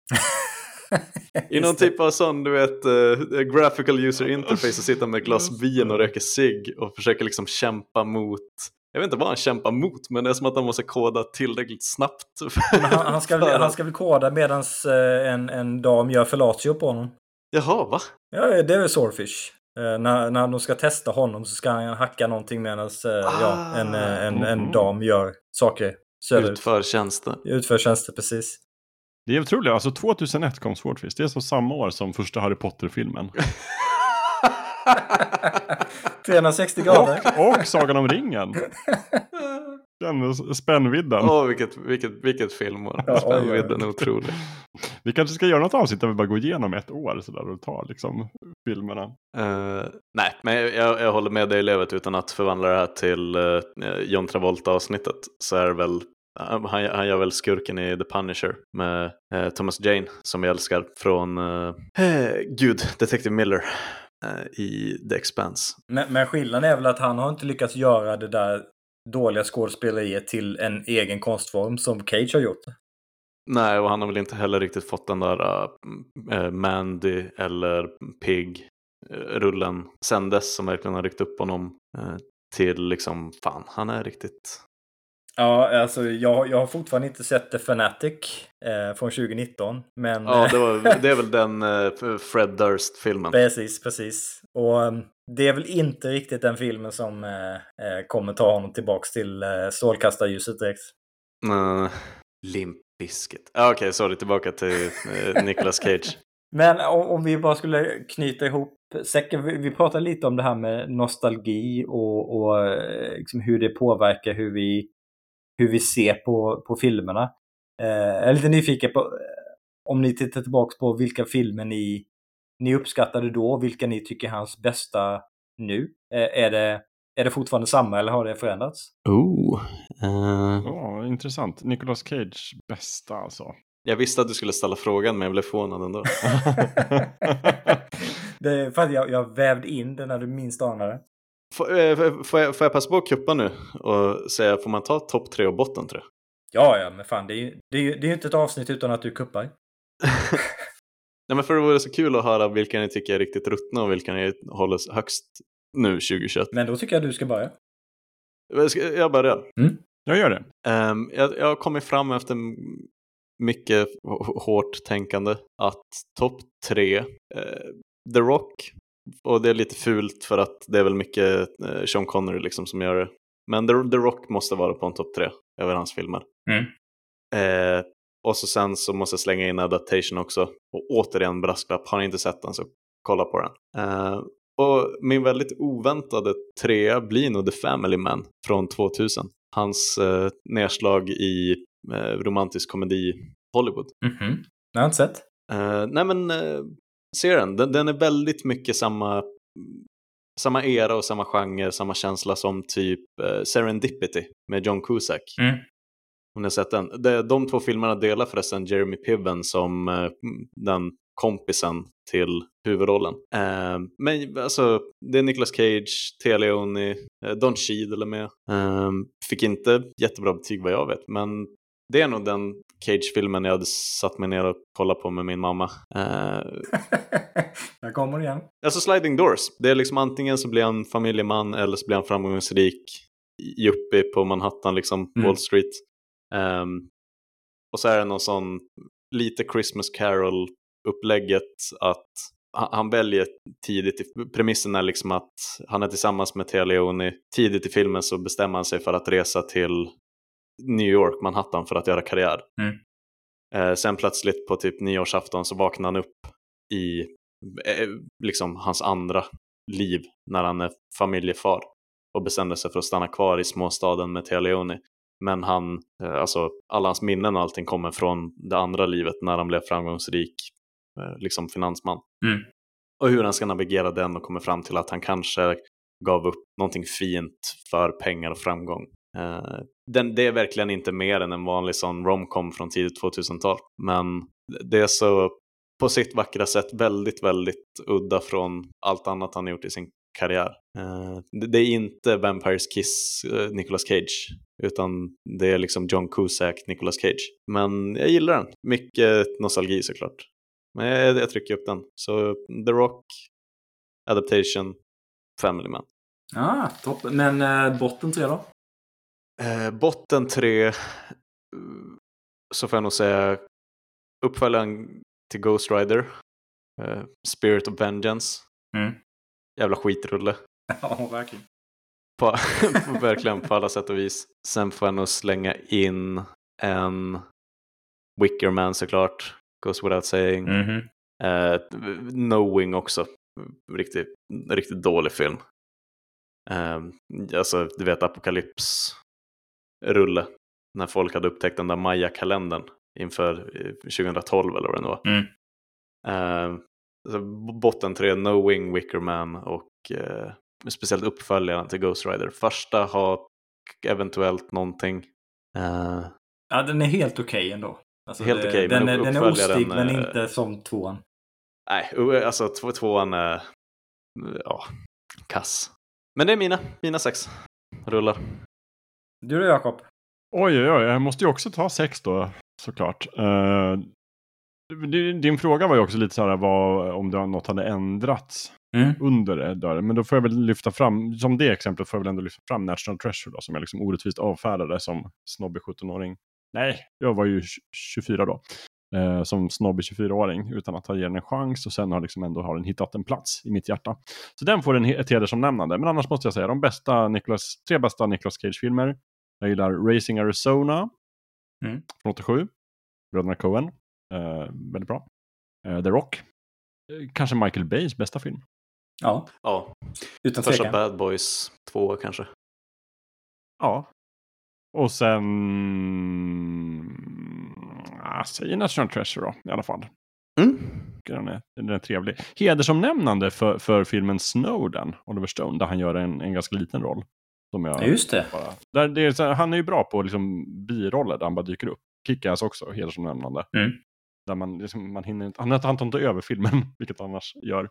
I någon typ av sån, du vet, uh, graphical user interface och sitta med glas vin och röka cigg och försöka liksom kämpa mot, jag vet inte vad han kämpar mot, men det är som att han måste koda tillräckligt snabbt. Men han, han, ska väl, han ska väl koda medan uh, en, en dam gör fellatio på honom. Jaha, va? Ja, det är väl Swordfish. Uh, när, när de ska testa honom så ska han hacka någonting medan uh, ah. ja, en, en, en dam gör saker. Utför tjänster. Utför tjänster, precis. Det är otroligt, alltså tvåtusenett kom Swordfish. Det är så samma år som första Harry Potter-filmen. trehundrasextio grader. Och, och Sagan om ringen. Den spännvidden. Åh, oh, vilket, vilket, vilket filmår. Ja, spännvidden är otrolig. Vi kanske ska göra något avsnitt där vi bara går igenom ett år så där och tar liksom filmerna. Uh, nej, men jag, jag håller med dig i levet utan att förvandla det här till uh, John Travolta-avsnittet. Så är det väl, uh, han, han gör väl skurken i The Punisher med uh, Thomas Jane som jag älskar från uh, uh, Gud, Detective Miller. I The Expanse. Men, men skillnaden är väl att han har inte lyckats göra det där dåliga skådespeleriet till en egen konstform som Cage har gjort. Nej, och han har väl inte heller riktigt fått den där uh, Mandy eller Pig uh, rullen sen dess som verkligen har ryckt upp honom uh, till liksom, fan, han är riktigt... Ja, alltså jag, jag har fortfarande inte sett The Fanatic eh, från tjugonitton. Men, ja, det, var, det är väl den eh, Fred Durst-filmen. Precis, precis. Och um, det är väl inte riktigt den filmen som eh, kommer ta honom tillbaks till eh, strålkastarljuset direkt. Uh, Limp Bizkit. Ah, Okej, okay, sorry, tillbaka till eh, Nicolas Cage. Men om, om vi bara skulle knyta ihop säcken. Vi, vi pratade lite om det här med nostalgi och, och liksom hur det påverkar hur vi, hur vi ser på, på filmerna. Eh, jag är lite nyfiken på om ni tittar tillbaka på vilka filmer ni, ni uppskattade då, vilka ni tycker är hans bästa nu. Eh, är, det, är det fortfarande samma eller har det förändrats? Oh, uh... oh, intressant. Nicolas Cage bästa alltså. Jag visste att du skulle ställa frågan, men jag blev förvånad ändå. Det är för att jag, jag vävde in det när du minst anade. Får, äh, får, jag, får jag passa på att kuppa nu och säga, får man ta topp tre och botten tre? Ja, ja, men fan, det är ju det är, det är inte ett avsnitt utan att du kuppar. Nej, men för det vore så kul att höra vilka ni tycker är riktigt ruttna och vilka ni håller högst nu tjugohundratjugoett. Men då tycker jag du ska börja. Jag börjar. Mm. Jag gör det. Um, jag, jag har kommit fram efter mycket hårt tänkande att topp tre, eh, The Rock, och det är lite fult för att det är väl mycket eh, Sean Connery liksom som gör det, men The, The Rock måste vara på en topp tre över hans filmer. Mm. Eh, och så sen så måste jag slänga in Adaptation också, och återigen brasklapp, har ni inte sett den så kolla på den. Eh, och min väldigt oväntade trea blir nog The Family Man från tvåtusen. Hans eh, nedslag i eh, romantisk komedi Hollywood. Mm-hmm. Jag har inte sett. Uh, nej men, uh, ser den. den. Den är väldigt mycket samma, samma era och samma genre, samma känsla som typ uh, Serendipity med John Cusack. Mm. Om ni har sett den. De, de två filmerna delar förresten Jeremy Piven som uh, den kompisen till huvudrollen. Uh, men alltså, det är Nicolas Cage, Téa Leoni, uh, Don Cheadle är med. Uh, fick inte jättebra betyg vad jag vet, men det är nog den Cage-filmen jag hade satt mig ner och kollat på med min mamma. Uh, Där kommer det igen. alltså Sliding Doors. Det är liksom antingen så blir han familjeman eller så blir han framgångsrik yuppie på Manhattan, liksom mm. Wall Street. Um, och så är det någon sån lite Christmas Carol-upplägget att han, han väljer tidigt. I, premissen är liksom att han är tillsammans med Téa Leoni. Tidigt i filmen så bestämmer han sig för att resa till New York, Manhattan för att göra karriär. Mm. Eh, sen plötsligt på typ nyårsafton så vaknar han upp i eh, liksom hans andra liv när han är familjefar och bestämde sig för att stanna kvar i småstaden med Téa Leoni. Men han, eh, alltså alla hans minnen och allting kommer från det andra livet när han blev framgångsrik eh, liksom finansman. Mm. Och hur han ska navigera den och kommer fram till att han kanske gav upp någonting fint för pengar och framgång. Uh, den, det är verkligen inte mer än en vanlig sån romcom från tidigt tvåtusental, men det är så på sitt vackra sätt väldigt, väldigt udda från allt annat han har gjort i sin karriär. Uh, det, det är inte Vampires Kiss uh, Nicolas Cage, utan det är liksom John Cusack Nicolas Cage. Men jag gillar den, mycket nostalgi såklart, men jag, jag trycker upp den. Så The Rock, Adaptation, Family Man. Ah, toppen. Men uh, botten tre då? Eh, botten tre, så får jag nog säga uppföljaren till Ghost Rider, eh, Spirit of Vengeance. Mm. Jävla skitrulle. Ja, verkligen. På, verkligen på alla sätt och vis. Sen får jag nog slänga in en Wicker Man såklart, Goes Without Saying. Mm-hmm. eh, Knowing också, riktigt, riktigt dålig film. eh, Alltså du vet, Apocalypse rulle när folk hade upptäckt den där Maya-kalendern inför tjugohundratolv eller vad det nu var. Mm. Uh, så botten tre, Knowing, Wicker Man och uh, speciellt uppföljaren till Ghost Rider. Första har eventuellt någonting. Uh, ja, den är helt okej okay ändå. Alltså helt det, okej, den, men är, den är ostig, men uh, inte som tvåan. Nej, alltså två, tvåan är uh, ja, kass. Men det är mina, mina sex rullar. Du då, Jakob? Oj, oj, oj. Jag måste ju också ta sex då, såklart. Uh, Din fråga var ju också lite så här vad, om det något hade ändrats mm. under det där. Men då får jag väl lyfta fram, som det exemplet får jag väl ändå lyfta fram National Treasure då, som jag liksom orättvist avfärdade som snobbig sjutton-åring. Nej, jag var ju tjugofyra då. Eh, som snobbig tjugofyra-åring utan att ha gett den en chans, och sen har liksom ändå har den hittat en plats i mitt hjärta. Så den får en ett heder som nämnande. Men annars måste jag säga de bästa Nicolas, tre bästa Nicolas Cage-filmer. Jag gillar Racing Arizona mm. från åttiosju. Bröderna Coen. Eh, väldigt bra. Eh, The Rock. Eh, kanske Michael Bays bästa film. Ja. Ja. Utan första Bad Boys två kanske. Ja. Och sen jag säger National Treasure då, i alla fall. Mm. Den är, den är trevlig. Hedersomnämnande för, för filmen Snowden, Oliver Stone, där han gör en, en ganska liten roll. Som jag Just det. Bara, där det är så här, han är ju bra på liksom biroller där han bara dyker upp. Kick-Ass också, hedersomnämnande. Mm. Där man, liksom, man hinner inte, han tar inte över filmen, vilket annars gör.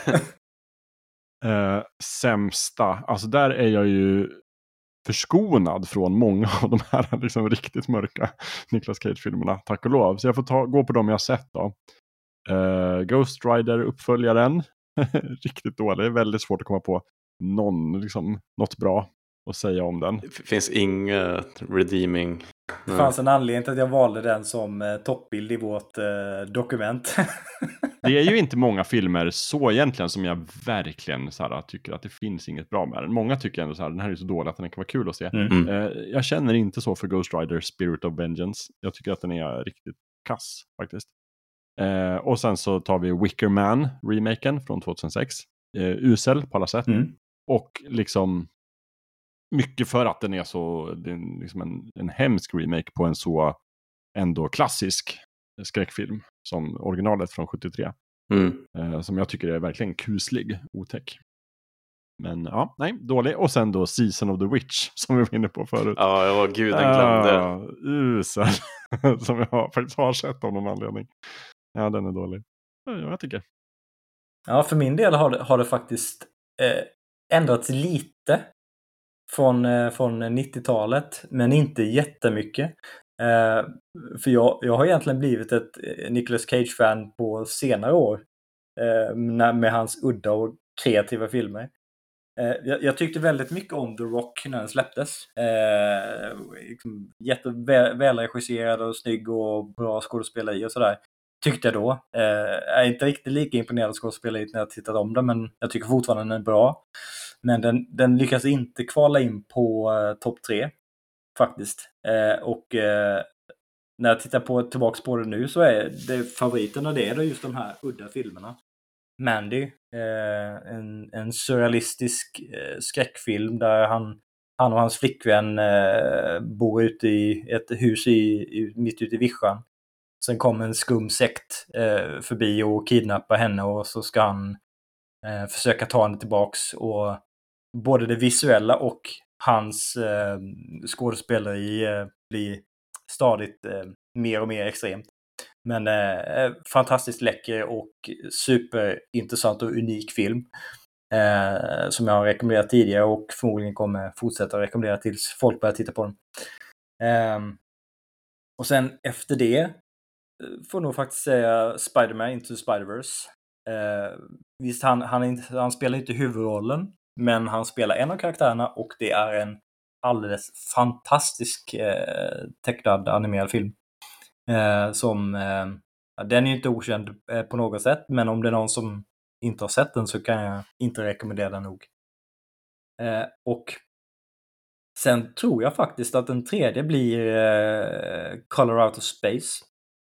uh, sämsta, alltså där är jag ju förskonad från många av de här liksom riktigt mörka Nicolas Cage-filmerna, tack och lov. Så jag får ta, gå på dem jag har sett då. Uh, Ghost Rider, uppföljaren. Riktigt dålig, väldigt svårt att komma på någon, liksom, något bra att säga om den. Det finns inget redeeming. Det fanns en anledning till att jag valde den som eh, toppbild i vårt eh, dokument. Det är ju inte många filmer så egentligen som jag verkligen så här, tycker att det finns inget bra med den. Många tycker ändå så här, den här är så dålig att den kan vara kul att se. Mm. Eh, jag känner inte så för Ghost Rider Spirit of Vengeance. Jag tycker att den är riktigt kass faktiskt. Eh, och sen så tar vi Wicker Man remaken från tjugohundrasex. Eh, usel på alla sätt. Mm. Och liksom mycket för att den är så det är liksom en, en hemsk remake på en så ändå klassisk skräckfilm som originalet från sjuttiotre. Mm. Eh, som jag tycker är verkligen kuslig, otäck. Men ja, nej, dålig. Och sen då Season of the Witch som vi var inne på förut. Ja, jag var guden glömde. Ah, usel. Som jag faktiskt har sett av någon anledning. Ja, den är dålig. Ja, jag tycker. Ja, för min del har det, har det faktiskt eh, ändrats lite från, eh, från nittiotalet, men inte jättemycket. Eh, för jag, jag har egentligen blivit ett Nicolas Cage-fan på senare år eh, med hans udda och kreativa filmer. Eh, jag, jag tyckte väldigt mycket om The Rock när den släpptes. Eh, liksom jättevälregisserad och snygg och bra skådespeleri och sådär. Tyckte jag då. Eh, jag är inte riktigt lika imponerad av skådespeleriet när jag tittat om den, men jag tycker fortfarande den är bra. Men den, den lyckas inte kvala in på eh, topp tre faktiskt. Eh, och eh, när jag tittar på, tillbaka på det nu så är det favoriterna det är då just de här udda filmerna. Mandy, eh, en, en surrealistisk eh, skräckfilm där han, han och hans flickvän eh, bor ute i ett hus i, i, mitt ute i vischan. Sen kommer en skum sekt eh, förbi och kidnappar henne, och så ska han eh, försöka ta henne tillbaks. Och både det visuella och hans eh, skådespeleri eh, blir stadigt eh, mer och mer extremt. Men eh, fantastiskt läcker och superintressant och unik film. Eh, som jag har rekommenderat tidigare och förmodligen kommer fortsätta rekommendera tills folk börjar titta på den. Eh, och sen efter det får nog faktiskt säga Spider-Man Into the Spider-Verse. Eh, visst, han, han, inte, han spelar inte huvudrollen, men han spelar en av karaktärerna, och det är en alldeles fantastisk eh, tecknad animerad film. Eh, som, eh, den är ju inte okänd eh, på något sätt, men om det är någon som inte har sett den så kan jag inte rekommendera den nog. Eh, och sen tror jag faktiskt att den tredje blir eh, Color Out of Space.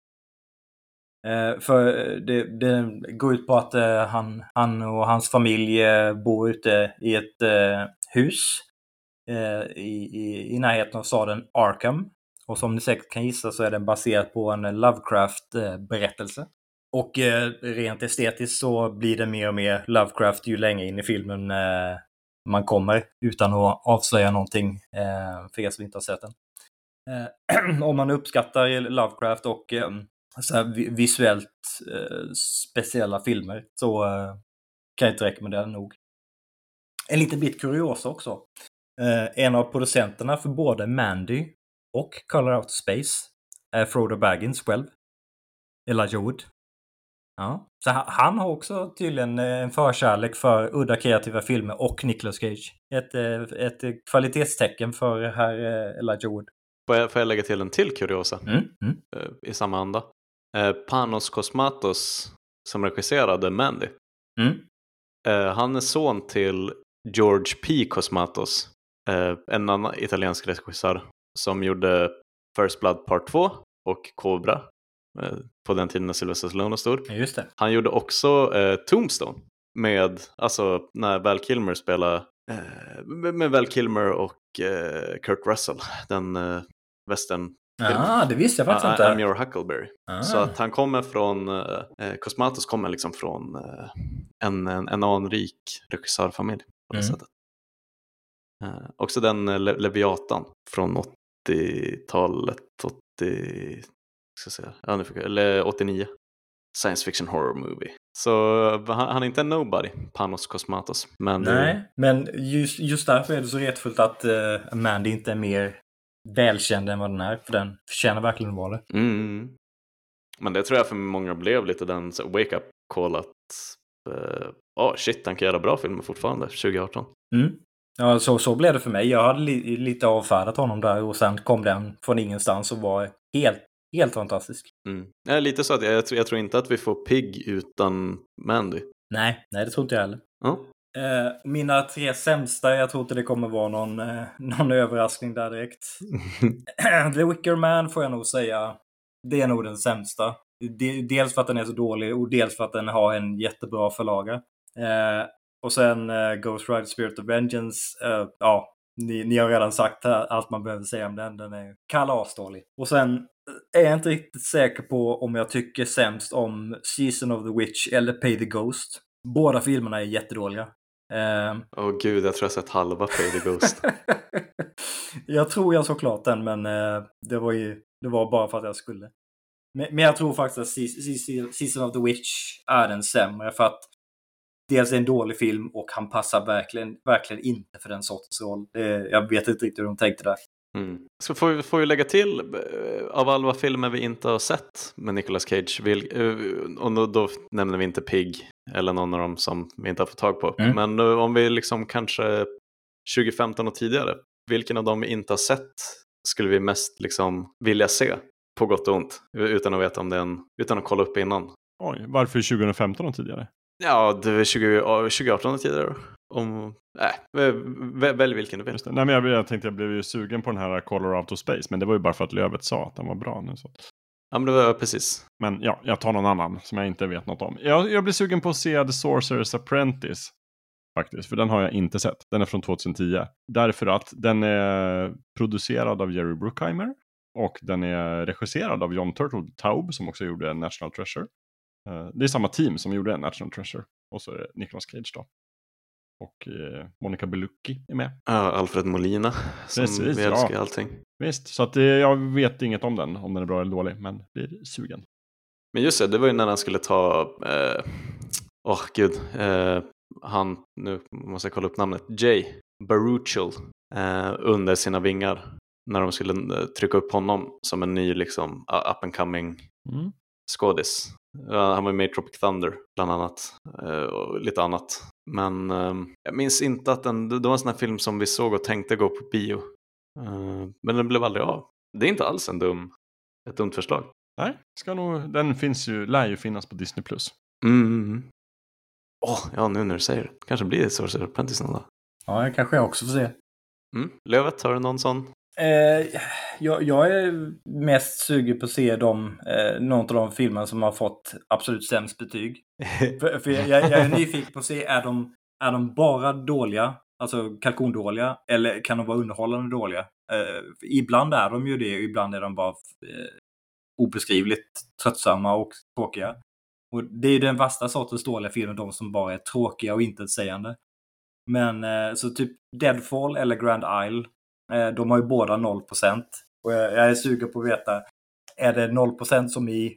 Eh, för det, det går ut på att eh, han, han och hans familj eh, bor ute i ett eh, hus eh, i, i, i närheten av staden Arkham. Och som ni säkert kan gissa så är den baserad på en Lovecraft-berättelse. Och eh, rent estetiskt så blir det mer och mer Lovecraft ju längre in i filmen eh, man kommer, utan att avslöja någonting eh, för er som inte har sett den. Eh, om man uppskattar Lovecraft och eh, så här visuellt eh, speciella filmer så eh, kan jag inte rekommendera den nog. En liten bit kuriosa också. Eh, en av producenterna för både Mandy och Color Out of Space är Frodo Baggins själv. Elijah Wood. Ja, så han har också tydligen en förkärlek för udda kreativa filmer och Nicolas Cage. Ett, ett kvalitetstecken för herr Elijah Wood. Får jag, får jag lägga till en till kuriosa mm, mm. i samma anda? Panos Cosmatos som regisserade Mandy. Mm. Han är son till George P. Cosmatos, en annan italiensk regissör som gjorde First Blood Part två och Cobra på den tiden när Sylvester Stallone stod. Just det. Han gjorde också eh, Tombstone med, alltså när Val Kilmer spelade eh, med Val Kilmer och eh, Kurt Russell, den eh, western. Ja, det visste jag faktiskt uh, inte. I'm your Huckleberry. Ah. Så att han kommer från eh, Cosmatos kommer liksom från eh, en, en, en anrik regissörfamilj på det mm. sättet. Eh, också den eh, Le- Leviathan från åttiotalet, åttio ska säga, ja, nu fick jag, eller åttionio, science fiction horror movie. Så han, han är inte en nobody, Panos Cosmatos. Men nej, det... men just, just därför är det så retfullt att uh, Mandy inte är mer välkänd än vad den är, för den förtjänar verkligen att vara det. Mm. Men det tror jag för många blev lite den wake-up call att uh, oh shit, han kan göra bra filmer fortfarande tjugo arton. Mm. Ja, så, så blev det för mig. Jag hade li- lite avfärdat honom där och sen kom den från ingenstans och var helt Helt fantastisk. Mm. Ja, lite så att jag, jag, tror, jag tror inte att vi får Pig utan Mandy. Nej, nej det tror inte jag heller. Mm. Eh, mina tre sämsta, jag tror inte det kommer vara någon, eh, någon överraskning där direkt. The Wicker Man får jag nog säga, det är nog den sämsta. De, dels för att den är så dålig och dels för att den har en jättebra förlaga. Eh, och sen eh, Ghost Rider Spirit of Vengeance, eh, ja, ni, ni har redan sagt allt man behöver säga om den. Den är kalasdålig. Och sen är jag inte riktigt säker på om jag tycker sämst om Season of the Witch eller Pay the Ghost. Båda filmerna är jättedåliga. Åh uh, oh, gud, jag tror jag sett halva Pay the Ghost. Jag tror jag såg klart den, men uh, det, var ju, det var bara för att jag skulle. Men, men jag tror faktiskt att Season of the Witch är den sämre, för att dels är en dålig film och han passar verkligen, verkligen inte för den sortens roll. Det, jag vet inte riktigt hur de tänkte där. Mm. Så får vi, får vi lägga till av alla filmer vi inte har sett med Nicolas Cage, vill, och då, då nämner vi inte Pig eller någon av dem som vi inte har fått tag på. Mm. Men om vi liksom kanske tjugo femton och tidigare, vilken av dem vi inte har sett skulle vi mest liksom vilja se på gott och ont, utan att veta om det är en, utan att kolla upp innan? Oj, varför tjugo femton och tidigare? Ja, det är tjugo, tjugo arton och tidigare. Om, nej, välj vilken du vill. Nej, men jag, jag tänkte jag blev ju sugen på den här Color Out of Space, men det var ju bara för att Lövet sa att den var bra nu. Så. Ja, men det var precis. Men ja, jag tar någon annan som jag inte vet något om. Jag, jag blir sugen på att se The Sorcerer's Apprentice. Faktiskt, för den har jag inte sett. Den är från tjugohundratio. Därför att den är producerad av Jerry Bruckheimer. Och den är regisserad av John Turtle Taub, som också gjorde National Treasure. Det är samma team som gjorde National Treasure. Och så är det Nicolas Cage då. Och eh, Monica Bellucci är med. Ja, Alfred Molina. Som precis, vi älskar ja. allting. Visst, så att, eh, jag vet inget om den. Om den är bra eller dålig, men blir sugen. Men just det, det var ju när han skulle ta... Åh, eh, oh, gud. Eh, han, nu måste jag kolla upp namnet. Jay Baruchel. Eh, under sina vingar. När de skulle eh, trycka upp honom som en ny liksom up and coming mm. skådis. Han var med i Tropic Thunder bland annat och lite annat. Men um, jag minns inte att den, det var en sån här film som vi såg och tänkte gå på bio. Uh, men den blev aldrig av. Det är inte alls en dum, ett dumt förslag. Nej, ska nog, den finns ju, lär ju finnas på Disney plus. Mm. Oh, ja, nu när du säger det. Kanske blir det Sorcerer Apprentice någon dag. Ja, det kanske jag också får se. Mm. Lövet, har du någon sån? Eh, jag, jag är mest sugen på att se de, eh, någon av de filmer som har fått absolut sämst betyg. för för jag, jag är nyfiken på att se, är de, är de bara dåliga, alltså kalkondåliga, eller kan de vara underhållande dåliga? Eh, ibland är de ju det, och ibland är de bara eh, obeskrivligt tröttsamma och tråkiga. Och det är ju den värsta sortens dåliga filmer, de som bara är tråkiga och intetsägande. Men eh, så typ Deadfall eller Grand Isle, de har ju båda noll procent. Och jag är sugen på att veta, är det noll procent som är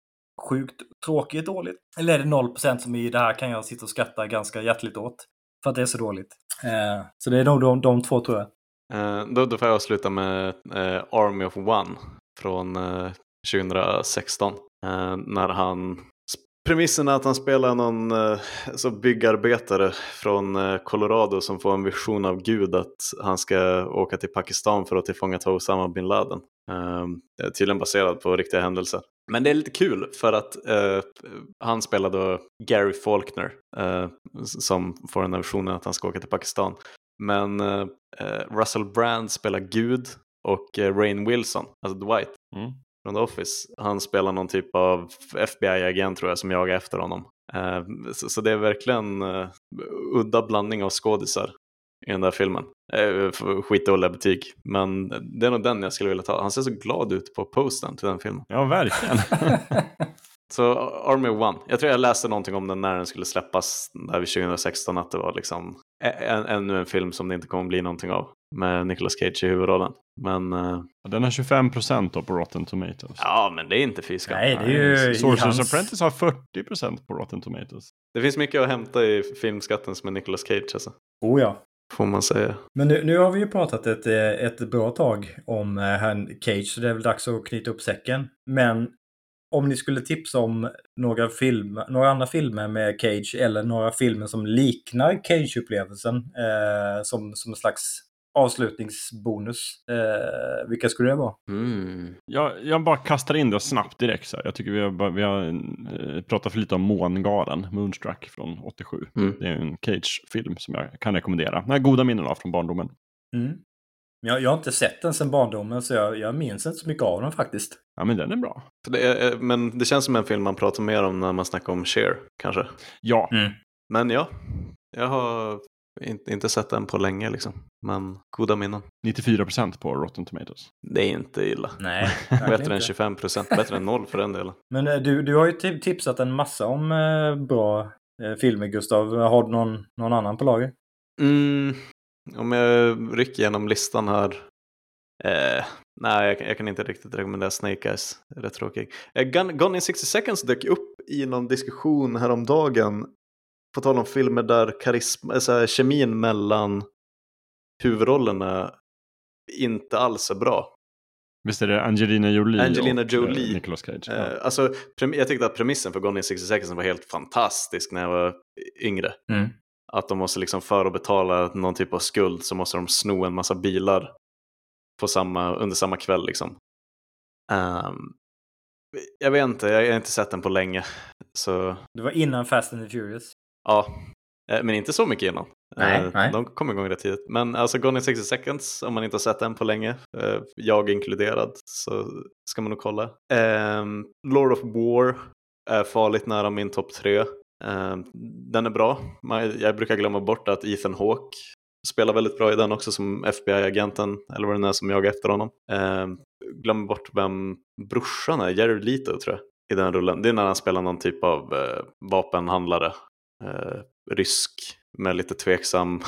sjukt tråkigt dåligt? Eller är det noll procent som är det här kan jag sitta och skratta ganska hjärtligt åt? För att det är så dåligt. Så det är nog de, de två, tror jag. Då, då får jag avsluta med Army of One från tjugohundrasexton. Eh, när han... Premissen är att han spelar någon eh, så byggarbetare från eh, Colorado som får en vision av Gud att han ska åka till Pakistan för att tillfångata Osama bin Laden. Eh, tydligen baserad på riktiga händelser. Men det är lite kul för att eh, han spelar då Gary Faulkner eh, som får den här visionen att han ska åka till Pakistan. Men eh, Russell Brand spelar Gud och eh, Rainn Wilson, alltså Dwight. Mm. Från The Office. Han spelar någon typ av F B I-agent tror jag som jagar efter honom. Eh, så, så det är verkligen uh, udda blandning av skådisar i den där filmen. Eh, skitdåliga betyg. Men det är nog den jag skulle vilja ta. Han ser så glad ut på posten till den filmen. Ja, verkligen. Så Army of One. Jag tror jag läste någonting om den när den skulle släppas där vid tjugohundrasexton. Att det var liksom än, ännu en film som det inte kommer bli någonting av. Med Nicolas Cage i huvudrollen. Men, uh... den har tjugofem procent på Rotten Tomatoes. Ja, men det är inte fiskam. Nej, det är ju Sorcerer's hans... Apprentice har fyrtio procent på Rotten Tomatoes. Det finns mycket att hämta i filmskatten som är Nicolas Cage alltså. Oh ja. Får man säga. Men nu, nu har vi ju pratat ett, ett bra tag om han Cage, så det är väl dags att knyta upp säcken. Men om ni skulle tipsa om några, film, några andra filmer med Cage eller några filmer som liknar Cage-upplevelsen eh, som, som en slags avslutningsbonus, eh, vilka skulle det vara? Mm. Jag, jag bara kastar in det snabbt direkt. Så här. Jag tycker vi har, bara, vi har eh, pratat för lite om Mångaren, Moonstruck från åttiosju. Mm. Det är en Cage-film som jag kan rekommendera. Den här goda minnen av från barndomen. Mm. Jag, jag har inte sett den sedan barndomen så jag, jag minns inte så mycket av den faktiskt. Ja, men den är bra. För det är, men det känns som en film man pratar mer om när man snackar om Cher, kanske. Ja. Mm. Men ja, jag har inte, inte sett den på länge liksom. Men goda minnen. nittiofyra procent på Rotten Tomatoes. Det är inte illa. Nej, bättre än tjugofem procent, bättre än noll för den delen. Men du, du har ju tipsat en massa om eh, bra eh, filmer, Gustav. Har du någon, någon annan på lager? Mm, om jag rycker igenom listan här. Eh, nej, jag, jag kan inte riktigt rekommendera Snake Eyes. Rätt tråkig. Eh, Gun, Gone in sextio seconds dök upp i någon diskussion häromdagen. På tal om filmer där karisma, alltså, kemin mellan huvudrollerna inte alls är bra. Visst är det Angelina Jolie Angelina och Jolie. Nicolas Cage? Ja. Eh, alltså, jag tyckte att premissen för Gone in sextio seconds var helt fantastisk när jag var yngre. Mm. Att de måste liksom för att betala någon typ av skuld så måste de sno en massa bilar på samma, under samma kväll liksom. Um, jag vet inte, jag har inte sett den på länge. Så... Det var innan Fast and the Furious. Ja, men inte så mycket innan. Nej, uh, nej. De kom igång rätt tidigt. Men alltså Gone in sextio seconds, om man inte har sett den på länge, uh, jag inkluderad, så ska man nog kolla. Um, Lord of War är farligt nära min topp tre. Um, den är bra. Man, jag brukar glömma bort att Ethan Hawke spelar väldigt bra i den också som F B I-agenten, eller vad det är som jagar efter honom. Um, glömmer bort vem brorsan är, Jared Leto tror jag, i den rullen. Det är när han spelar någon typ av uh, vapenhandlare. Uh, rysk med lite tveksam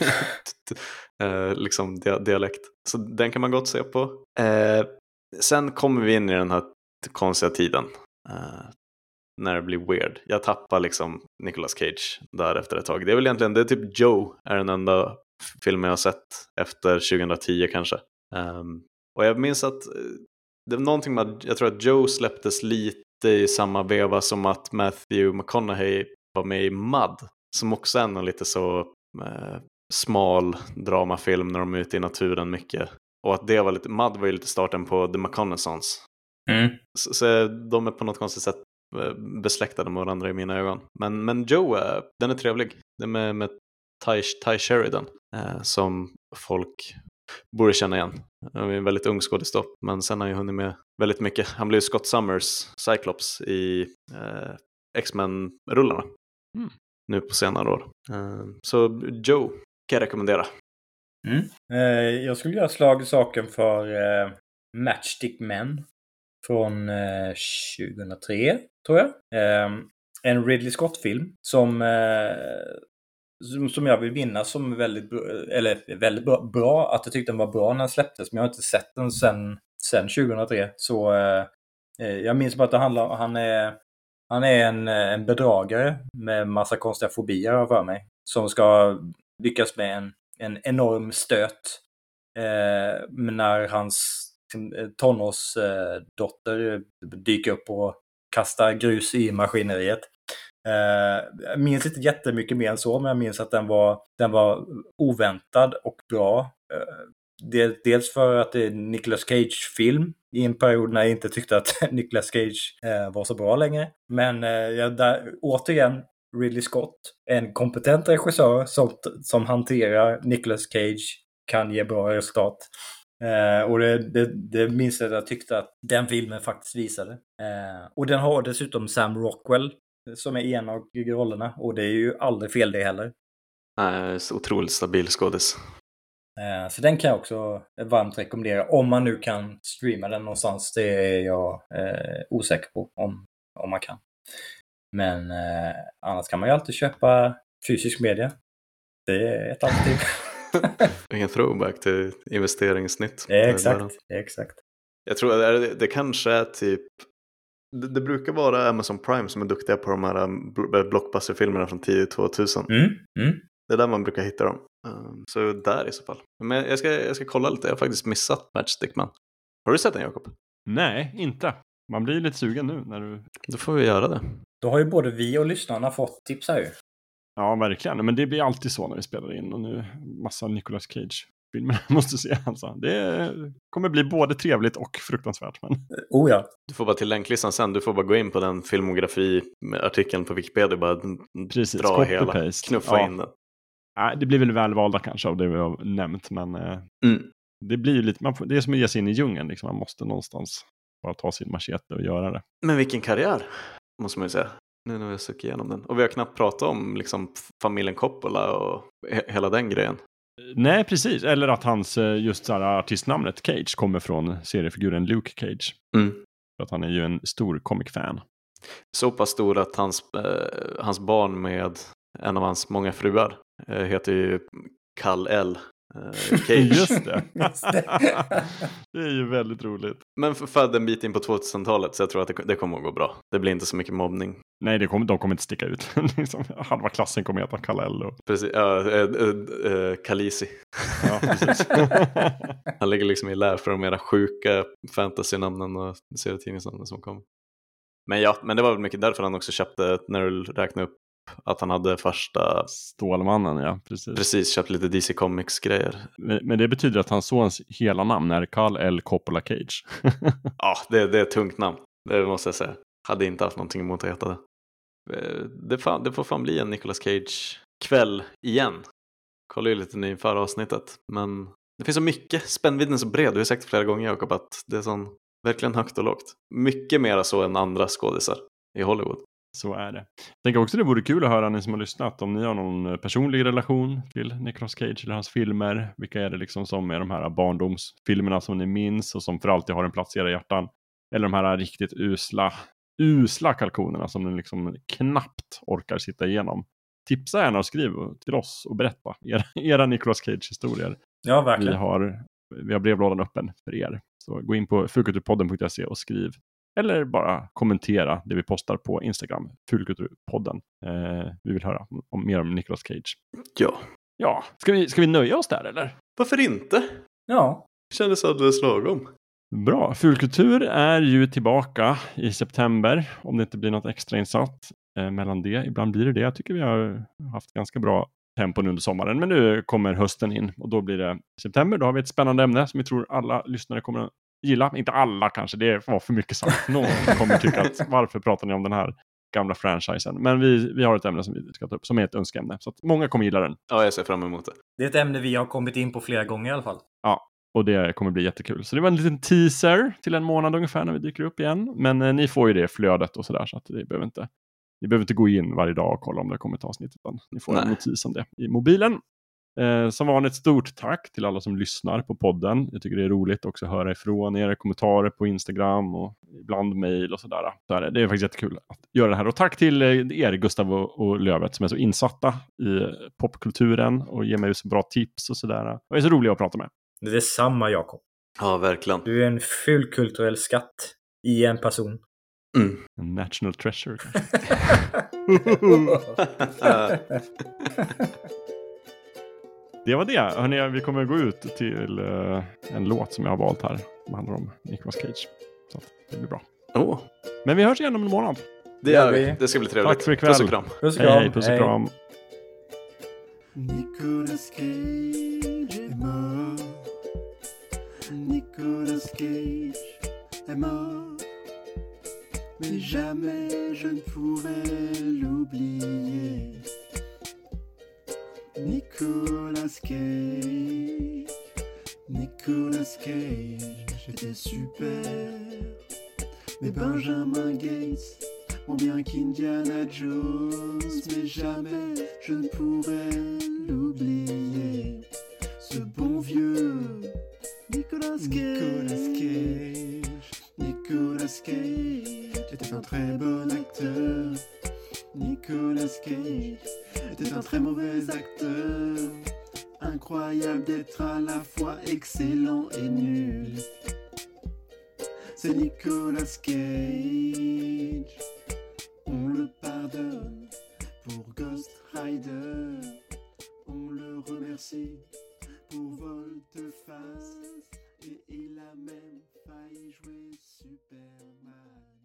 uh, liksom dia- dialekt. Så den kan man gott se på. Uh, sen kommer vi in i den här konstiga tiden. Uh, när det blir weird. Jag tappar liksom Nicolas Cage där efter ett tag. Det är väl egentligen, det är typ Joe är den enda filmen jag har sett efter tjugohundratio kanske. Um, och jag minns att det var någonting med, jag tror att Joe släpptes lite i samma veva som att Matthew McConaughey var med i Mud. Som också är en lite så eh, smal dramafilm när de är ute i naturen mycket. Och att det var lite, Mud var ju lite starten på The McConaissance. Mm. Så, så de är på något konstigt sätt besläktade med varandra i mina ögon. Men, men Joe, den är trevlig. Det är med, med Ty, Ty Sheridan eh, som folk borde känna igen. Han är en väldigt ung skådespelare, men sen har han ju hunnit med väldigt mycket. Han blev Scott Summers Cyclops i eh, X-Men-rullarna mm. nu på senare år. Eh, så Joe kan jag rekommendera. Mm. Eh, jag skulle göra slag i saken för eh, Matchstick Men från eh, tjugohundratre, tror jag. Eh, en Ridley Scott-film som, eh, som, som jag vill minnas som väldigt, eller väldigt bra, bra. Att jag tyckte den var bra när den släpptes, men jag har inte sett den sen, sen tjugohundratre. Så eh, jag minns bara att det handlar om, han är, han är en, en bedragare med massa konstiga fobier för mig. Som ska lyckas med en, en enorm stöt. Eh, när hans sin tonårsdotter dyker upp och kastar grus i maskineriet. Jag minns inte jättemycket mer än så, men jag minns att den var, den var oväntad och bra. Dels för att det är Nicolas Cage-film i en period när jag inte tyckte att Nicolas Cage var så bra längre. Men jag, där, återigen, Ridley Scott, en kompetent regissör som, som hanterar Nicolas Cage, kan ge bra resultat. Eh, och det, det, det minns jag att jag tyckte att den filmen faktiskt visade. Eh, och den har dessutom Sam Rockwell som är en av rollerna, och det är ju aldrig fel det heller. Nej, så otroligt stabil skådis. Eh, så den kan jag också varmt rekommendera, om man nu kan streama den någonstans. Det är jag eh, osäker på om, om man kan. Men eh, annars kan man ju alltid köpa fysisk media. Det är ett alternativ. Ingen throwback till investeringsnytt. Det är exakt, det är exakt. Jag tror att det, det kanske är typ... Det, det brukar vara Amazon Prime som är duktiga på de här blockbuster-filmerna från tidigt tvåtusen. Mm, mm. Det är där man brukar hitta dem. Um, så där i så fall. Men jag ska, jag ska kolla lite. Jag har faktiskt missat Matchstick Man. Har du sett den, Jakob? Nej, inte. Man blir lite sugen nu när du... Då får vi göra det. Då har ju både vi och lyssnarna fått tips här ju. Ja, verkligen. Men det blir alltid så när vi spelar in. Och nu massa Nicolas Cage-filmer måste se. Alltså. Det kommer bli både trevligt och fruktansvärt. Men... Oh ja. Du får bara till länklistan sen. Du får bara gå in på den filmografi-artikeln på Wikipedia. Bara Precis, dra hela, paste. knuffa Ja. in den. Nej, det blir väl välvalda kanske av det vi har nämnt. Men eh, mm. det blir lite... Man får, det är som att ge sig in i djungeln. Liksom. Man måste någonstans bara ta sin machete och göra det. Men vilken karriär, måste man ju säga. Nu när vi har sökt igenom den. Och vi har knappt pratat om liksom, familjen Coppola och he- hela den grejen. Nej, precis. Eller att hans just så här, artistnamnet Cage kommer från seriefiguren Luke Cage. Mm. För att han är ju en stor comic-fan. Så pass stor att hans, eh, hans barn med en av hans många fruar eh, heter ju Kal-El eh, Cage. Just det. Det är ju väldigt roligt. Men född en bit in på tvåtusentalet, så jag tror att det, det kommer att gå bra. Det blir inte så mycket mobbning. Nej, det kommer, de kommer inte sticka ut. Halva klassen kommer att heta Kal-El. Och... Precis, ja, äh, äh, äh, Khaleesi. Ja, precis. Han ligger liksom i lär för de mera sjuka fantasy-namnen och serietidningsnamnen som kom. Men ja, men det var väl mycket därför han också köpte, när du räknade upp att han hade första... Stålmannen, ja, precis. Precis, köpt lite D C Comics-grejer. Men, men det betyder att hans sons hela namn är Kal-El Coppola Cage. Ja, det, det är ett tungt namn. Det måste jag säga. Hade inte haft någonting emot att heta det. Det, fan, det får fan bli en Nicolas Cage-kväll igen. Kollar ju lite ny förra avsnittet. Men det finns så mycket. Spännvidden är så bred. Du har sagt flera gånger, Jakob, att det är sån verkligen högt och lågt. Mycket mer så än andra skådisar i Hollywood. Så är det. Jag tänker också det vore kul att höra, ni som har lyssnat, om ni har någon personlig relation till Nicolas Cage eller hans filmer. Vilka är det liksom som är de här barndomsfilmerna som ni minns och som för alltid har en plats i era hjärtan? Eller de här riktigt usla, usla kalkonerna som ni liksom knappt orkar sitta igenom. Tipsa gärna och skriv till oss och berätta era, era Nicolas Cage-historier. Ja, verkligen. Vi har, vi har brevlådan öppen för er. Så gå in på fulkulturpodden punkt se och skriv. Eller bara kommentera det vi postar på Instagram, Fulkulturpodden. Eh, vi vill höra om, mer om Nicolas Cage. Ja. Ja, ska vi, ska vi nöja oss där eller? Varför inte? Ja. Kändes alldeles lagom. Bra, Fulkultur är ju tillbaka i september. Om det inte blir något extra insatt eh, mellan det. Ibland blir det det. Jag tycker vi har haft ganska bra tempo under sommaren. Men nu kommer hösten in och då blir det september. Då har vi ett spännande ämne som vi tror alla lyssnare kommer att gilla. Inte alla kanske, det var för mycket sagt. Någon kommer tycka att varför pratar ni om den här gamla franchisen? Men vi, vi har ett ämne som vi ska ta upp som är ett önskeämne. Så att många kommer gilla den. Ja, jag ser fram emot det. Det är ett ämne vi har kommit in på flera gånger i alla fall. Ja, och det kommer bli jättekul. Så det var en liten teaser till en månad ungefär när vi dyker upp igen. Men eh, ni får ju det flödet och sådär så att det behöver inte, ni behöver inte gå in varje dag och kolla om det kommer ett avsnitt. Utan ni får Nej. en notis om det i mobilen. Eh, som vanligt stort tack till alla som lyssnar på podden. Jag tycker det är roligt också att höra ifrån er kommentarer på Instagram och ibland mejl och sådär. Så är det. det är faktiskt jättekul att göra det här. Och tack till er, Gustav och, och Lövet, som är så insatta i popkulturen och ger mig så bra tips och sådär. Och är så roliga att prata med. Det är samma, Jakob. Ja, verkligen. Du är en fulkulturell skatt i en person. Mm. En national treasure. Det var det. Hörrni, vi kommer gå ut till uh, en låt som jag har valt här. Som handlar om Nicolas Cage. Så att det blir bra. Oh. Men vi hörs igen om en månad. Det gör vi. Det ska bli trevligt. Tack för ikväll. Puss och kram. Puss och kram. Hej, hej, puss och kram. Nicolas Cage est mort. Nicolas Cage est mort. Mais jamais je ne pourrai l'oublier. Nicolas Cage, Nicolas Cage était super. Mais Benjamin Gates, mon bien qu'Indiana Jones, mais jamais je ne pourrai l'oublier. Ce bon vieux Nicolas Cage, Nicolas Cage, Nicolas Cage était un très bon acteur. Nicolas Cage était un très mauvais acteur. Incroyable d'être à la fois excellent et nul. C'est Nicolas Cage. On le pardonne pour Ghost Rider. On le remercie pour Volte-Face. Et il a même failli jouer Superman.